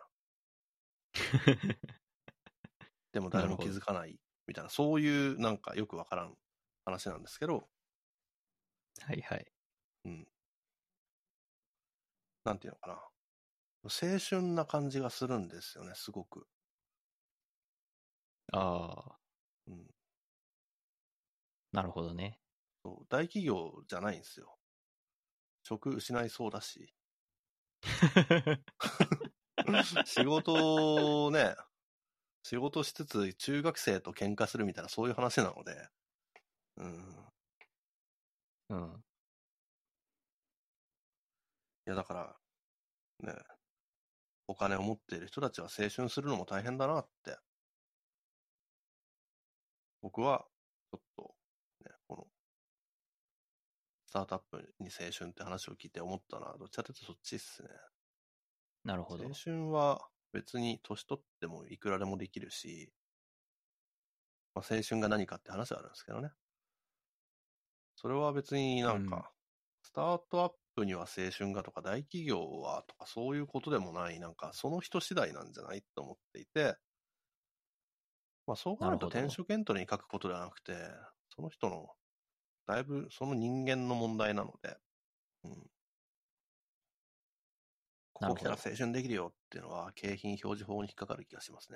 でも誰も気なるほど。 づかない、みたいな、そういうなんかよくわからん話なんですけど、 はいはい。 うん。なんていうのかな。青春な感じがするんですよね、すごく。 ああ、 うん。 なるほどね。 そう大企業じゃないんですよ。職失いそうだし。仕事をね、仕事しつつ中学生と喧嘩するみたいなそういう話なので、うん。 うん。 いやだからね、お金を持っている人たちは青春するのも大変だなって、僕はちょっとね、このスタートアップに青春って話を聞いて思ったのは、どっちかというとそっちっすね。青なるほど。 春は別に年取ってもいくらでもできるし、まあ、青春が何かって話はあるんですけどね。それは別にうん。 スタートアップには青春がとか、大企業はとか、そういうことでもない、その人次第なんじゃないと思っていて、まあそう考えるとなるほど。 転職エントリーに書くことではなくて、その人の、だいぶその人間の問題なので、うん、ここ来たらなるほど。 青春できるよっていうのは、景品表示法に引っかかる気がしますね。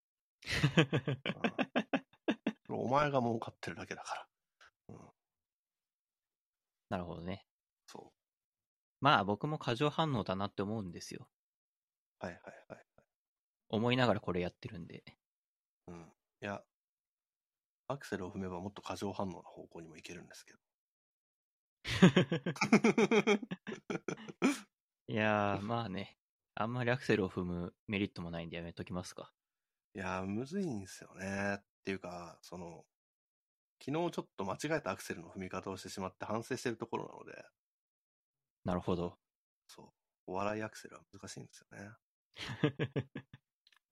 うん、お前が儲かってるだけだから。うん、 なるほどね。 そう。 まあ僕も過剰反応だなって思うんですよ。 はいはいはい。 思いながらこれやってるんで。 うん。いや、アクセルを踏めばもっと過剰反応の方向にもいけるんですけど。 いやー、まあね。あんまりアクセルを踏むメリットもないんでやめときますか。 いやー、むずいんですよね。っていうか、昨日ちょっと間違えたアクセルの踏み方をしてしまって反省してるところなので、 なるほど。 そう。お笑いアクセルは難しいんですよね。 うん。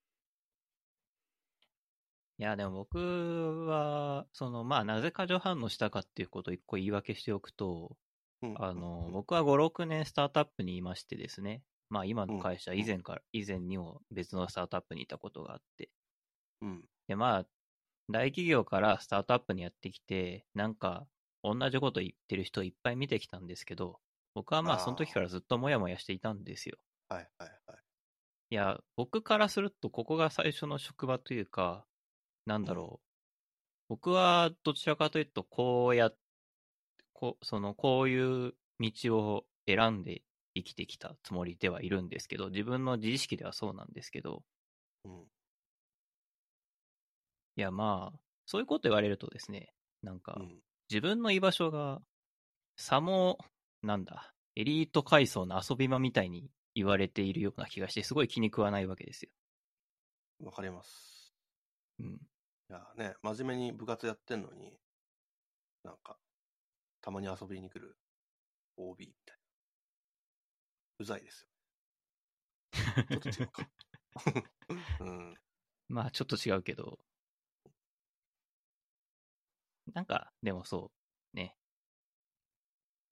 いや、でも僕は、まあ、なぜ過剰反応したかっていうことを一個言い訳しておくと、 うん、うん、うん、 僕は5、6年スタートアップにいましてですね、まあ今うん、 の会社うん、 以前にも別のスタートアップにいたことがあって、 うん、 で、まあ、大企業からスタートアップにやってきて、なんか、同じこと言ってる人をいっぱい見てきたんですけど、僕はまあその時からずっとモヤモヤしていたんですよ。 はい、はい、はい。 いや、僕からするとここが最初の職場というか、なんうん、 だろう。僕はどちらかというと、こういう道を選んで生きてきたつもりではいるんですけど、自分の自意識ではそうなんですけど、 うん、 いやまあ、そういうこと言われるとですね、なんか、 うん。 自分の居場所が、なんだ、エリート階層の遊び場みたいに言われているような気がして、すごい気に食わないわけですよ。 わかります。 うん。 いやね、真面目に部活やってんのに、なんか、たまに遊びに来る OB みたいな。うざいですよ。ちょっと違うか。うん。 まあ、ちょっと違うけど、なんか、でもそう、ね。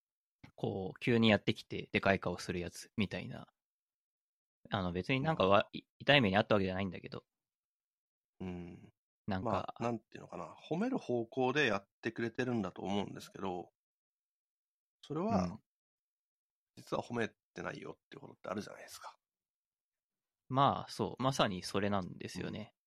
こう、急にやってきて、でかい顔するやつ、みたいな。別になんかま痛い目にあったわけじゃないんだけど、 うん。 なんか、 なんていうのかな。褒める方向でやってくれてるんだと思うんですけど、それは、 うん。 実は褒めてないよっていうことってあるじゃないですか。 まあ、そう、まさにそれなんですうん。 よね。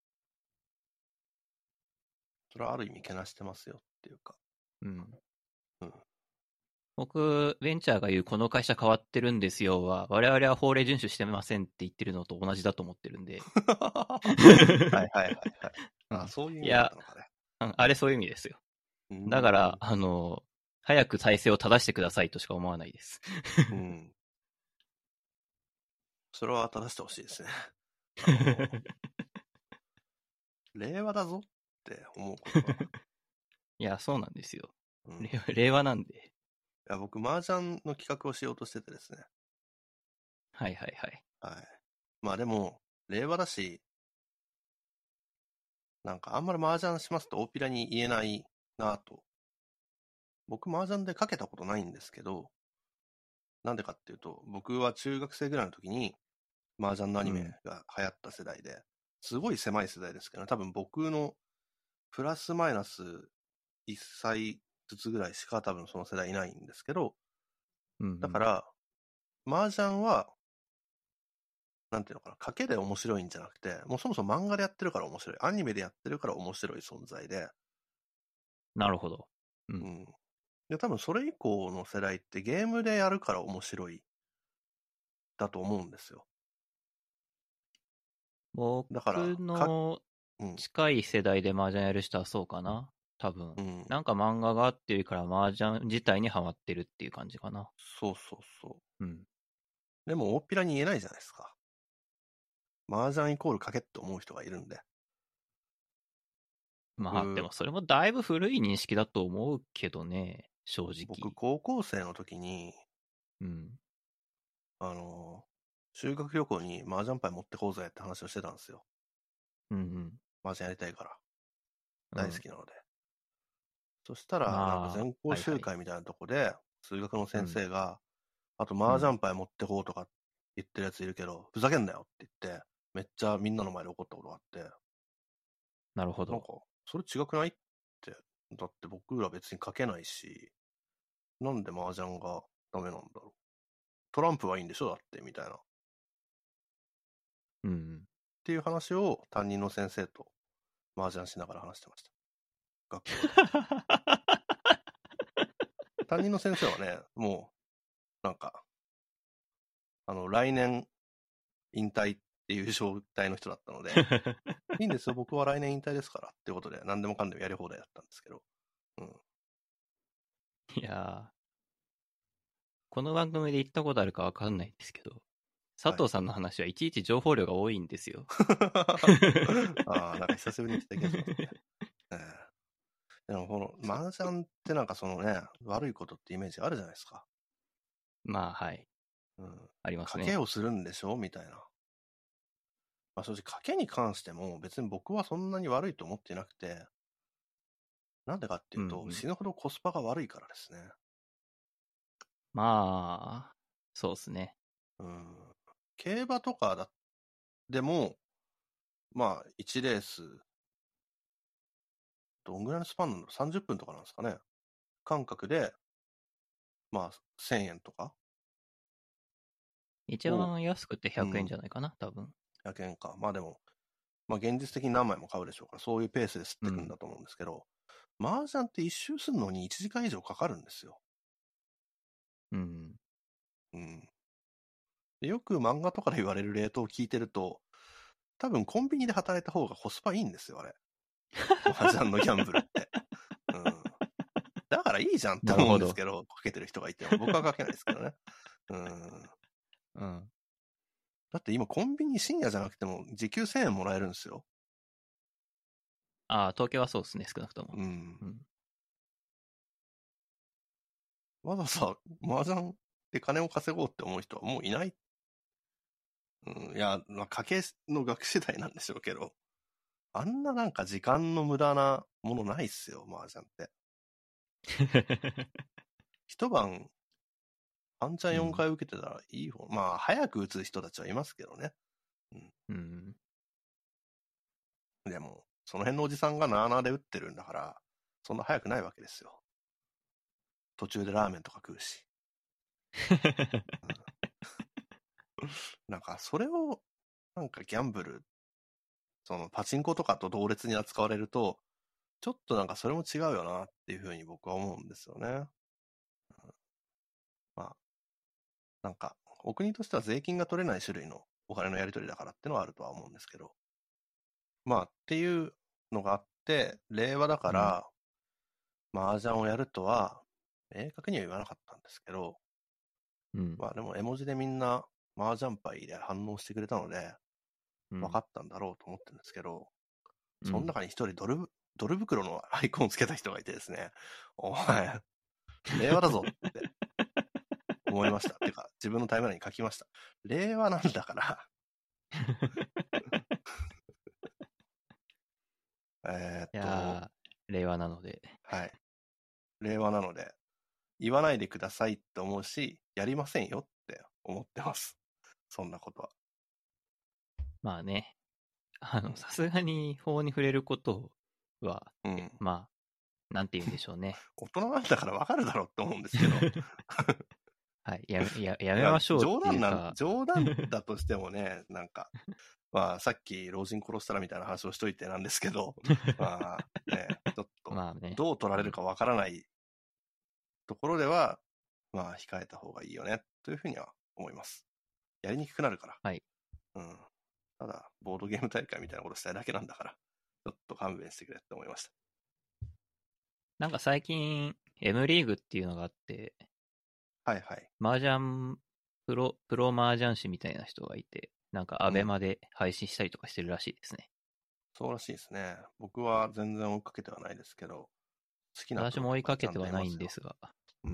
それはある意味けなしてますよっていうか。 うん。 うん。 僕、ベンチャーが言うこの会社変わってるんですよは、我々は法令遵守してませんって言ってるのと同じだと思ってるんで。 はいはいはいはい。あ、 うん。 そういう意味だっいや、 たのかね。 あれそういう意味ですよ。 うーだから、 ん。 早く体制を正してくださいとしか思わないです。 うん。それは正してほしいですね。あの、令和だぞって思うことが。 いや、そうなんですよ。 うん。い令和なんで。 や、僕、麻雀の企画をしようとしててですね。 はいはいはい。 はい。まあでも、令和だし、なんかあんまり麻雀しますと大っぴらに言えないなぁと。僕、麻雀でかけたことないんですけど、なんでかっていうと、僕は中学生ぐらいの時に、麻雀のアニメうん。 が流行った世代で、すごい狭い世代ですけど、多分僕のプラスマイナス1歳ずつぐらいしか多分その世代いないんですけど、 うんうん。 だから、麻雀は、なんていうのかな、賭けで面白いんじゃなくて、もうそもそも漫画でやってるから面白い。アニメでやってるから面白い存在で、 なるほど。うん。 うん。で、多分それ以降の世代ってゲームでやるから面白い、だと思うんですよ。 僕だから、 のうん、 近い世代で麻雀やる人はそうかな。多分。 うん。 なんか漫画があってるから麻雀自体にハマってるっていう感じかな。 そうそうそうん。 う。でも、大っぴらに言えないじゃないですか。麻雀イコール賭けって思う人がいるんで。 まあ、で僕、 もそれもだいぶ古い認識だと思うけどね、正僕、 直。 高校生の時に、 うん。 あの、修学旅行に麻雀牌持ってこうぜって話をしてたんですよ。 うん麻雀やりたいから。 うん。うん。 大好きなので。そしたら、なんかま全あ、 校集はいはい。 会みたいなとこで、数学の先うん。 生が、あとうん。 麻雀牌持ってこうとか言ってるやついるけど、ふざけんなよって言って、めっちゃみんなの前で怒ったことがあって、 なるほど。 なんか、それ違くないって。だって僕ら別に書けないし、なんで麻雀がダメなんだろう。トランプはいいんでしょだって、みたいな。っうんうん。 ていう話を担任の先生と麻雀しながら話してました。学校で。担任の先生はね、もう、なんか、来年引退っていう状態の人だったので、いいんですよ、僕は来年引退ですからっていうことで、何でもかんでもやり放題だったんですけど、うん。 いやー、この番組で言ったことあるかわかんないんですけど、佐はい。 藤さんの話はいちいち情報量が多いんですよ。 ああ、なんか久しぶりに来た気がしますね。ええでも、この、麻雀ってなんかそのね、悪いことってイメージあるじゃないですか。 まあ、はい。 うん。 ありますね。 賭けをするんでしょみたいな。まあ正直、賭けに関しても別に僕はそんなに悪いと思っていなくて、なんでかっていうと、 うんうん。 死ぬほどコスパが悪いからですね。 まあ、そうですね。 うん。競馬とかでも、まあ、1レース、どんぐらいのスパンなんだろう ?30 分とかなんですかね。間隔で、まあ、1000円とか一を、 番安くて100円うん、 じゃないかな、多分。 100円か。まあでも、まあ現実的に何枚も買うでしょうから、そういうペースで吸っうん。 ていくんだと思うんですけど、麻雀って一周するのに1時間以上かかるんですよ。 うん。 うん。でよく漫画とかで言われるレートを聞いてると、多分コンビニで働いた方がコスパいいんですよ、あれ。麻雀のギャンブルって。うん。だからいいじゃんって思うなるほど。 んですけど、かけてる人がいても。僕はかけないですけどね。うん。 うん。 だって今コンビニ深夜じゃなくても時給1000円もらえるんですよ。 ああ、東京はそうですね、少なくとも。 うん。 うん。 わざわざ麻雀で金を稼ごうって思う人はもういない。うん。いや、まあ、家計の学次第なんでしょうけど、あんななんか時間の無駄なものないっすよ、麻雀って。一晩パンチャン4回受けてたらいい方、まあ、早く打つ人たちはいますけどね。 うん。 でも、その辺のおじさんがなーなーで打ってるんだから、そんな早くないわけですよ。途中でラーメンとか食うし。なんか、それを、なんかギャンブル、そのパチンコとかと同列に扱われると、ちょっとなんかそれも違うよなっていうふうに僕は思うんですよね。まあ、なんか、お国としては税金が取れない種類のお金のやり取りだからってのはあるとは思うんですけど。まあ、っていうのがあって、令和だかうん。 ら、麻雀をやるとは、明確には言わなかったんですけど、 うん。 まあでも絵文字でみんな麻雀牌で反応してくれたので、分かったんだろうと思ってるんですけど、その中に一人ドル袋のアイコンをつけた人がいてですね、お前、令和だぞって思いました。てか、自分のタイムラインに書きました。令和なんだから、 いやー、令和なので。 はい。令和なので、言わないでくださいって思うし、やりませんよって思ってます。そんなことは。 まあね、 うん。 さすがに法に触れることは、 うん。 まあ、なんて言うんでしょうね。 大人なんだからわかるだろうって思うんですけど。 はい、やいや、 めましょうっていうか、 冗談だとしてもね、なんか、まあ、さっき老人殺したらみたいな話をしといてなんですけど、まあね、ちょっと、 まあね。 どう取られるかわからないところでは、まあ、控えた方がいいよね、というふうには思います。やりにくくなるから。 はい。 うん。ただ、ボードゲーム大会みたいなことしたいだけなんだから、ちょっと勘弁してくれって思いました。 なんか最近、M リーグっていうのがあって、 はいはい。 麻雀、プロ麻雀師みたいな人がいて、なんかアうん。 ベマで配信したりとかしてるらしいですね。 そうらしいですね。僕は全然追いかけてはないですけど、好きなプ私も追いロとかはちゃんかけてはなといますよ。 いんですが、うん。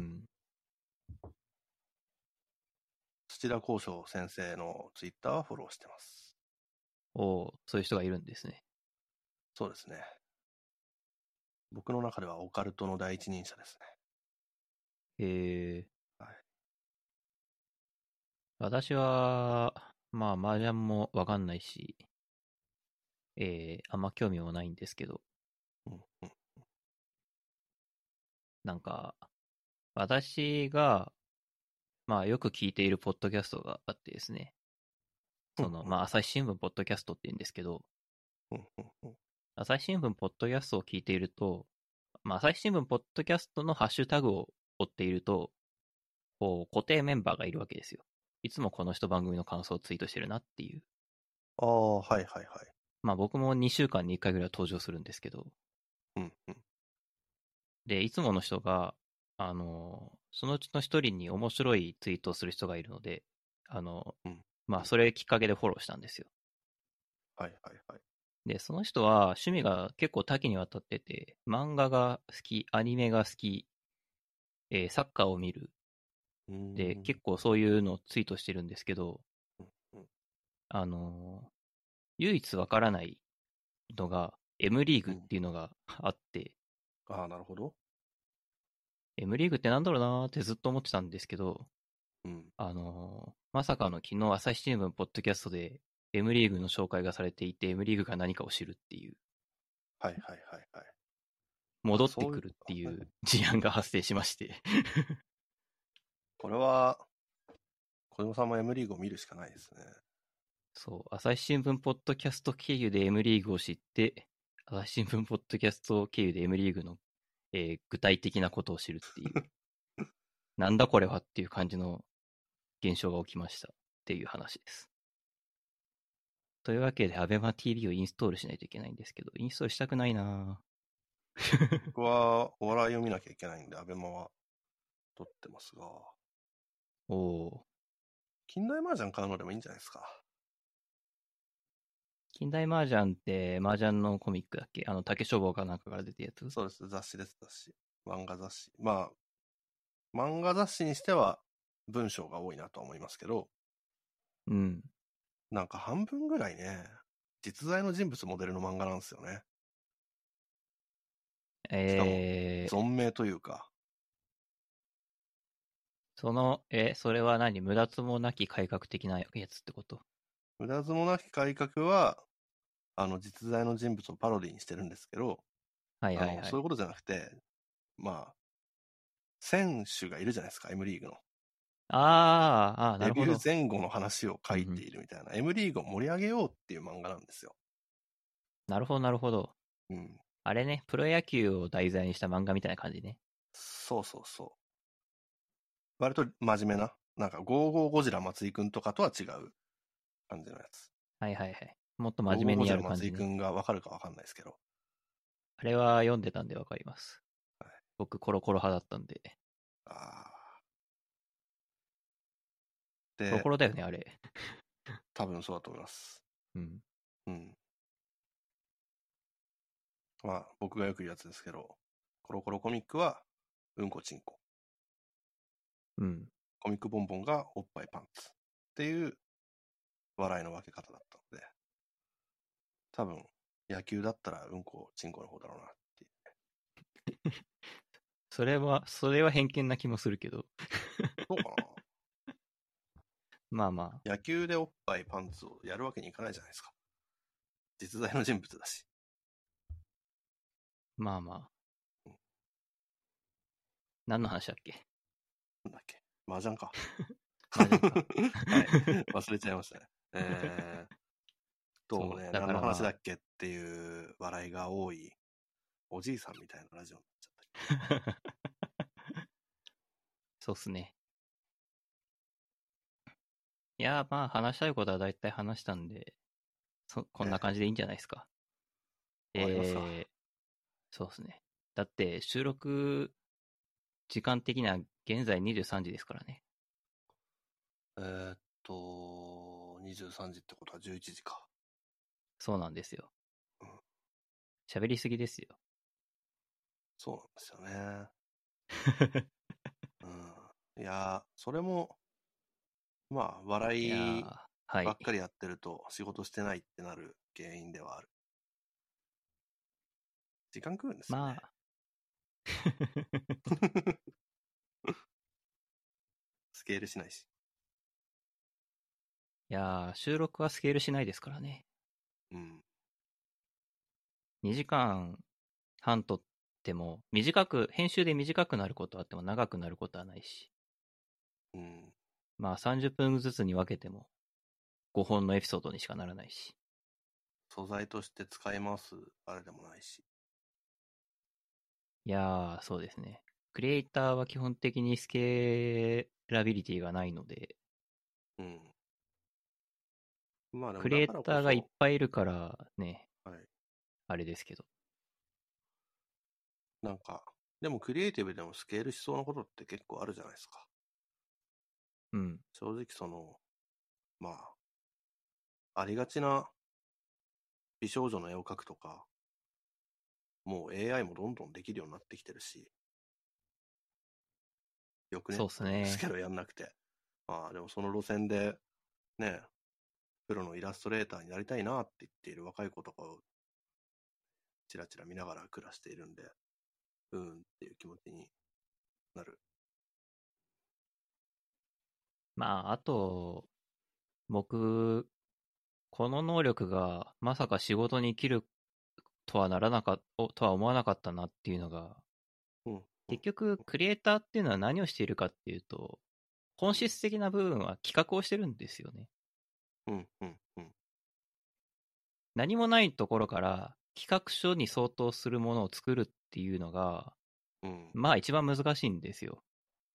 土田幸章先生のツイッターはフォローしてます。 そういう人がいるんですね。 そうですね。僕の中ではオカルトの第一人者ですね。 えはい。 私は、まあ、麻雀もわかんないし、あんま興味もないんですけど、 うんうんなんか、私が、まあ、よく聞いているポッドキャストがあってですね、 うんまあ、朝日新聞ポッドキャストって言うんですけど、 うんうんうん朝日新聞ポッドキャストを聞いていると、まあ、朝日新聞ポッドキャストのハッシュタグを追っていると、こう、固定メンバーがいるわけですよ。いつもこの人番組の感想をツイートしてるなっていう。 ああ、はいはいはい。 まあ僕も2週間に1回ぐらい登場するんですけど、 うんうんで、いつもの人が、そのうちの一人に面白いツイートをする人がいるので、あの、 うん。 まあそれきっかけでフォローしたんですよ。 はいはいはい。 で、その人は趣味が結構多岐にわたってて、漫画が好き、アニメが好き、サッカーを見る。 うーで、 ん。 結構そういうのをツイートしてるんですけど、 うんうんあの、唯一わからないのが M リーグっうん。 ていうのがあって、 ああ、なるほど。 M リーグってなんだろうなーってずっと思ってたんですけど、 うん。 まさかの昨日朝日新聞ポッドキャストで M リーグの紹介がされていて、M リーグが何かを知るっていう、 はいはいはいはい。あ、 戻ってそういうくるってことか。 いう事案が発生しましてこれは、小島さんも M リーグを見るしかないですね。 そう、朝日新聞ポッドキャスト経由で M リーグを知って、朝日新聞ポッドキャスト経由で M リーグの、具体的なことを知るっていう、なんだこれはっていう感じの現象が起きましたっていう話です。というわけで、ABEMATV をインストールしないといけないんですけど、インストールしたくないな僕はお笑いを見なきゃいけないんで、アベマは撮ってますが、 ぁおー。 近代麻雀買うのでもいいんじゃないですか。 近代麻雀って麻雀のコミックだっけ竹書房かなんかから出てるやつ。 そうです。雑誌です、雑誌。漫画雑誌。まあ、漫画雑誌にしては文章が多いなとは思いますけど、 うん。 なんか半分ぐらいね、実在の人物モデルの漫画なんですよね。しかも、 え存命というか、 それは何？無駄つもなき改革的なやつってこと？ 無駄もなき改革は、実在の人物をパロディにしてるんですけど、 はいはいはい。 そういうことじゃなくて、まあ、選手がいるじゃないですか、M リーグの。 なデビューるほど。 前後の話を書いてうんうん。 いるみたいな、M リーグを盛り上げようっていう漫画なんですよ。 なるほどなるほど。 うん。 あれね、プロ野球を題材にした漫画みたいな感じね。 そうそうそう。割と真面目な、なんか、ゴーゴーゴジラ松井くんとかとは違う感じのやつ。 はいはいはい。もっと真ゴーゴーゴジ面目にやラ松井くる感じね。 んがわかるかわかんないですけど。 あれは読んでたんでわかります。 はい、 僕、コロコロ派だったんで。 あコロで、 コロだよね、あれ。 多分そうだと思います。 うん。 うん。まあ、僕がよく言うやつですけど、コロコロコミックは、うんこちんこ。 うん。 コミックボンボンがおっぱいパンツ。っていう笑いの分け方だったので、多分、野球だったらうんこちんこの方だろうなっていう。 それは偏見な気もするけど。 そうかな。 まあまあ、 野球でおっぱいパンツをやるわけにいかないじゃないですか。実在の人物だし。 まあまあ。 うん、 何の話だっけ？ なんだっけ。麻雀か。 麻雀か。 はい。忘れちゃいましたね。 そう、 ね、 だ何のからまあ、 話だっけっていう笑いが多い、おじいさんみたいなラジオになっちゃった。 そうっすね。いやー、まあ話したいことは大体話したんで、こんな感じでいいんじゃないですか。 終わりますか。 そうっすね。だって収録時間的には現在23時ですからね。 23時ってことは11時か。 そうなんですよ。 うん、 喋りすぎですよ。 そうなんですよね。うん。いやー、それも、まあ、 いや笑いー、はい。 ばっかりやってると仕事してないってなる原因ではある。時間食うんですよね。 まあ、 スケールしないし。 いやー、収録はスケールしないですからね。 うん。 2時間半とっても、編集で短くなることはあっても長くなることはないし、 うん。 まあ30分ずつに分けても5本のエピソードにしかならないし。 素材として使います、あれでもないし。 いやー、そうですね。クリエイターは基本的にスケーラビリティがないので、 うん。まあでもクリエイだからこターがいっそ、 ぱいいるからね、 はい。 あれですけど。 なんか、でもクリエイティブでもスケールしそうなことって結構あるじゃないですか。 うん。 正直まありがちな美少女の絵を描くとか、もう AI もどんどんできるようになってきてるし、よくねそうっって思うんですすね。 けど、やんなくて。まあでもその路線で、ね、プロのイラストレーターになりたいなって言っている若い子とかをちらちら見ながら暮らしているんで、っていう気持ちになる。 まあ、あと、僕、この能力がまさか仕事に生きるとはならなかったとは思わなかったなっていうのが、 うん、うん、 結局、クリエイターっていうのは何をしているかっていうと、本質的な部分は企画をしてるんですよね。 うん、うん、うん、 何もないところから企画書に相当するものを作るっていうのが、 うん、 まあ一番難しいんですよ。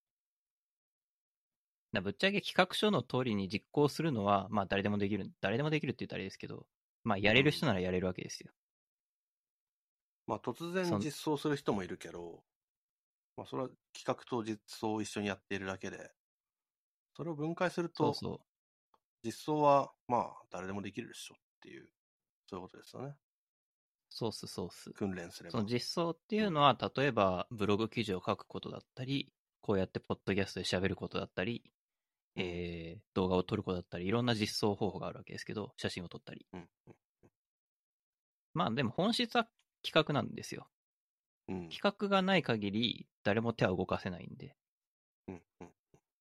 ぶっちゃけ企画書の通りに実行するのは、まあ誰でもできる。誰でもできるって言ったらあれですけど、まあやれる人うん。 ならやれるわけですよ。 まあ突然そん実装する人もいるけど、まあそれは企画と実装を一緒にやっているだけで、それを分解すると、 そうそう。 実装はまあ誰でもできるでしょっていう、そういうことですよね。 そうっす、そうっす。 訓練すれそのば。 実装っていうん、 うのは、例えばブログ記事を書くことだったり、こうやってポッドキャストで喋ることだったり、 うん、 動画を撮ることだったり、いろんな実装方法があるわけですけど、写真を撮ったり。 うん、 まあでも本質は企画なんですよ。 うん、 企画がない限り、誰も手は動かせないんで。 うん、うん。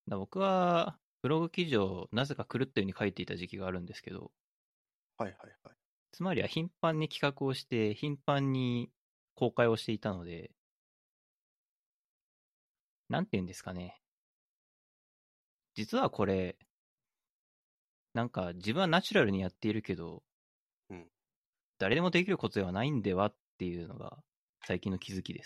僕は、ブログ記事をなぜか狂ったように書いていた時期があるんですけど、 はいはいはい。 つまりは頻繁に企画をして、頻繁に公開をしていたので、なんて言うんですかね。実はこれ、なんか自分はナチュラルにやっているけど、 うん。 誰でもできることではないんではっていうのが最近の気づきです。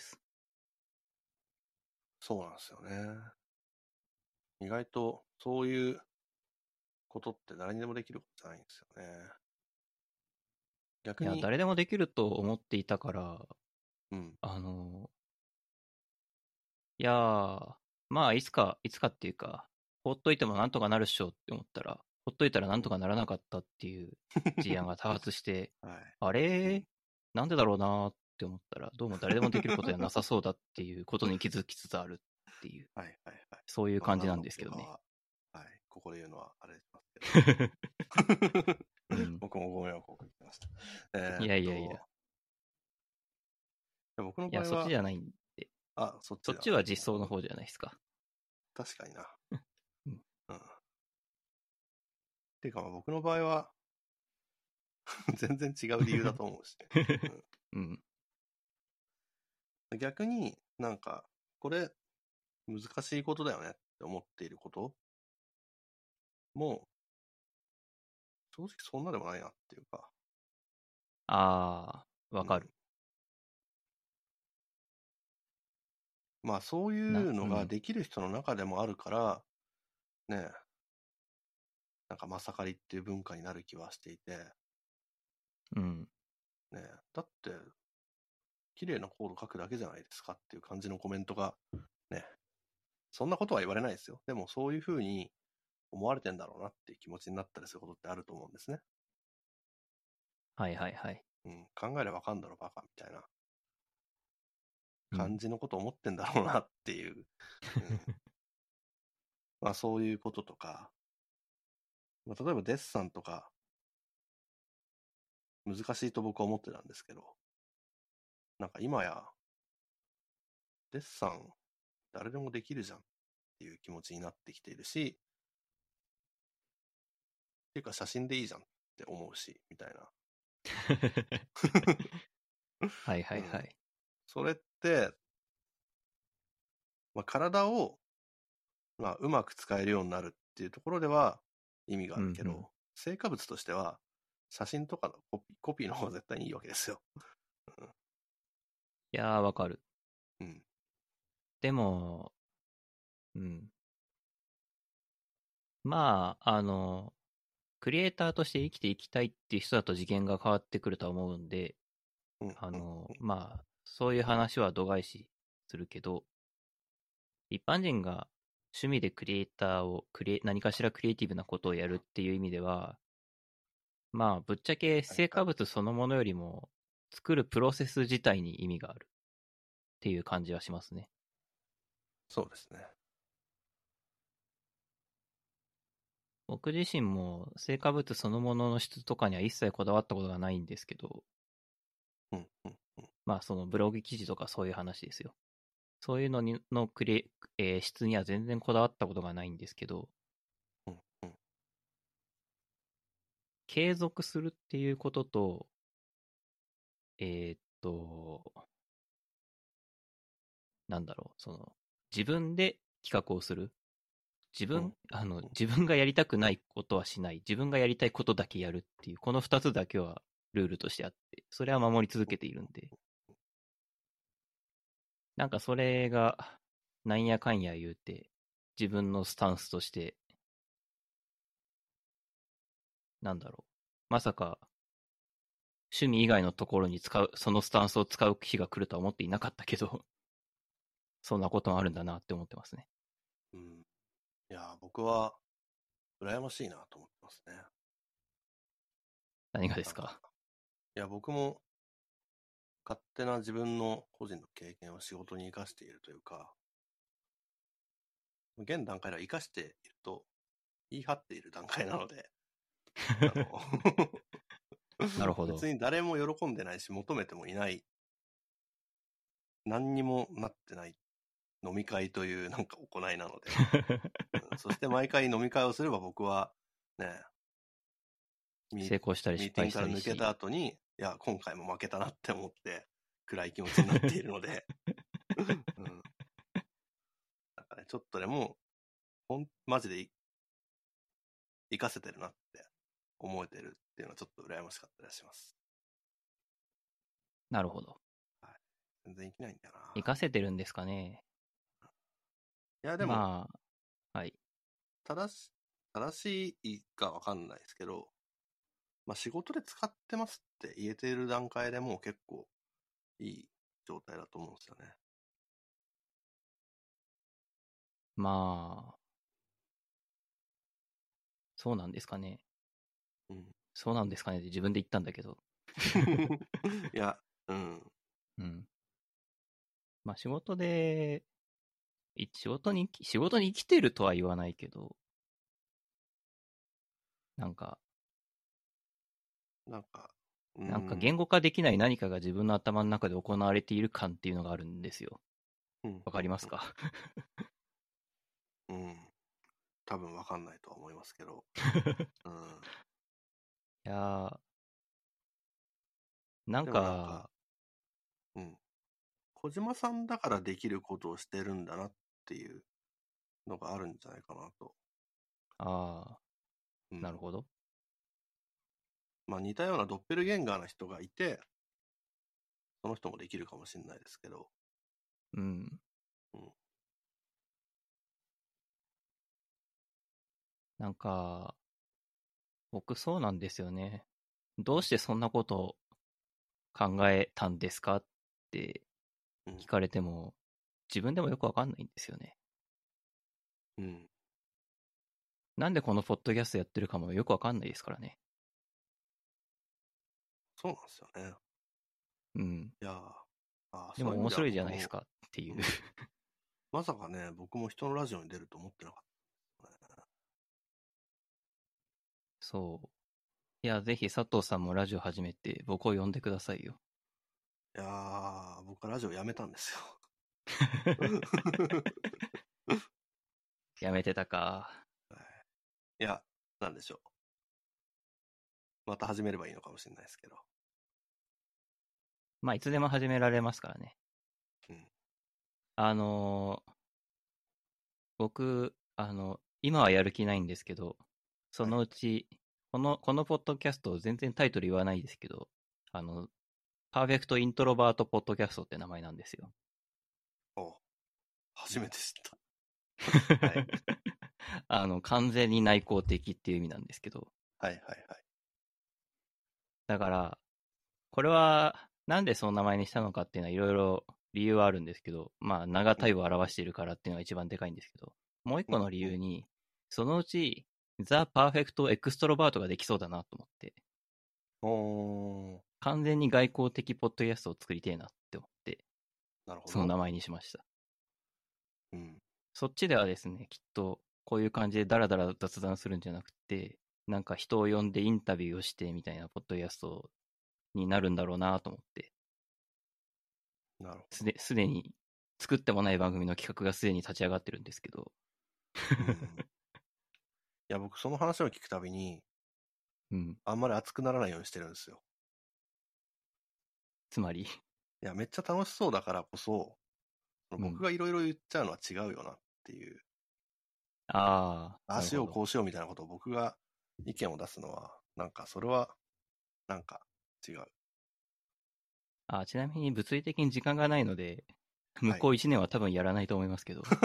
そうなんですよね。意外と、そういうことって誰にでもできることじゃないんですよね。 いや、 逆に、 誰でもできると思っていたから、 うん。 あの、いやー、まあ、いつかっていうか、ほっといてもなんとかなるっしょって思ったら、ほっといたらなうん。 んとかならなかったっていう事案が多発して、 はい。 あうん。 れなんでだろうなーって思ったら、どうも誰でもできることではなさそうだっていうことに気づきつつあるっていう、 はいはいはい。 そういうまあ、 感じなん何のですけどね。 ことかは、はい、ここで言うのはあれしますけど。 うん。 僕もご迷惑をおかけしました。 いやいやいや。 僕のいや、そっち場合は、 じゃないんで、 あ、そっちそっではない。 ちは実なるほど。 装の方じゃないですか。 確かにな。 うん。 うん。ていうか、まあ僕の場合は、全然違う理由だと思うしね。 うん。 うん。逆になんか、これ、難しいことだよねって思っていることも、正直そんなでもないなっていうか、 あー、わうん。 かる。 まあそういうのがうん。 できる人の中でもあるから、ね、なんかまさかりっていう文化になる気はしていて、 うん。 ね、だって、綺麗なコード書くだけじゃないですかっていう感じのコメントが、ね、そんなことは言われないですよ。でもそういうふうに思われてんだろうなっていう気持ちになったりすることってあると思うんですね。 はいはいはい。 うん、考えればわかんだろバカみたいなうん。 感じのことを思ってんだろうなっていう、うん、まあそういうこととか、まあ、例えばデッサンとか難しいと僕は思ってたんですけど、なんか今やデッサン誰でもできるじゃんっていう気持ちになってきているし、っていうか写真でいいじゃんって思うし、みたいな。 はいはうん。 いはい。 それって、まあ、体を、まあ、うまく使えるようになるっていうところでは意味があうんうん。 るけど、成果物としては写真とかのコピーの方が絶対にいいわけですよ。 いやー、わかる。 うん。 でも、うん。まあ、クリエイターとして生きていきたいっていう人だと次元が変わってくるとは思うんで、 うん。うん。 まあ、そういう話は度外視するけど、一般人が趣味でクリエイターを何かしらクリエイティブなことをやるっていう意味では、まあ、ぶっちゃけ成はいはい。 果物そのものよりも、作るプロセス自体に意味があるっていう感じはしますね。 そうですね。 僕自身も成果物そのものの質とかには一切こだわったことがないんですけど、 うん。うん。うん。 まあそのブログ記事とかそういう話ですよ。そういうのにの質には全然こだわったことがないんですけど、 うん。うん。 継続するっていうことと、えーっと、なんだろう、自分で企画をする。 うん。 自分がやりたくないことはしない。自分がやりたいことだけやるっていう、この二つだけはルールとしてあって、それは守り続けているんで、なんかそれが、なんやかんや言うて、自分のスタンスとして、なんだろう。まさか、趣味以外のところにそのスタンスを使う日が来るとは思っていなかったけど、そんなこともあるんだなって思ってますね。 うん。いや、僕は羨ましいなと思ってますね。 何がでなんか、 すか？ いや、僕も勝手な自分の個人の経験を仕事に生かしているというか、現段階では生かしていると言い張っている段階なので、あのなるほど。 別に誰も喜んでないし、求めてもいない、何にもなってない飲み会というなんか行いなので、そして毎回飲み会をすれば僕はね、 成功したり失ミーティングから抜け敗したりし。 た後に、いや、今回も負けたなって思って、暗い気持ちになっているので、なんかね、ちょっとでも、マジで活かせてるなって思えてるっていうのはちょっと羨ましかったりします。 なるほど。 はい、全然生きないんだよな。 活かせてるんですかね。 いや、でも、 まあ、はい。 正しいかわかんないですけど、まあ仕事で使ってますって言えている段階でもう結構いい状態だと思うんですよね。 まあ、そうなんですかね。 うん。 そうなんですかねって自分で言ったんだけど。 いや、うん。 うん。まあ仕事で、仕事に生きてるとは言わないけど、なんか、 なんか、 なんか言語化できない何かが自分の頭の中で行われている感っていうのがあるんですよ。 うん、 わかりますか？ うん、うん。多分わかんないとは思いますけど。うん。 いやー、なんでもなんか、 か、 うん。小島さんだからできることをしてるんだなっていうのがあるんじゃないかなと。 ああ、 うん。 なるほど。 まあ似たようなドッペルゲンガーな人がいて、その人もできるかもしれないですけど。 うん。 うん。 なんか、僕そうなんですよね。どうしてそんなことを考えたんですかってうん。 聞かれても、自分でもよくわかんないんですよね。 うん。 なんでこのポッドキャストやってるかもよくわかんないですからね。 そうなんですよね。 うん。 いやー、 でもそういう意味では面白いじゃ僕も、 ないですかっていう。 うん。まさかね、僕も人のラジオに出ると思ってなかったね。 そう。いや、ぜひ佐藤さんもラジオ始めて僕を呼んでくださいよ。 いやー、僕はラジオやめたんですよ。 やめてたか。 いや、なんでしょう。また始めればいいのかもしれないですけど。 まあ、いつでも始められますからね。 うん。 あのー僕、今はやる気ないんですけど、そはい。 のうち、このポッドキャスト全然タイトル言わないですけど、あの、パーフェクトイントロバートポッドキャストって名前なんですよ。 お、初めて知った。はい。 完全に内向的っていう意味なんですけど、 はいはいはい。 だから、これは、なんでその名前にしたのかっていうのはいろいろ理由はあるんですけど、まあ、名がうん。 体を表しているからっていうのが一番でかいんですけど、もう一うん。 個の理うん。 由に、そのうち、ザ・パーフェクト・エクストロバートができそうだなと思って、 おー、 完全に外交的ポッドキャストを作りてえなって思って、 なるほど。 その名前にしました。 うん。 そっちではですね、きっと、こういう感じでダラダラ雑談するんじゃなくて、なんか人を呼んでインタビューをしてみたいなポッドキャストになるんだろうなと思って、 なるほすでに作ってもない番組の企画がすでに立ち上がってるんですけど、 ど。うん。いや、僕その話を聞くたびに、 うん。 あんまり熱くならないようにしてるんですよ。 つまり、 いや、めっちゃ楽しそうだからこそ、 うん。 僕がいろいろ言っちゃうのは違うよなっていう、 ああ、 ああしよう、 なるほど。 こうしようみたいなことを僕が意見を出すのは、なんかそれは、なんか違う。 ちなみに物理的に時間がないので、向はい。 こう1年は多分やらないと思いますけど。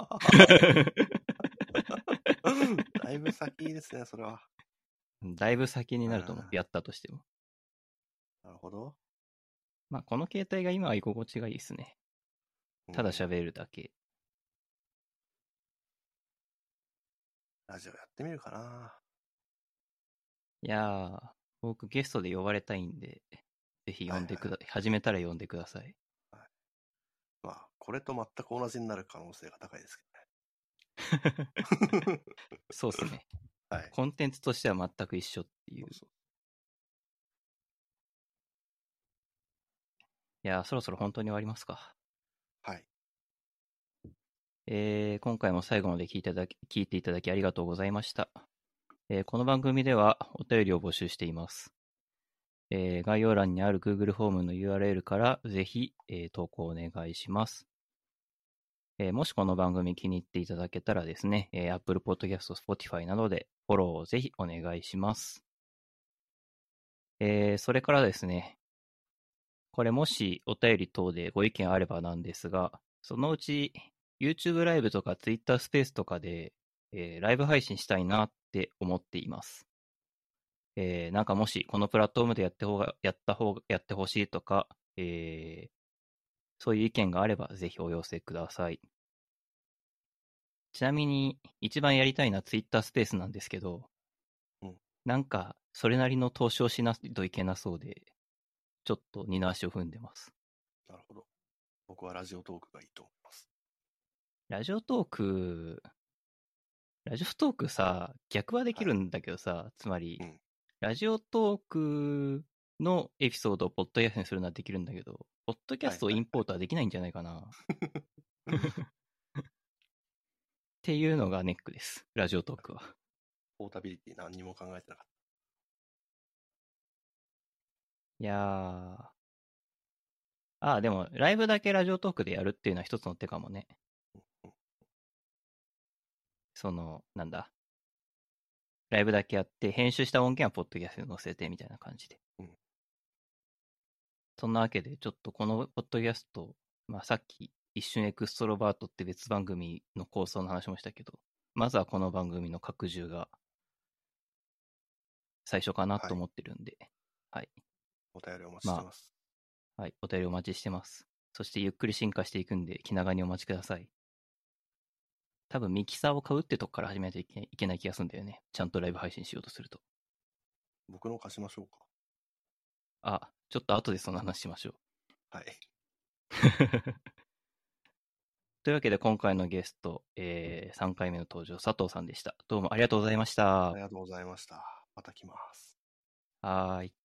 だいぶ先ですね、それは。 だいぶ先にうん。 なると思う。やったとしても。 なるほど。 まあ、この携帯が今は居心地がいいですね。ただうん。 喋るだけ。 ラジオやってみるかな。 いやー、僕ゲストで呼ばれたいんで、ぜひはいはいはい。 始めたら呼んでください。 はい、まあ、これと全く同じになる可能性が高いですけどね。 そうっすね。 はい。 コンテンツとしては全く一緒っていう。 そうそう。 いやー、そろそろ本当に終わりますか。 はい。 今回も最後まで聞いていただきありがとうございました。この番組ではお便りを募集しています。概要欄にある Google フォームの URL からぜひ、投稿お願いします。もしこの番組気に入っていただけたらですね、Apple Podcast、Spotify などでフォローをぜひお願いします。それからですね、これもしお便り等でご意見あればなんですが、そのうち YouTube ライブとか Twitter スペースとかで、ライブ配信したいなって思っています。なんかもしこのプラットフォームでやってほしいとか、そういう意見があればぜひお寄せください。ちなみに一番やりたいのは Twitter スペースなんですけど、 うん。 なんかそれなりの投資をしないといけなそうで、ちょっと二の足を踏んでます。 なるほど。僕はラジオトークがいいと思います。 ラジオトーク、ラジオトークさ、逆はできはい。 るんだけどさ、つまり、 うん。 ラジオトークのエピソードをポッドキャストにするのはできるんだけど、ポッドキャはいストをインポーはいはい。 トはできないんじゃないかな。っていうのがネックです。ラジオトークは。 ポータビリティ何にも考えてなかっいやでも、ライブだけラジオトークでやるっていうのは一つの手かもね。 た。うんなんだ。ライブだけやって、編集した音源はポッドキャストに載せてみたいな感じで。 うん。 そんなわけで、ちょっとこのポッドキャスト、まあさっき一瞬エクストロバートって別番組の構想の話もしたけど、まずはこの番組の拡充が最初かなはい。 と思ってるんで、はい。 お便りお待ちしてまます。 あ、はい、お便りお待ちしてます。そしてゆっくり進化していくんで、気長にお待ちください。多分ミキサーを買うってとこから始めないといけない気がするんだよね。ちゃんとライブ配信しようとすると。 僕の貸しましょうか。 ちょっと後でその話しましょう。 はい。 というわけで今回のゲスト、3回目の登場、佐藤さんでした。どうもありがとうございました。 ありがとうございました。また来ます。 はーい。